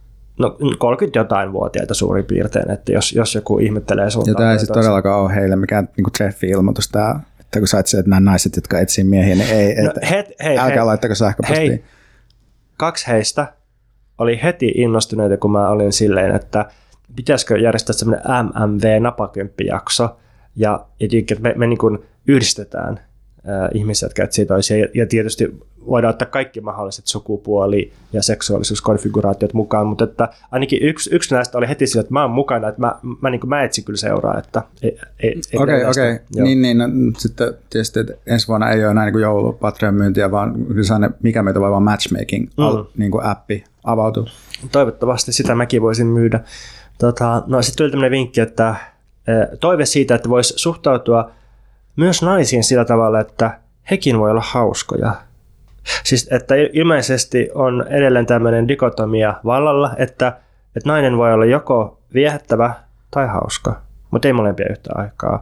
S3: no kolmekymmentä jotain vuotiaita suurin piirtein, että jos, jos joku ihmettelee suuntaan.
S1: Ja tämä ei sitten todellakaan ole heille mikään niin treffi-ilmoitus, tämä, että kun sä et se, että nämä naiset, jotka etsii miehiä, niin ei, no, et, het, hei, älkää hei, laittako sähköpostiin. Hei,
S3: kaksi heistä oli heti innostuneita, kun mä olin silleen, että pitäisikö järjestää semmoinen M M V-napakymppijakso, ja, ja me, me niin kuin yhdistetään äh, ihmisiä, jotka etsii toisia, ja, ja tietysti voidaan ottaa kaikki mahdolliset sukupuoli- ja seksuaalisuuskonfiguraatiot mukaan, mutta että ainakin yksi, yksi näistä oli heti sillä, että mä oon mukana, että mä, mä, niin kuin mä etsin kyllä seuraa. Okei,
S1: okei. Okay, okay. Niin, niin, no, sitten tietysti että ensi vuonna ei ole enää niin joulu Patreon-myyntiä, vaan kyllä mikä meitä voi vaan matchmaking mm. al, niin kuin appi avautuu.
S3: Toivottavasti sitä mäkin voisin myydä. Tota, no sitten tuli tämmöinen vinkki, että toive siitä, että voisi suhtautua myös naisiin sillä tavalla, että hekin voi olla hauskoja. Siis, että ilmeisesti on edelleen tämmöinen dikotomia vallalla, että, että nainen voi olla joko viehättävä tai hauska, mutta ei molempia yhtä aikaa.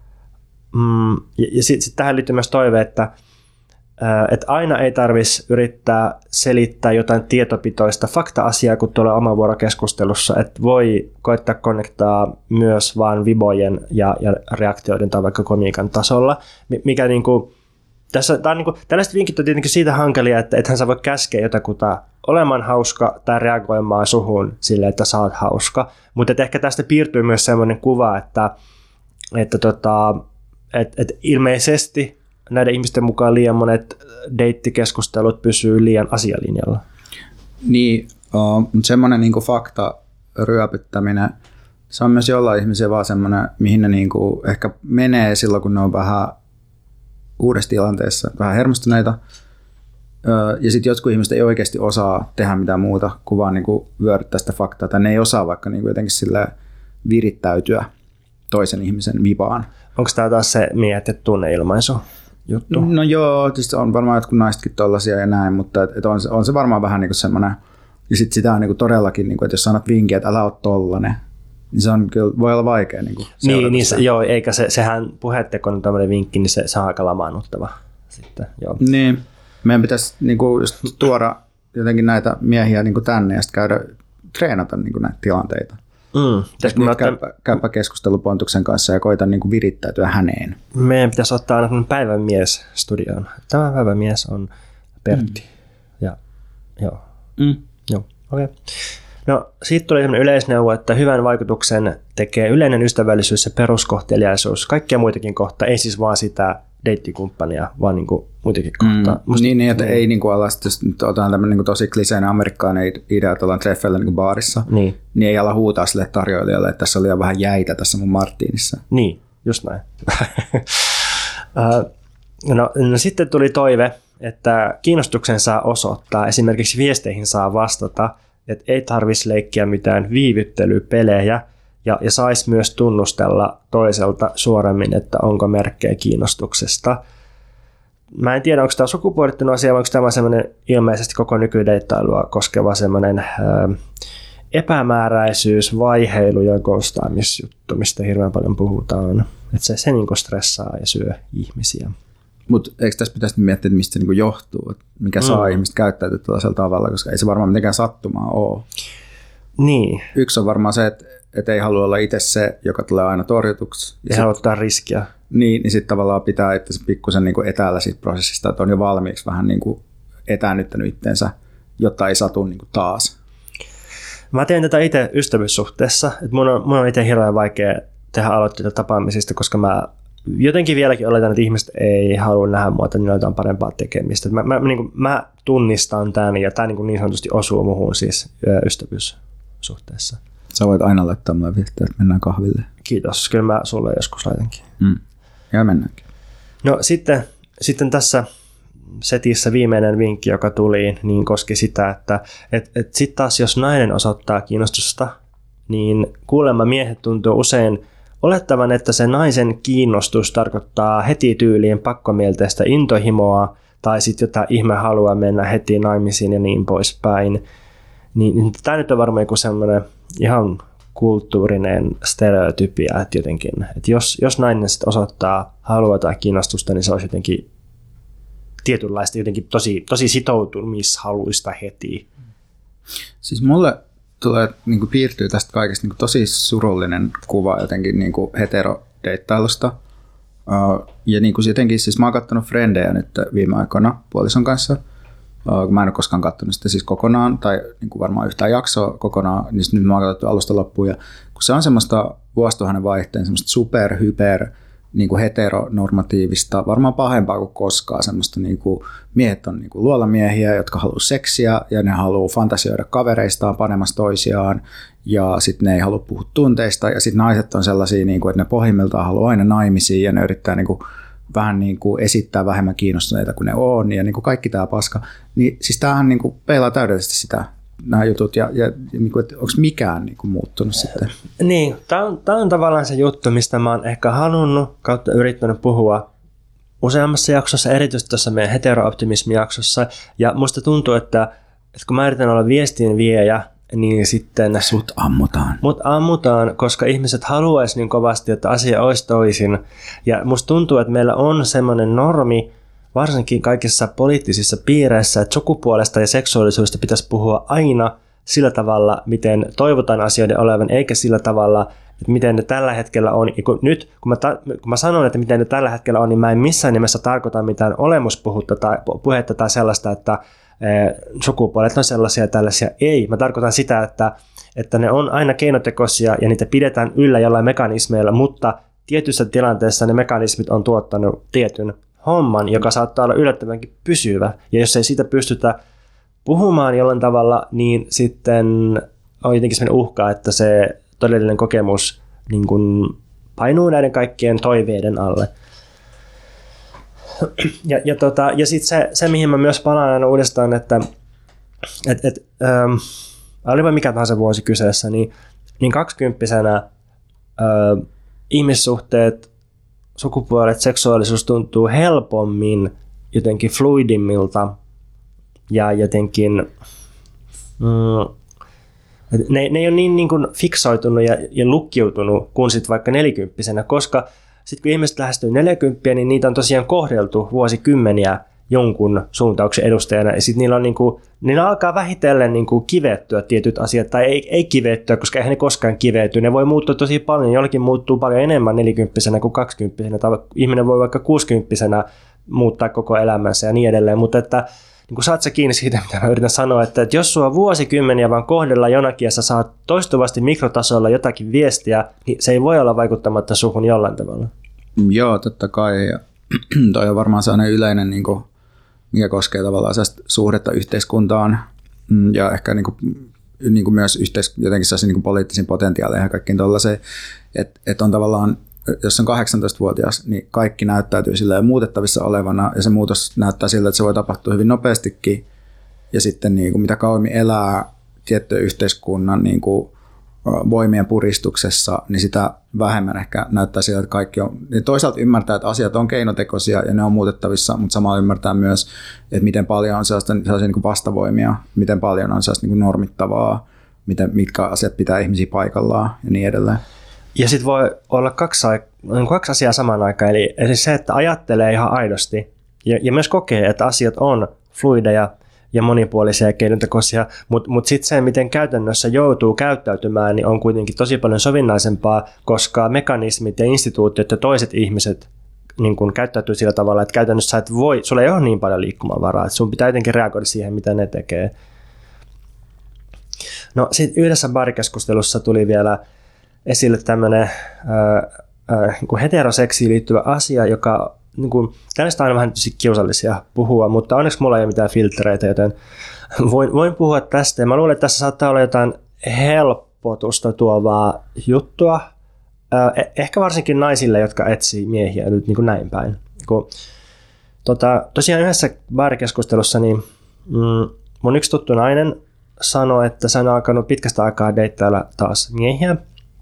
S3: Mm, ja ja sitten sit tähän liittyy myös toive, että, että aina ei tarvitsisi yrittää selittää jotain tietopitoista fakta-asiaa, kun tuolla oman vuorokeskustelussa, että voi koittaa konnektaa myös vaan vibojen ja, ja reaktioiden tai vaikka komiikan tasolla, mikä niinku Tässä, tää on niinku, tällaiset vinkit on tietenkin siitä hankalia, että ethän sä voi käskeä jotakuta olemaan hauska tai reagoimaan suhun sille, että sä oot hauska. Mutta ehkä tästä piirtyy myös sellainen kuva, että, että tota, et, et ilmeisesti näiden ihmisten mukaan liian monet deittikeskustelut pysyy liian asialinjalla.
S1: Niin, uh, mutta semmoinen niinku fakta ryöpyttäminen, se on myös jollain ihmisiä vaan semmoinen, mihin ne niinku ehkä menee silloin, kun ne on vähän uudessa tilanteessa, vähän hermostuneita. Ja sitten jotkut ihmiset ei oikeasti osaa tehdä mitään muuta kuin vaan niinku vyöryttää sitä faktaa, tai ne ei osaa vaikka niinku jotenkin sillä virittäytyä toisen ihmisen vipaan.
S3: Onko tämä taas se miehet tunneilmaisu juttu?
S1: No joo, siis on varmaan jotkut naisetkin tollaisia ja näin, mutta et, et on, se, on se varmaan vähän niinku semmoinen, ja sitten sitä on niinku todellakin, niinku, että jos sanot vinkiä, että älä ole tollanen, niin se on kyllä, voi olla vaikea niin
S3: Niin, niin se, joo, eikä se, sehän puhetekoinen tämmöinen vinkki, niin se, se on aika lamaannuttava sitten, joo.
S1: Niin, meidän pitäisi niin kuin, just tuoda jotenkin näitä miehiä niin kuin tänne ja sitten käydä treenata niin kuin näitä tilanteita.
S3: Mm.
S1: Nyt otan... käypä, käypä keskustelu Pontuksen kanssa ja koitan niin kuin virittäytyä häneen.
S3: Meidän pitäisi ottaa aina päivän mies studioon. Tämä päivän mies on Pertti. Mm. Ja, joo.
S1: Mm.
S3: Joo, okei. Okay. No, siitä tuli sellainen yleisneuvo, että hyvän vaikutuksen tekee yleinen ystävällisyys ja peruskohteliaisuus. Kaikkia muitakin kohtaa, ei siis vaan sitä deittikumppania, vaan niin kuin muitakin kohtaa.
S1: Mm, Musta, niin, niin, että niin. ei niin kuin ala, jos nyt otetaan tämmöinen niin tosi kliseinen amerikkalainen idea, että ollaan treffeillä niin baarissa, niin. niin ei ala huutaa sille tarjoilijalle, että tässä oli jo vähän jäitä tässä mun martiinissa.
S3: Niin, just näin. no, no sitten tuli toive, että kiinnostuksen saa osoittaa, esimerkiksi viesteihin saa vastata, että ei tarvitsisi leikkiä mitään viivyttelypelejä ja, ja saisi myös tunnustella toiselta suoremmin, että onko merkkejä kiinnostuksesta. Mä en tiedä, onko tämä sukupuolittunut asia, vai onko tämä semmoinen ilmeisesti koko nykydeittailua koskeva semmoinen ää, epämääräisyys, vaiheilu ja ghostaamisjuttu, mistä hirveän paljon puhutaan. Että se, se niin kuin stressaa ja syö ihmisiä.
S1: Mutta eikö tässä pitäisi miettiä, että mistä se niin johtuu, että mikä saa mm. ihmiset käyttäytyä tällaisella tavalla, koska ei se varmaan mitenkään sattumaa ole.
S3: Niin.
S1: Yksi on varmaan se, että, että ei halua olla itse se, joka tulee aina torjutuksi.
S3: Ei halua ottaa riskiä.
S1: Niin, niin sitten tavallaan pitää että se pikkusen niin etäällä siitä prosessista, että on jo valmiiksi vähän niin kuin etäännyttänyt itseensä, jotta ei satu niin kuin taas.
S3: Mä teen tätä itse ystävyyssuhteessa. Että mun on, mun on itse hirveän vaikea tehdä aloitteita tapaamisista, koska mä jotenkin vieläkin oletan, että ihmiset ei halua nähdä mua, että niillä on parempaa tekemistä. Mä, mä, niin kuin, mä tunnistan tämän ja tämä niin, niin sanotusti osuu muhun siis ystävyyssuhteessa.
S1: Sä voit aina laittaa mulle viestiä, että mennään kahville.
S3: Kiitos. Kyllä mä sulle joskus laitankin.
S1: Mm. Ja mennäänkin.
S3: No sitten, sitten tässä setissä viimeinen vinkki, joka tuli, niin koski sitä, että et, et sitten taas jos nainen osoittaa kiinnostusta, niin kuulemma miehet tuntuu usein olettavan, että se naisen kiinnostus tarkoittaa heti tyyliin pakkomielteistä intohimoa tai sitten jotain ihme halua mennä heti naimisiin ja niin poispäin. Niin, niin tämä nyt on varmaan joku semmoinen ihan kulttuurinen stereotypia, että jotenkin, että jos, jos nainen sitten osoittaa halua tai kiinnostusta, niin se olisi jotenkin tietynlaista, jotenkin tosi, tosi sitoutumishaluista heti.
S1: Siis mulle tulee, niin kuin piirtyy tästä kaikesta niin kuin tosi surullinen kuva jotenkin niin kuin heterodeittailusta. Uh, ja niin kuin jotenkin, siis mä oon kattonut Frendejä nyt viime aikoina puolison kanssa. Uh, mä en ole koskaan kattonut sitä siis kokonaan, tai niin kuin varmaan yhtään jaksoa kokonaan, niin nyt mä oon katsottu alusta loppuun. Ja kun se on semmoista vuosituhannen vaihteen, semmoista super, hyper, niin kuin heteronormatiivista, varmaan pahempaa kuin koskaan. Semmoista niin kuin, miehet on niin kuin luolamiehiä, jotka haluaa seksiä ja ne haluaa fantasioida kavereistaan panemassa toisiaan ja sitten ne ei halua puhua tunteista ja sitten naiset on sellaisia, niin kuin, että ne pohjimmiltaan haluaa aina naimisiin ja ne yrittää niin kuin, vähän niin kuin esittää vähemmän kiinnostuneita kuin ne on ja niin kuin kaikki tämä paska. Niin, siis tämähän niin kuin peilaa täydellisesti sitä. Nämä jutut, ja, ja niin kuin, että onko mikään niin kuin, muuttunut sitten?
S3: Niin, tämä on, tämä on tavallaan se juttu, mistä mä oon ehkä halunnut kautta yrittänyt puhua useammassa jaksossa, erityisesti tuossa meidän hetero-optimismi-jaksossa, ja musta tuntuu, että, että kun mä yritän olla viestin viejä, niin sitten
S1: Sut ammutaan.
S3: Mut ammutaan, koska ihmiset haluaisi niin kovasti, että asia olisi toisin, ja musta tuntuu, että meillä on semmoinen normi, varsinkin kaikissa poliittisissa piireissä, että sukupuolesta ja seksuaalisuudesta pitäisi puhua aina sillä tavalla, miten toivotaan asioiden olevan, eikä sillä tavalla, että miten ne tällä hetkellä on. Ja kun nyt, kun mä, ta- kun mä sanon, että miten ne tällä hetkellä on, niin mä en missään nimessä tarkoita mitään olemuspuhetta tai, puhetta tai sellaista, että eh, sukupuolet on sellaisia ja tällaisia. Ei, mä tarkoitan sitä, että, että ne on aina keinotekoisia ja niitä pidetään yllä jollain mekanismeilla, mutta tietyissä tilanteissa ne mekanismit on tuottanut tietyn homman, joka saattaa olla yllättävänkin pysyvä. Ja jos ei siitä pystytä puhumaan jollain tavalla, niin sitten on jotenkin sellainen uhka, että se todellinen kokemus niin kuin painuu näiden kaikkien toiveiden alle. Ja, ja, tota, ja sitten se, se, mihin mä myös palaan aina uudestaan, että et, et, ähm, olipa mikä tahansa vuosi kyseessä, niin, niin kaksikymppisenä äh, ihmissuhteet, sukupuolet, seksuaalisuus tuntuu helpommin, jotenkin fluidimmilta ja jotenkin mm, ne, ne ei ole niin, niin kuin fiksoitunut ja, ja lukkiutunut kuin sitten vaikka nelikymppisenä, koska sitten kun ihmiset lähestyy neljäkymppiä, niin niitä on tosiaan kohdeltu vuosikymmeniä jonkun suuntauksen edustajana, ja sitten niillä, on, niin kuin, niillä alkaa vähitellen niin kuin kivettyä tietyt asiat, tai ei, ei kivettyä, koska eihän ne koskaan kivety. Ne voi muuttua tosi paljon, jollakin muuttuu paljon enemmän nelikymppisenä kuin kaksikymppisenä, tai ihminen voi vaikka kuusikymppisenä muuttaa koko elämänsä ja niin edelleen, mutta että niin kun saat sä kiinni siitä, mitä mä yritän sanoa, että, että jos sua vuosikymmeniä vaan kohdellaan jonakin ja sä saat toistuvasti mikrotasolla jotakin viestiä, niin se ei voi olla vaikuttamatta suhun jollain tavalla.
S1: Joo, totta kai. Ja toi on varmaan sellainen yleinen, niin kuin, mikä koskee tavallaan suhdetta yhteiskuntaan ja ehkä niin kuin, niin kuin myös yhteis- jotenkin niin kuin poliittisiin potentiaaleihin ja kaikkiin tuollaiseen, että et on tavallaan, jos on kahdeksantoistavuotias, niin kaikki näyttäytyy silleen muutettavissa olevana, ja se muutos näyttää siltä, että se voi tapahtua hyvin nopeastikin, ja sitten niin kuin mitä kauemmin elää tiettyjen yhteiskunnan niin kuin voimien puristuksessa, niin sitä vähemmän ehkä näyttää siltä, että kaikki on, niin toisaalta ymmärtää, että asiat on keinotekoisia ja ne on muutettavissa, mutta samalla ymmärtää myös, että miten paljon on sellaisia, sellaisia niin kuin vastavoimia, miten paljon on sellaista niin kuin normittavaa, miten, mitkä asiat pitää ihmisiä paikallaan ja niin edelleen.
S3: Ja sitten voi olla kaksi, kaksi asiaa samaan aikaan, eli, eli se, että ajattelee ihan aidosti ja, ja myös kokee, että asiat on fluideja ja monipuolisia ja keinotekoisia, mutta mut sitten se, miten käytännössä joutuu käyttäytymään, niin on kuitenkin tosi paljon sovinnaisempaa, koska mekanismit ja instituutiot ja toiset ihmiset niin kun käyttäytyy sillä tavalla, että käytännössä sä et voi, sulla ei ole niin paljon liikkumavaraa, että sun pitää jotenkin reagoida siihen, mitä ne tekee. No sitten yhdessä barikeskustelussa tuli vielä esille tämmöinen äh, äh, niin heteroseksiin liittyvä asia, joka niin kuin, tällaista on aina vähän kiusallisia puhua, mutta onneksi mulla ei ole mitään filtreitä, joten voin, voin puhua tästä. Ja mä luulen, että tässä saattaa olla jotain helpotusta tuovaa juttua, äh, ehkä varsinkin naisille, jotka etsii miehiä nyt niin kuin näin päin. Kun, tota, tosiaan yhdessä baarikeskustelussa niin, mm, mun yksi tuttu nainen sanoi, että se on alkanut pitkästä aikaa deittailla taas miehiä.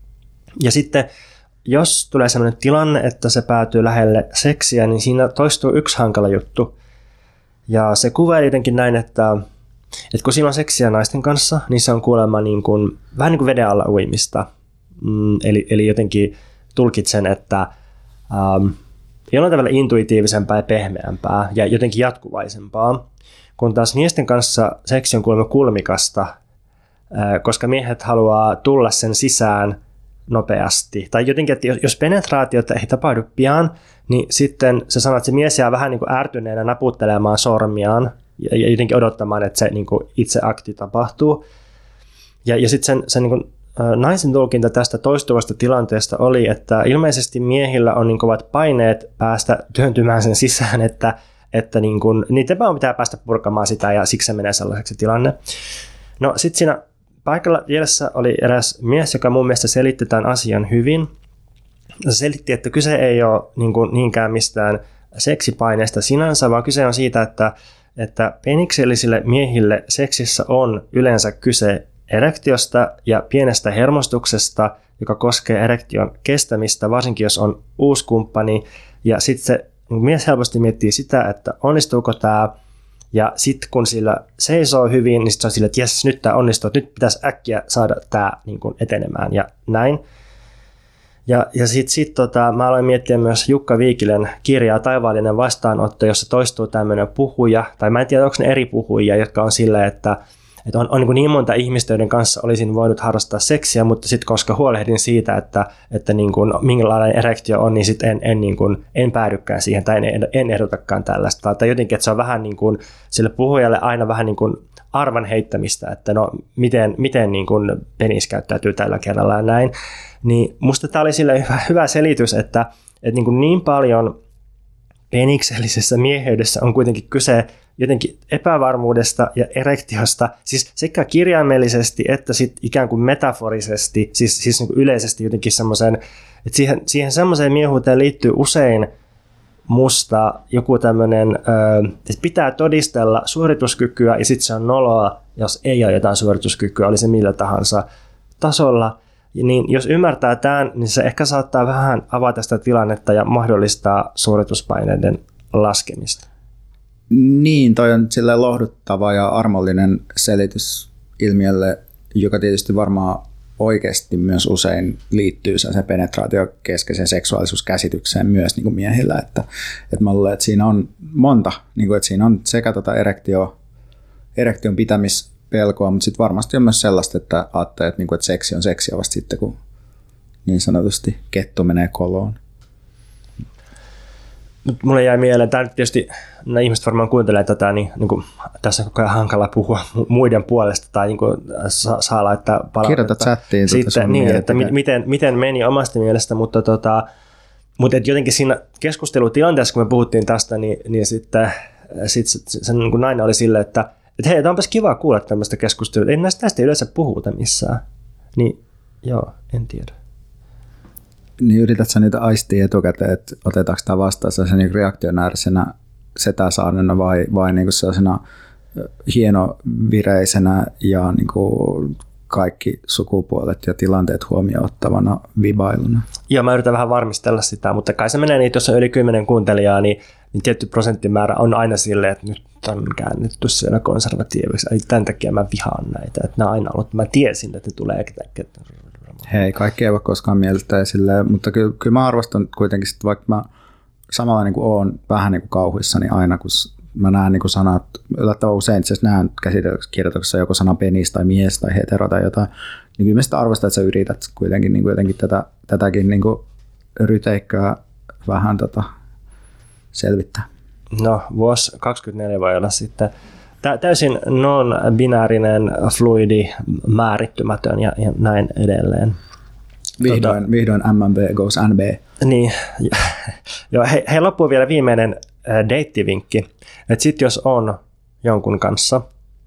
S3: Ja sitten jos tulee sellainen tilanne, että se päätyy lähelle seksiä, niin siinä toistuu yksi hankala juttu. Ja se kuvaili jotenkin näin, että, että kun siinä on seksiä naisten kanssa, niin se on kuulemma niin kuin, vähän niin kuin veden alla uimista. Mm, eli, eli jotenkin tulkitsen, että ähm, jollain tavalla intuitiivisempaa ja pehmeämpää ja jotenkin jatkuvaisempaa. Kun taas miesten kanssa seksi on kuulemma kulmikasta, äh, koska miehet haluaa tulla sen sisään nopeasti. Tai jotenkin, että jos penetraatiota ei tapahdu pian, niin sitten se sanoo, että se mies jää vähän niin kuin ärtyneenä naputtelemaan sormiaan ja jotenkin odottamaan, että se niin kuin itse akti tapahtuu. Ja, ja sitten sen, sen niin kuin, naisen tulkinta tästä toistuvasta tilanteesta oli, että ilmeisesti miehillä on niin kovat paineet päästä työntymään sen sisään, että, että niin kuin, niitä vaan pitää päästä purkamaan sitä ja siksi se menee sellaiseksi tilanne. No sitten siinä paikalla vieressä oli eräs mies, joka mun mielestä selitti tämän asian hyvin. Se selitti, että kyse ei ole niin kuin niinkään mistään seksipaineesta sinänsä, vaan kyse on siitä, että, että peniksellisille miehille seksissä on yleensä kyse erektiosta ja pienestä hermostuksesta, joka koskee erektion kestämistä, varsinkin jos on uusi kumppani. Ja sitten se mies helposti miettii sitä, että onnistuuko tämä. Ja sitten kun sillä seisoo hyvin, niin sit se on sillä, että jes, nyt tämä onnistuu, että nyt pitäisi äkkiä saada tämä niin kuin etenemään ja näin. Ja, ja sitten sit, tota, mä aloin miettiä myös Jukka Viikilän kirjaa Taivaallinen vastaanotto, jossa toistuu tämmöinen puhuja, tai mä en tiedä, onko ne eri puhujia, jotka on silleen, että, että on, on niin, niin monta ihmistä, joiden kanssa olisin voinut harrastaa seksiä, mutta sitten koska huolehdin siitä, että, että niin kuin, minkälainen erektio on, niin sitten en, en, niin kuin, en päädykään siihen tai en, en ehdotakaan tällaista. Tai jotenkin, että se on vähän niin kuin, sille puhujalle aina vähän niin kuin arvan heittämistä, että no miten, miten niin kuin penis käyttäytyy tällä kerralla ja näin. Niin musta tämä oli sille hyvä, hyvä selitys, että, että niin, kuin niin paljon peniksellisessä mieheydessä on kuitenkin kyse jotenkin epävarmuudesta ja erektiosta, siis sekä kirjaimellisesti että sit ikään kuin metaforisesti, siis, siis niin kuin yleisesti jotenkin semmoisen, että siihen, siihen semmoiseen miehuuteen liittyy usein musta joku tämmöinen, että pitää todistella suorituskykyä ja sitten se on noloa, jos ei ole jotain suorituskykyä, oli se millä tahansa tasolla. Niin jos ymmärtää tämän, niin se ehkä saattaa vähän avata sitä tilannetta ja mahdollistaa suorituspaineiden laskemista.
S1: Niin, toi on silleen lohduttava ja armollinen selitys ilmiölle, joka tietysti varmaan oikeasti myös usein liittyy se penetraatio keskeiseen seksuaalisuuskäsitykseen myös niin kuin miehillä, että, että mä luulen, että siinä on monta, niin kuin, että siinä on sekä tota erektio, erektion pitämispelkoa, mutta sitten varmasti on myös sellaista, että ajattelee, että, niin kuin, että seksi on seksiä vasta sitten, kun niin sanotusti kettu menee koloon.
S3: Mulle jäi mieleen, tämä nyt tietysti nämä ihmiset varmaan kuuntelee tätä, niin, niin kuin, tässä on koko ajan hankala puhua muiden puolesta tai niin kuin, saa, saa laittaa palautetta.
S1: Kirjoita chattiin.
S3: Sitten, niin, että miten, miten meni omasta mielestä, mutta, tota, mutta et jotenkin siinä keskustelutilanteessa, kun me puhuttiin tästä, niin, niin sitten sit, sen niin kuin nainen oli silleen, että et hei, onpas kiva kuulla tämmöistä keskustelua, ei näistä tästä yleensä puhuta missään. Niin joo, en tiedä.
S1: Niin yritätkö niitä aistia etukäteen, että otetaanko tämä vastaan sellaisena reaktionäärisenä setäsaarnena vai, vai niin kuin sellaisena hienovireisenä ja niin kuin kaikki sukupuolet ja tilanteet huomioon ottavana vibailuna?
S3: Joo, mä yritän vähän varmistella sitä, mutta kai se menee niin, että jos on yli kymmenen kuuntelijaa, niin, niin tietty prosenttimäärä on aina silleen, että nyt on käännetty siellä konservatiiviksi. Ei, tämän takia mä vihaan näitä, että nämä on aina ollut, mä tiesin, että ne tulee.
S1: Hei, kaikki ei voi koskaan miellyttää silleen, mutta kyllä, kyllä mä arvostan kuitenkin, sit, vaikka mä samalla niin kuin oon vähän niin kuin kauhuissani aina, kun mä näen niin kuin sanat, yllättävän usein itse asiassa näen käsikirjoituksessa joko sana penis tai mies tai hetero tai jotain, niin kyllä mä sitä arvostan, että sä yrität kuitenkin niin kuin jotenkin tätä, tätäkin niin kuin ryteikköä vähän tota, selvittää.
S3: No, vuosi kaksikymmentäneljä voi olla sitten täysin non-binäärinen, fluidi, määrittymätön ja, ja näin edelleen.
S1: Vihdoin, tota, vihdoin M M B goes N B.
S3: Niin, joo, hei, hei loppuun vielä viimeinen äh, deittivinkki. Että sit jos on jonkun kanssa.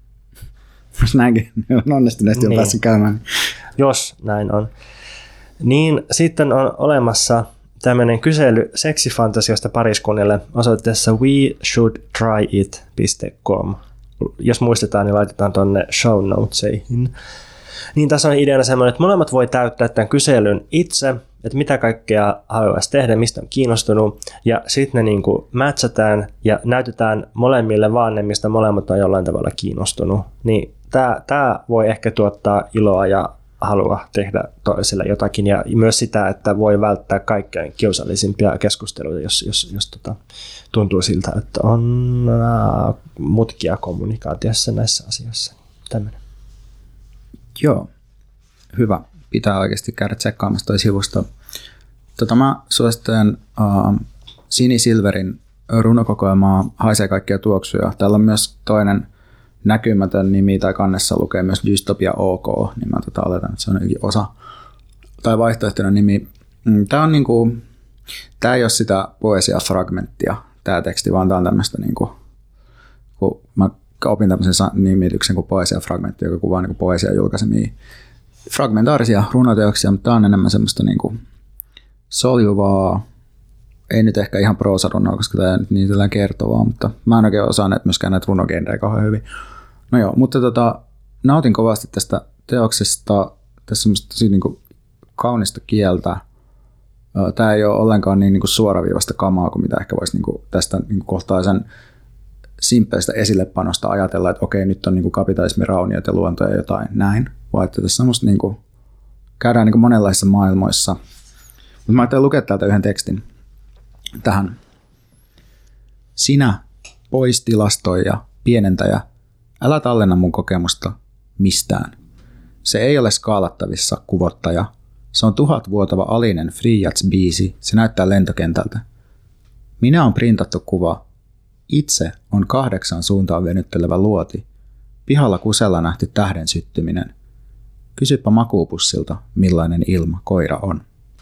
S1: Jos näinkin, on onnistuneesti niin, on päässyt käymään.
S3: Jos näin on. Niin sitten on olemassa tämmöinen kysely seksifantasioista pariskunnille osoitteessa we should try it dot com. Jos muistetaan, niin laitetaan tuonne show notesihin. Niin tässä on ideana semmoinen, että molemmat voi täyttää tämän kyselyn itse, että mitä kaikkea haluaisi tehdä, mistä on kiinnostunut, ja sitten ne niin kuin matchataan ja näytetään molemmille vaan ne, mistä molemmat on jollain tavalla kiinnostunut. Niin tämä, tämä voi ehkä tuottaa iloa ja halua tehdä toiselle jotakin, ja myös sitä, että voi välttää kaikkein kiusallisimpia keskusteluja, jos, jos, jos tota, tuntuu siltä, että on äh, mutkia kommunikaatiossa näissä asioissa. Tämmöinen.
S1: Joo, hyvä. Pitää oikeasti käydä tsekkaamassa toi sivusto. Tota, mä suosittelen uh, Sini Silverin runokokoelmaa Haisee kaikkia tuoksuja. Täällä on myös toinen näkymätön nimi tai kannessa lukee myös Dystopia OK, niin mä tota oletan, että se on osa tai vaihtoehtoinen nimi. Tää on niinku, tää ei ole sitä poesiafragmenttia, tää teksti, vaan tää on tämmöistä niinku, kun mä opin tämmöisen nimityksen kuin poesiafragmentti, joka kuvaa niinku poesia julkaisemia fragmentaarisia runoteoksia, mutta tää on enemmän semmoista niinku soljuvaa, ei nyt ehkä ihan proosarunoa, koska tämä ei nyt niin tällä kertovaa, mutta mä en oikein osaa näitä myöskään näitä runogenrejä kauhean hyvin. No joo, mutta tota, nautin kovasti tästä teoksesta, tässä semmoista tosi niin kuin kaunista kieltä. Tämä ei ole ollenkaan niin, niin kuin suoraviivasta kamaa kuin mitä ehkä voisi niin kuin tästä niin kuin kohtaisen simppeistä esillepanosta ajatella, että okei, nyt on niin kuin kapitalismi, rauniot ja luonto ja jotain näin, vaan että tässä semmoista niin kuin, käydään niin kuin monenlaisissa maailmoissa. Mutta mä ajattelin lukea täältä yhden tekstin tähän. Sinä, poistilastoija, pienentäjä, älä tallenna mun kokemusta mistään. Se ei ole skaalattavissa, kuvottaja. Se on tuhatvuotava alinen Free Jazz-biisi. Se näyttää lentokentältä. Minä on printattu kuva. Itse on kahdeksan suuntaan venyttelevä luoti. Pihalla kusella nähty tähden syttyminen. Kysypä makuupussilta, millainen ilma koira on.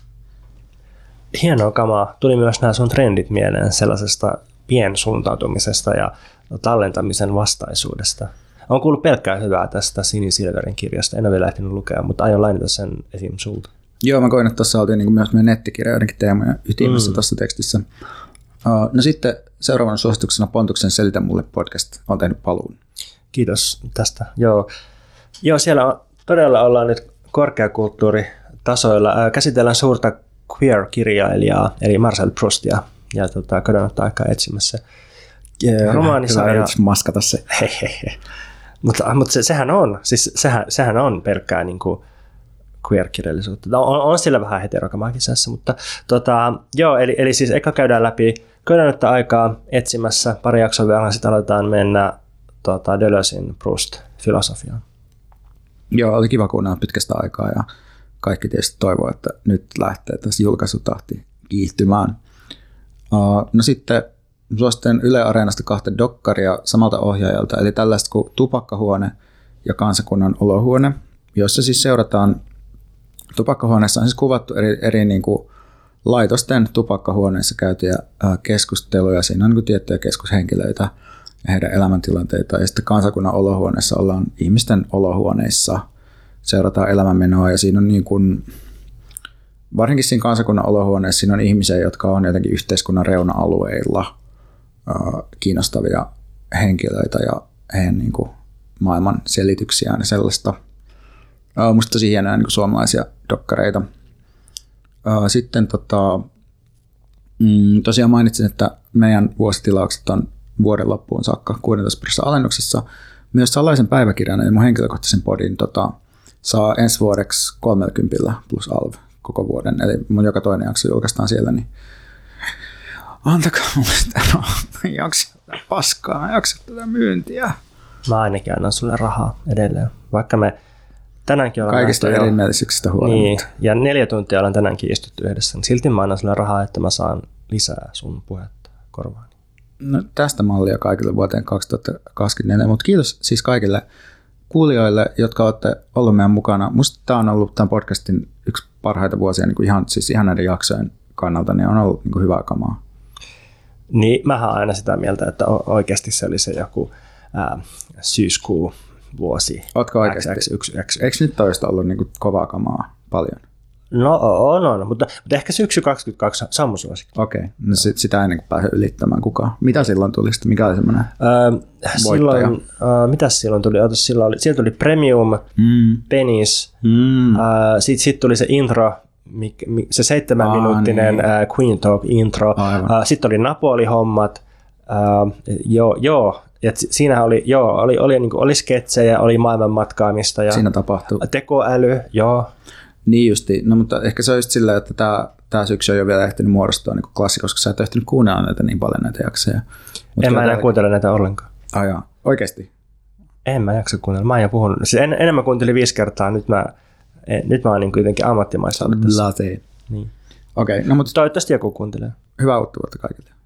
S3: Hienoa kamaa. Tuli myös nämä sun trendit mieleen sellaisesta piensuuntautumisesta ja tallentamisen vastaisuudesta. Olen kuullut pelkkää hyvää tästä Sini Silverin kirjasta. En ole vielä lähtenyt lukea, mutta aion lainata sen esim. Sulta.
S1: Joo, mä koin, että tuossa oltiin niin myös meidän nettikirja joidenkin teemoja ytimessä mm. tuossa tekstissä. Uh, no sitten seuraavana suosituksena Pontuksen Selitä mulle podcast on tehnyt paluun.
S3: Kiitos tästä. Joo, Joo siellä on, todella ollaan nyt korkeakulttuuritasoilla. Käsitellään suurta queer-kirjailijaa, eli Marcel Proustia, ja tota, kadonnut aikaa etsimässä romaanisarja.
S1: Hyvä yritys maskata se.
S3: mutta mutta se, sehän on, siis sehän, sehän on pelkkää niin kuin queer-kirjallisuutta. On, on sillä vähän heterokamaa kisassa, mutta tota, joo, eli, eli siis eka käydään läpi köynnettä aikaa etsimässä. Pari jaksoa vielä sitten aletaan mennä tota, Deleuzein Proust-filosofiaan. Joo,
S1: oli kiva kuunnella pitkästä aikaa ja kaikki tietysti toivoo, että nyt lähtee tässä julkaisutahti kiihtymään. Uh, no sitten suosittelen Yle Areenasta kahta dokkaria samalta ohjaajalta, eli tällaista kuin Tupakkahuone ja Kansakunnan olohuone, jossa siis seurataan, tupakkahuoneessa on siis kuvattu eri, eri niin kuin laitosten tupakkahuoneissa käytyjä uh, keskusteluja. Siinä on niin kuin tiettyjä keskushenkilöitä ja heidän elämäntilanteita, ja sitten Kansakunnan olohuoneessa ollaan ihmisten olohuoneissa, seurataan elämänmenoa, ja siinä on niin kuin, varsinkin siinä Kansakunnan olohuoneessa siinä on ihmisiä, jotka on jotenkin yhteiskunnan reuna-alueilla uh, kiinnostavia henkilöitä ja heidän niin kuin, maailman selityksiään ja sellaista. Uh, musta tosi hienoja niin kuin suomalaisia dokkareita. Uh, sitten tota, mm, tosiaan mainitsin, että meidän vuositilaukset on vuoden loppuun saakka kuusitoista prosenttia alennuksessa. Myös Salaisen päiväkirjan ja mun henkilökohtaisen podin tota, saa ensi vuodeksi kolmekymmentä plus alv koko vuoden. Eli mun joka toinen jakso julkaistaan siellä, niin antakaa mulle sitä rahaa. Jaksa tätä paskaa, jaksa tätä myyntiä.
S3: Mä ainakin annan sulle rahaa edelleen. Vaikka me tänäänkin ollaan
S1: kaikista erimielisyyksistä huolimatta.
S3: Niin, ja neljä tuntia ollaan tänäänkin istuttu yhdessä. Niin silti mä annan sulle rahaa, että mä saan lisää sun puhetta korvaan.
S1: No, tästä mallia kaikille vuoteen kaksituhattakaksikymmentäneljä, mutta kiitos siis kaikille kuulijoille, jotka olette olleet meidän mukana. Musta tämä on ollut tämän podcastin yksi parhaita vuosia niin kuin ihan, siis ihan näiden jaksojen kannalta, niin on ollut niin kuin hyvää kamaa.
S3: Niin, mähän olen aina sitä mieltä, että oikeasti se oli se joku ää, syyskuu vuosi.
S1: Ootko oikeasti?
S3: X X yksi.
S1: Eikö nyt toista ollut niin kuin kovaa kamaa paljon?
S3: No on, on. Mutta, mutta ehkä syksy kaksikymmentäkaksi on mun suosikki.
S1: Okei, okay. No sit, sitä ennen kuin pääse ylittämään kukaan. Mitä silloin tuli sitten? Mikä oli semmoinen
S3: öö, silloin, öö, mitäs silloin tuli? Otas, silloin oli, siellä tuli Premium, mm. Penis, mm. öö, sitten sit tuli se intro, se seitsemän Aa, minuuttinen niin. äh, Queen Talk intro. Äh, sitten oli Napoli-hommat. Äh, joo, joo. Ja siinähän oli, joo, oli, oli, niin kuin, oli sketsejä, oli maailmanmatkaamista. Ja
S1: siinä tapahtui.
S3: Tekoäly, joo.
S1: Niin justi. No mutta ehkä se on just silleen, että tämä, tämä syksy on jo vielä ehtinyt muodostua niin klassi, koska sä et ehtinyt kuunnella näitä niin paljon näitä jaksoja.
S3: Mut en mä enää kuuntele näitä ollenkaan.
S1: Ai jaa, oikeasti?
S3: En mä jaksa kuunnella. Mä oon jo puhunut. Siis en, enemmän kuuntelin viisi kertaa. Nyt mä, en, nyt mä oon niin kuitenkin ammattimaista.
S1: Niin. Okei. Okay, no mutta
S3: toivottavasti joku kuuntelee.
S1: Hyvää uutta vuotta kaikille.